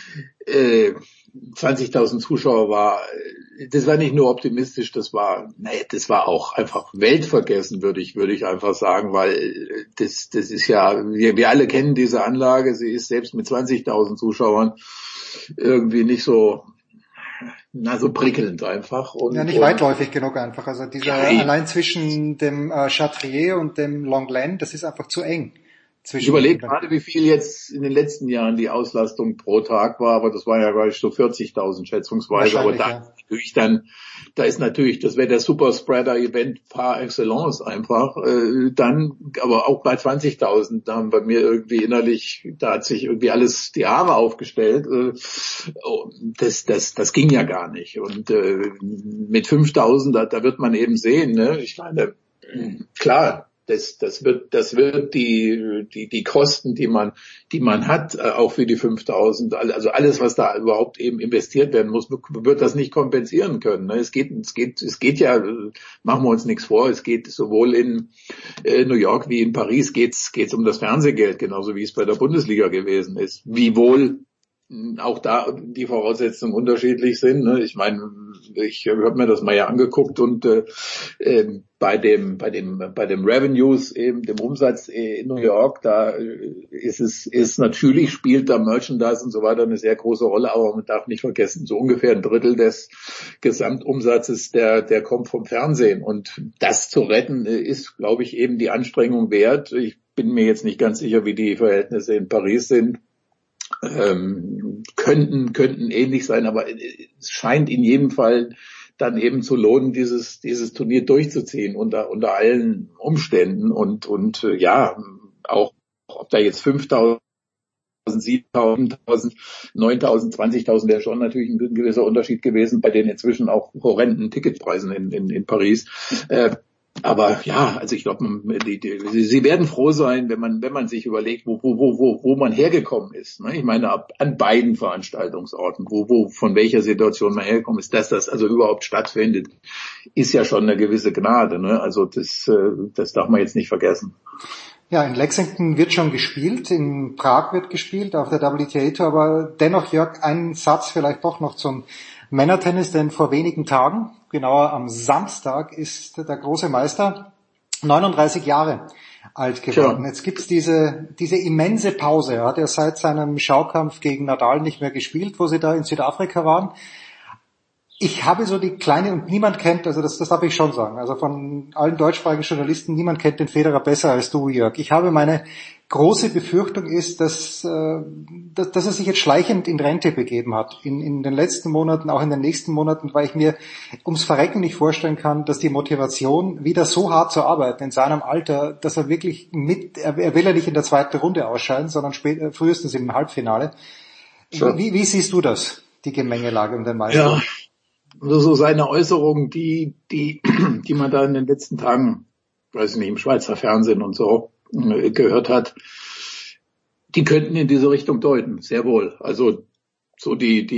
20.000 Zuschauer das war nicht nur optimistisch, das war auch einfach weltvergessen, würde ich einfach sagen, weil das ist ja, wir alle kennen diese Anlage, sie ist selbst mit 20.000 Zuschauern irgendwie nicht so, so prickelnd einfach. Und, ja, nicht weitläufig genug einfach, also allein zwischen dem Chatrier und dem Longlen, das ist einfach zu eng. Ich überlege gerade, wie viel jetzt in den letzten Jahren die Auslastung pro Tag war, aber das war ja glaube ich so 40.000 schätzungsweise. Aber da ist natürlich, das wäre der Superspreader-Event par excellence einfach. Dann, aber auch bei 20.000, da haben bei mir irgendwie innerlich, da hat sich irgendwie alles die Haare aufgestellt. Das ging ja gar nicht. Und mit 5.000, da wird man eben sehen, ne? Ich meine, klar. Das wird die Kosten, die man hat, auch für die 5.000, also alles, was da überhaupt eben investiert werden muss, wird das nicht kompensieren können. Es geht ja, machen wir uns nichts vor, es geht sowohl in New York wie in Paris geht's um das Fernsehgeld, genauso wie es bei der Bundesliga gewesen ist. Wiewohl auch da die Voraussetzungen unterschiedlich sind. Ich meine, ich habe mir das mal ja angeguckt und bei dem Revenues, eben dem Umsatz in New York, da ist natürlich, spielt da Merchandise und so weiter eine sehr große Rolle, aber man darf nicht vergessen, so ungefähr 1/3 des Gesamtumsatzes, der kommt vom Fernsehen, und das zu retten ist, glaube ich, eben die Anstrengung wert. Ich bin mir jetzt nicht ganz sicher, wie die Verhältnisse in Paris sind. Könnten ähnlich sein, aber es scheint in jedem Fall dann eben zu lohnen, dieses Turnier durchzuziehen unter allen Umständen und ja, auch ob da jetzt 5.000, 7.000, 9.000, 20.000 wäre schon natürlich ein gewisser Unterschied gewesen bei den inzwischen auch horrenden Ticketpreisen in Paris. Aber ja, also ich glaube, sie werden froh sein, wenn man sich überlegt, wo man hergekommen ist. Ne? Ich meine, an beiden Veranstaltungsorten, von welcher Situation man hergekommen ist, dass das also überhaupt stattfindet, ist ja schon eine gewisse Gnade. Ne? Also das darf man jetzt nicht vergessen. Ja, in Lexington wird schon gespielt, in Prag wird gespielt, auf der WTA Tour, aber dennoch, Jörg, einen Satz vielleicht doch noch zum Männertennis, denn vor wenigen Tagen, genauer am Samstag, ist der große Meister 39 Jahre alt geworden. Ja. Jetzt gibt's diese immense Pause. Er hat ja seit seinem Schaukampf gegen Nadal nicht mehr gespielt, wo sie da in Südafrika waren. Ich habe so die kleine, und niemand kennt, also das darf ich schon sagen, also von allen deutschsprachigen Journalisten, niemand kennt den Federer besser als du, Jörg. Ich habe meine große Befürchtung ist, dass er sich jetzt schleichend in Rente begeben hat. In den letzten Monaten, auch in den nächsten Monaten, weil ich mir ums Verrecken nicht vorstellen kann, dass die Motivation, wieder so hart zu arbeiten in seinem Alter, dass er wirklich er will ja nicht in der zweiten Runde ausscheiden, sondern frühestens im Halbfinale. Sure. Wie siehst du das, die Gemengelage um den Meister? Ja. Also so seine Äußerungen, die man da in den letzten Tagen, weiß ich nicht, im Schweizer Fernsehen und so gehört hat, die könnten in diese Richtung deuten, sehr wohl. Also so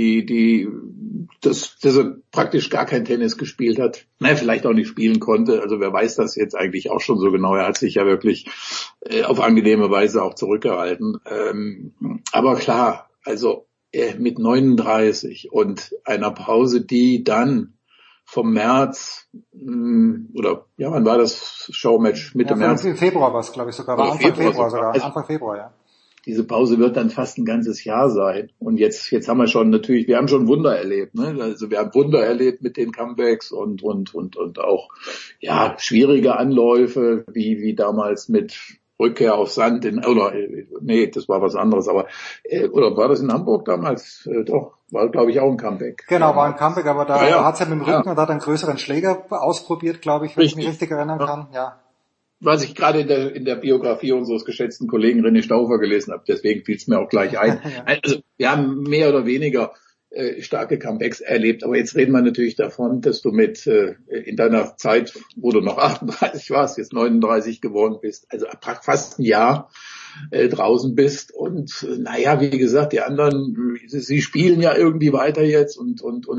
dass er praktisch gar kein Tennis gespielt hat, vielleicht auch nicht spielen konnte. Also wer weiß das jetzt eigentlich auch schon so genau. Er hat sich ja wirklich auf angenehme Weise auch zurückgehalten. Aber klar, also mit 39 und einer Pause, die dann vom März oder wann war das Showmatch? Mitte März? Im Februar war es, glaube ich, sogar. Anfang Februar sogar. Also, Anfang Februar, ja. Diese Pause wird dann fast ein ganzes Jahr sein. Und jetzt haben wir schon natürlich, wir haben schon Wunder erlebt, ne? Also wir haben Wunder erlebt mit den Comebacks und auch, schwierige Anläufe, wie damals mit Rückkehr auf Sand das war was anderes, aber oder war das in Hamburg damals? Doch, war glaube ich auch ein Comeback. Genau, war ein Comeback, aber da hat es ja mit dem Rücken und hat einen größeren Schläger ausprobiert, glaube ich, wenn ich mich richtig erinnern kann. Ja. Was ich gerade in der Biografie unseres geschätzten Kollegen René Stauffer gelesen habe, deswegen fiel es mir auch gleich ein. Also wir haben mehr oder weniger starke Comebacks erlebt, aber jetzt reden wir natürlich davon, dass du in deiner Zeit, wo du noch 38 warst, jetzt 39 geworden bist, also fast ein Jahr draußen bist und wie gesagt, die anderen, sie spielen ja irgendwie weiter jetzt und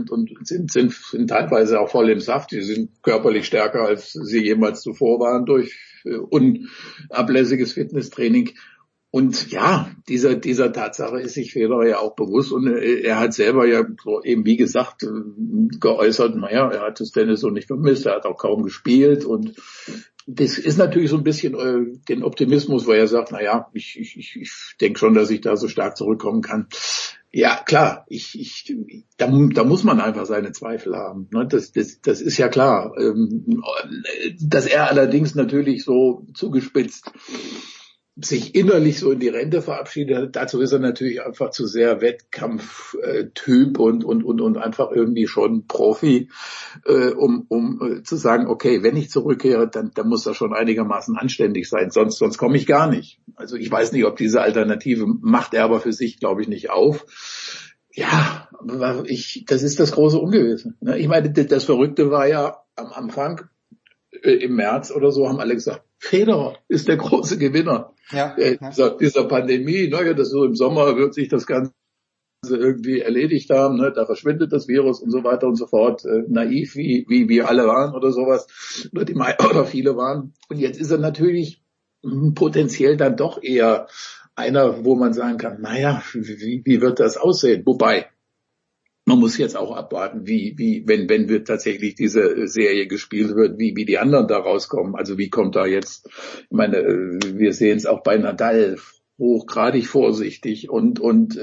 sind teilweise auch voll im Saft, die sind körperlich stärker, als sie jemals zuvor waren durch unablässiges Fitnesstraining. Und dieser Tatsache ist sich Federer ja auch bewusst und er hat selber ja so eben wie gesagt geäußert, er hat das Tennis so nicht vermisst, er hat auch kaum gespielt und das ist natürlich so ein bisschen den Optimismus, wo er sagt, ich denke schon, dass ich da so stark zurückkommen kann. Ja, klar, da muss man einfach seine Zweifel haben, ne? Das ist ja klar. Dass er allerdings natürlich so zugespitzt sich innerlich so in die Rente verabschiedet, dazu ist er natürlich einfach zu sehr Wettkampftyp und einfach irgendwie schon Profi, um zu sagen, okay, wenn ich zurückkehre, dann muss das schon einigermaßen anständig sein, sonst komme ich gar nicht. Also ich weiß nicht, ob diese Alternative macht er aber für sich, glaube ich, nicht auf. Ja, das ist das große Ungewisse. Ne? Ich meine, das Verrückte war ja am Anfang, im März oder so, haben alle gesagt, Federer ist der große Gewinner dieser Pandemie. Das so im Sommer wird sich das Ganze irgendwie erledigt haben, ne? Da verschwindet das Virus und so weiter und so fort. Naiv, wie wir alle waren oder sowas, oder viele waren. Und jetzt ist er natürlich potenziell dann doch eher einer, wo man sagen kann, wie wird das aussehen? Wobei, man muss jetzt auch abwarten, wenn wird tatsächlich diese Serie gespielt wird, wie die anderen da rauskommen. Also wie kommt da jetzt, ich meine, wir sehen es auch bei Nadal, hochgradig vorsichtig und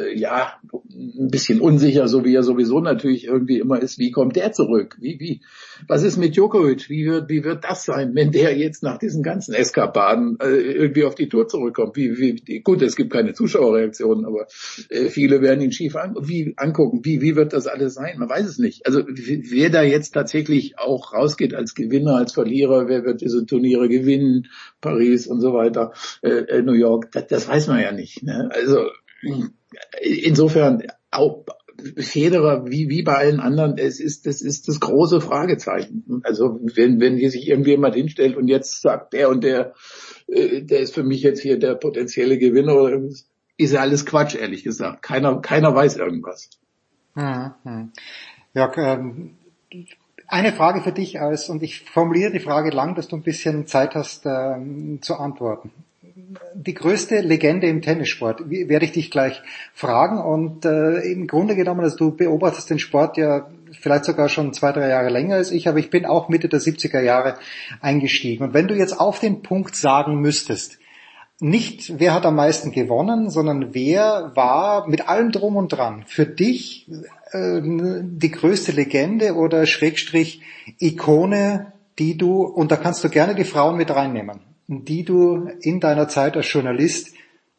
ein bisschen unsicher, so wie er sowieso natürlich irgendwie immer ist. Wie kommt der zurück? Was ist mit Djokovic? Wie wird das sein, wenn der jetzt nach diesen ganzen Eskapaden irgendwie auf die Tour zurückkommt? Gut, es gibt keine Zuschauerreaktionen, aber viele werden ihn schief angucken. Wie wird das alles sein? Man weiß es nicht. Also wer da jetzt tatsächlich auch rausgeht als Gewinner, als Verlierer, wer wird diese Turniere gewinnen? Paris und so weiter, New York, das weiß man ja nicht. Ne? Also insofern auch Federer wie bei allen anderen, das ist das große Fragezeichen. Also wenn hier sich irgendjemand hinstellt und jetzt sagt, der und der ist für mich jetzt hier der potenzielle Gewinner oder irgendwas, ist ja alles Quatsch, ehrlich gesagt. Keiner weiß irgendwas. Jörg, eine Frage für dich und ich formuliere die Frage lang, dass du ein bisschen Zeit hast zu antworten. Die größte Legende im Tennissport, werde ich dich gleich fragen und im Grunde genommen, also du beobachtest den Sport ja vielleicht sogar schon 2-3 Jahre länger als ich, aber ich bin auch Mitte der 70er Jahre eingestiegen und wenn du jetzt auf den Punkt sagen müsstest, nicht wer hat am meisten gewonnen, sondern wer war mit allem drum und dran für dich die größte Legende oder Schrägstrich Ikone, die du, und da kannst du gerne die Frauen mit reinnehmen, die du in deiner Zeit als Journalist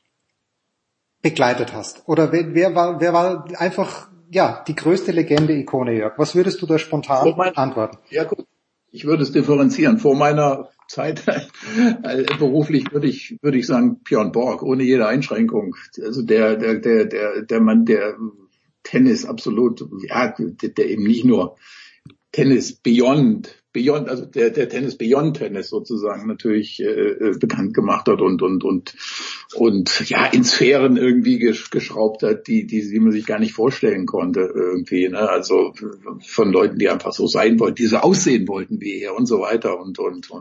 begleitet hast? Oder wer war einfach, ja, die größte Legende, Ikone, Jörg? Was würdest du da spontan antworten? Ja gut, ich würde es differenzieren. Vor meiner Zeit beruflich würde ich sagen Björn Borg, ohne jede Einschränkung. Also der Mann, der Tennis absolut, ja, der eben nicht nur Tennis Beyond, also der Tennis Beyond Tennis sozusagen natürlich bekannt gemacht hat und ja in Sphären irgendwie geschraubt hat, die man sich gar nicht vorstellen konnte irgendwie, ne? Also von Leuten, die einfach so sein wollten, die so aussehen wollten wie er und so weiter und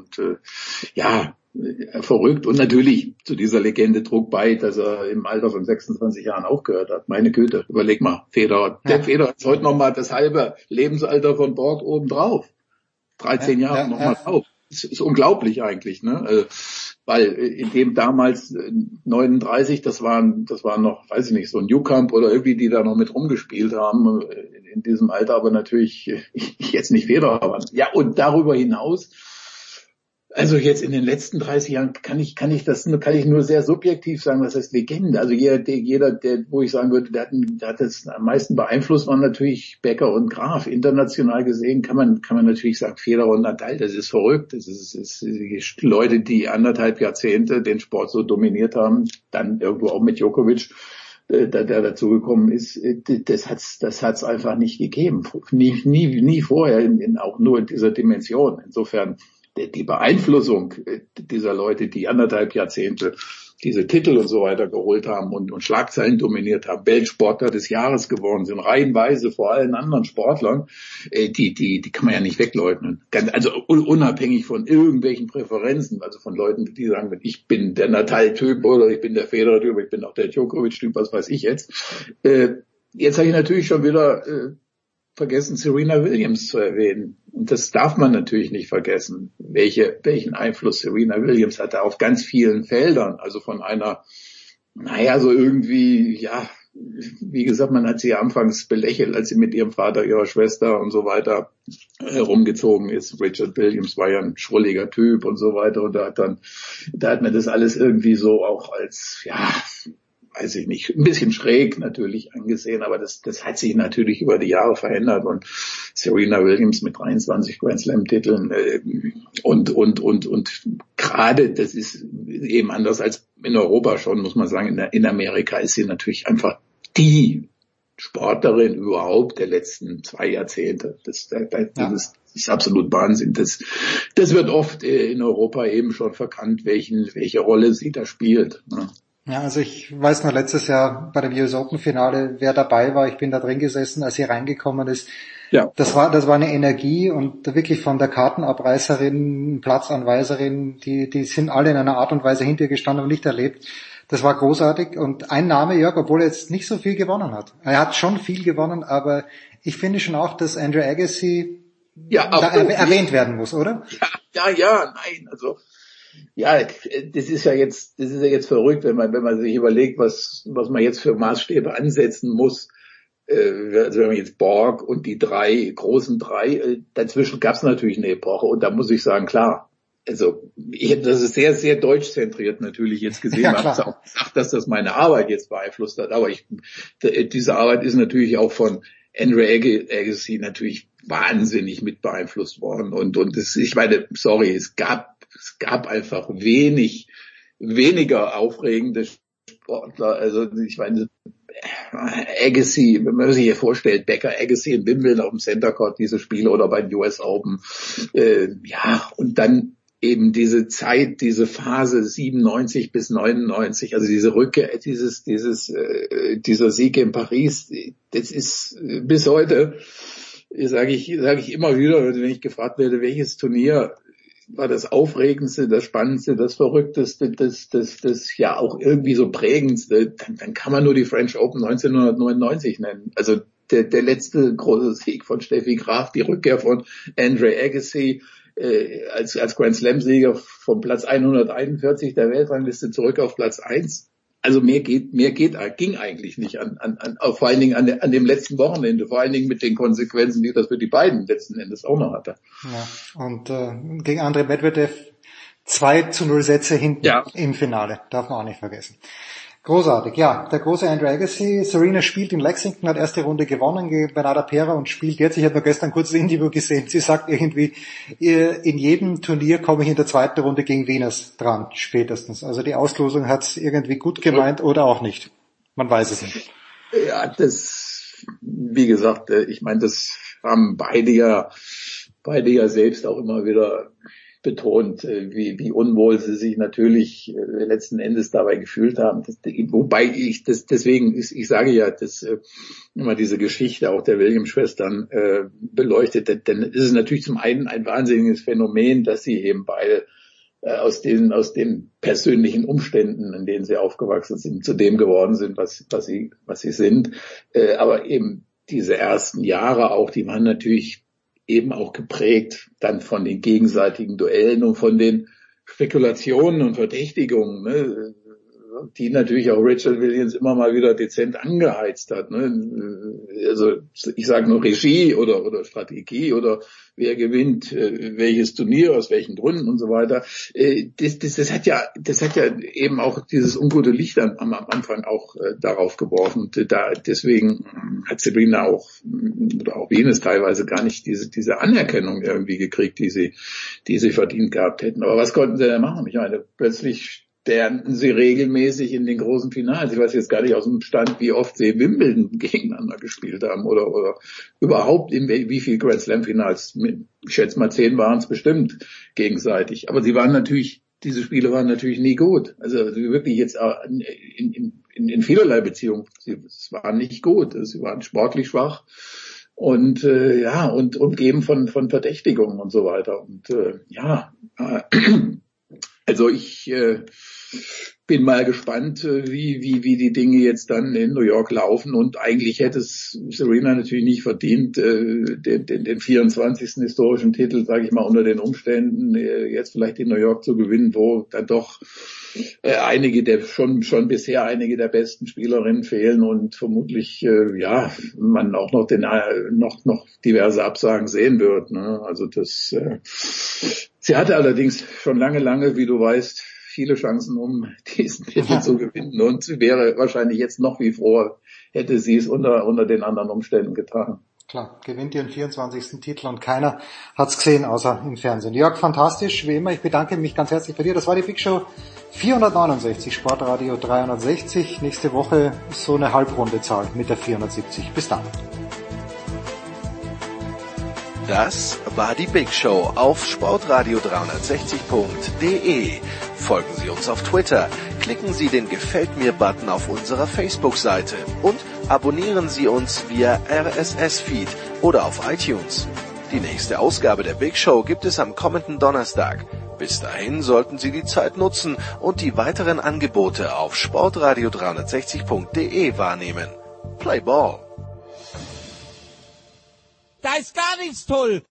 ja, verrückt. Und natürlich zu dieser Legende trug bei, dass er im Alter von 26 Jahren aufgehört hat. Meine Güte, überleg mal, Federer. Ja. Der Federer ist heute nochmal das halbe Lebensalter von Borg obendrauf. 13 Jahre nochmal drauf. Das ist unglaublich eigentlich, ne? Weil in dem damals 39, das waren noch, weiß ich nicht, so ein Newcomb oder irgendwie, die da noch mit rumgespielt haben in diesem Alter, aber natürlich jetzt nicht Federer waren. Ja, und darüber hinaus, also jetzt in den letzten 30 Jahren kann ich nur sehr subjektiv sagen, was heißt Legende. Also jeder, der, wo ich sagen würde, der hat das am meisten beeinflusst, waren natürlich Becker und Graf. International gesehen kann man natürlich sagen, Federer und Nadal, das ist verrückt. Das ist Leute, die 1,5 Jahrzehnte den Sport so dominiert haben, dann irgendwo auch mit Djokovic, der dazu gekommen ist, das hat's einfach nicht gegeben. Nie vorher, auch nur in dieser Dimension. Insofern, die Beeinflussung dieser Leute, die 1,5 Jahrzehnte diese Titel und so weiter geholt haben und Schlagzeilen dominiert haben, Weltsportler des Jahres geworden sind, reihenweise vor allen anderen Sportlern, die kann man ja nicht wegleugnen. Also unabhängig von irgendwelchen Präferenzen, also von Leuten, die sagen, ich bin der Nadal-Typ oder ich bin der Federer-Typ, ich bin auch der Djokovic-Typ, was weiß ich jetzt. Jetzt habe ich natürlich schon wieder vergessen, Serena Williams zu erwähnen. Und das darf man natürlich nicht vergessen, welchen Einfluss Serena Williams hatte auf ganz vielen Feldern. Also von einer, so irgendwie, ja, wie gesagt, man hat sie ja anfangs belächelt, als sie mit ihrem Vater, ihrer Schwester und so weiter herumgezogen ist. Richard Williams war ja ein schrulliger Typ und so weiter. Und da hat man das alles irgendwie so auch als, ja, weiß ich nicht, ein bisschen schräg natürlich angesehen, aber das hat sich natürlich über die Jahre verändert und Serena Williams mit 23 Grand Slam Titeln und gerade, das ist eben anders als in Europa schon, muss man sagen, in Amerika ist sie natürlich einfach die Sportlerin überhaupt der letzten 2 Jahrzehnte. Das ist absolut Wahnsinn. Das wird oft in Europa eben schon verkannt, welche Rolle sie da spielt, ne? Ja, also ich weiß noch letztes Jahr bei dem US Open Finale, wer dabei war. Ich bin da drin gesessen, als sie reingekommen ist. Ja. Das war eine Energie und wirklich von der Kartenabreißerin, Platzanweiserin, die sind alle in einer Art und Weise hinter ihr gestanden und nicht erlebt. Das war großartig und ein Name, Jörg, obwohl er jetzt nicht so viel gewonnen hat. Er hat schon viel gewonnen, aber ich finde schon auch, dass Andre Agassi erwähnt werden muss, oder? Ja, nein, also ja, das ist ja jetzt verrückt, wenn man sich überlegt, was man jetzt für Maßstäbe ansetzen muss. Also wenn man jetzt Borg und die großen drei, dazwischen gab es natürlich eine Epoche und da muss ich sagen, klar, also das ist sehr, sehr deutschzentriert natürlich jetzt gesehen. Ja, ich habe auch gesagt, dass das meine Arbeit jetzt beeinflusst hat, aber diese Arbeit ist natürlich auch von Andre Agassi natürlich wahnsinnig mit beeinflusst worden und ich meine, sorry, es gab einfach weniger aufregende Sportler. Also ich meine, Agassi, wenn man sich hier vorstellt, Becker, Agassi in Wimbledon auf dem Center Court, diese Spiele oder bei den US Open, und dann eben diese Zeit, diese Phase 97 bis 99, also diese Rückkehr, dieser Sieg in Paris, das ist bis heute, sage ich immer wieder, wenn ich gefragt werde, welches Turnier war das Aufregendste, das Spannendste, das Verrückteste, das ja auch irgendwie so Prägendste, dann kann man nur die French Open 1999 nennen. Also der letzte große Sieg von Steffi Graf, die Rückkehr von Andre Agassi als Grand Slam Sieger vom Platz 141 der Weltrangliste zurück auf Platz 1. Also ging eigentlich nicht vor allen Dingen an dem letzten Wochenende, vor allen Dingen mit den Konsequenzen, die das für die beiden letzten Endes auch noch hatte. Ja, und gegen Andrei Medvedev 2-0 Sätze hinten im Finale, darf man auch nicht vergessen. Großartig, ja. Der große Andrew Agassi. Serena spielt in Lexington, hat erste Runde gewonnen gegen Bernarda Pera und spielt jetzt. Ich habe nur gestern kurz das Interview gesehen. Sie sagt irgendwie, in jedem Turnier komme ich in der zweiten Runde gegen Venus dran, spätestens. Also die Auslosung hat es irgendwie gut gemeint oder auch nicht. Man weiß es nicht. Ja, wie gesagt, ich meine, das haben beide ja selbst auch immer wieder betont, wie unwohl sie sich natürlich letzten Endes dabei gefühlt haben. Wobei ich sage ja, dass immer diese Geschichte auch der Williams-Schwestern beleuchtet, denn es ist natürlich zum einen ein wahnsinniges Phänomen, dass sie eben beide aus den persönlichen Umständen, in denen sie aufgewachsen sind, zu dem geworden sind, was sie sind. Aber eben diese ersten Jahre auch, die waren natürlich eben auch geprägt dann von den gegenseitigen Duellen und von den Spekulationen und Verdächtigungen, ne, die natürlich auch Richard Williams immer mal wieder dezent angeheizt hat. Ne. Also ich sage nur Regie oder Strategie oder wer gewinnt welches Turnier, aus welchen Gründen und so weiter. Das hat ja eben auch dieses ungute Licht am Anfang auch darauf geworfen. Und deswegen hat Serena auch Venus teilweise gar nicht diese Anerkennung irgendwie gekriegt, die sie verdient gehabt hätten. Aber was konnten sie denn machen? Ich meine, plötzlich standen sie regelmäßig in den großen Finals. Ich weiß jetzt gar nicht aus dem Stand, wie oft sie Wimbledon gegeneinander gespielt haben oder überhaupt wie viel Grand Slam Finals. Ich schätze mal 10 waren es bestimmt gegenseitig. Aber diese Spiele waren natürlich nie gut. Also wirklich jetzt in vielerlei Beziehungen. Es waren nicht gut. Sie waren sportlich schwach. Und und umgeben von Verdächtigungen und so weiter. Und also ich bin mal gespannt, wie die Dinge jetzt dann in New York laufen. Und eigentlich hätte es Serena natürlich nicht verdient, den 24. historischen Titel, sage ich mal, unter den Umständen jetzt vielleicht in New York zu gewinnen, wo dann doch schon bisher einige der besten Spielerinnen fehlen und vermutlich man auch noch noch diverse Absagen sehen wird. Ne? Also sie hatte allerdings schon lange, wie du weißt, viele Chancen, um diesen Titel zu gewinnen. Und sie wäre wahrscheinlich jetzt noch wie froh, hätte sie es unter den anderen Umständen getan. Klar, gewinnt ihren 24. Titel und keiner hat's gesehen, außer im Fernsehen. Jörg, fantastisch, wie immer. Ich bedanke mich ganz herzlich bei dir. Das war die Big Show 469, Sportradio 360. Nächste Woche so eine Halbrundezahl mit der 470. Bis dann. Das war die Big Show auf sportradio360.de. Folgen Sie uns auf Twitter, klicken Sie den Gefällt mir-Button auf unserer Facebook-Seite und abonnieren Sie uns via RSS-Feed oder auf iTunes. Die nächste Ausgabe der Big Show gibt es am kommenden Donnerstag. Bis dahin sollten Sie die Zeit nutzen und die weiteren Angebote auf sportradio360.de wahrnehmen. Play Ball! Da ist gar nichts toll!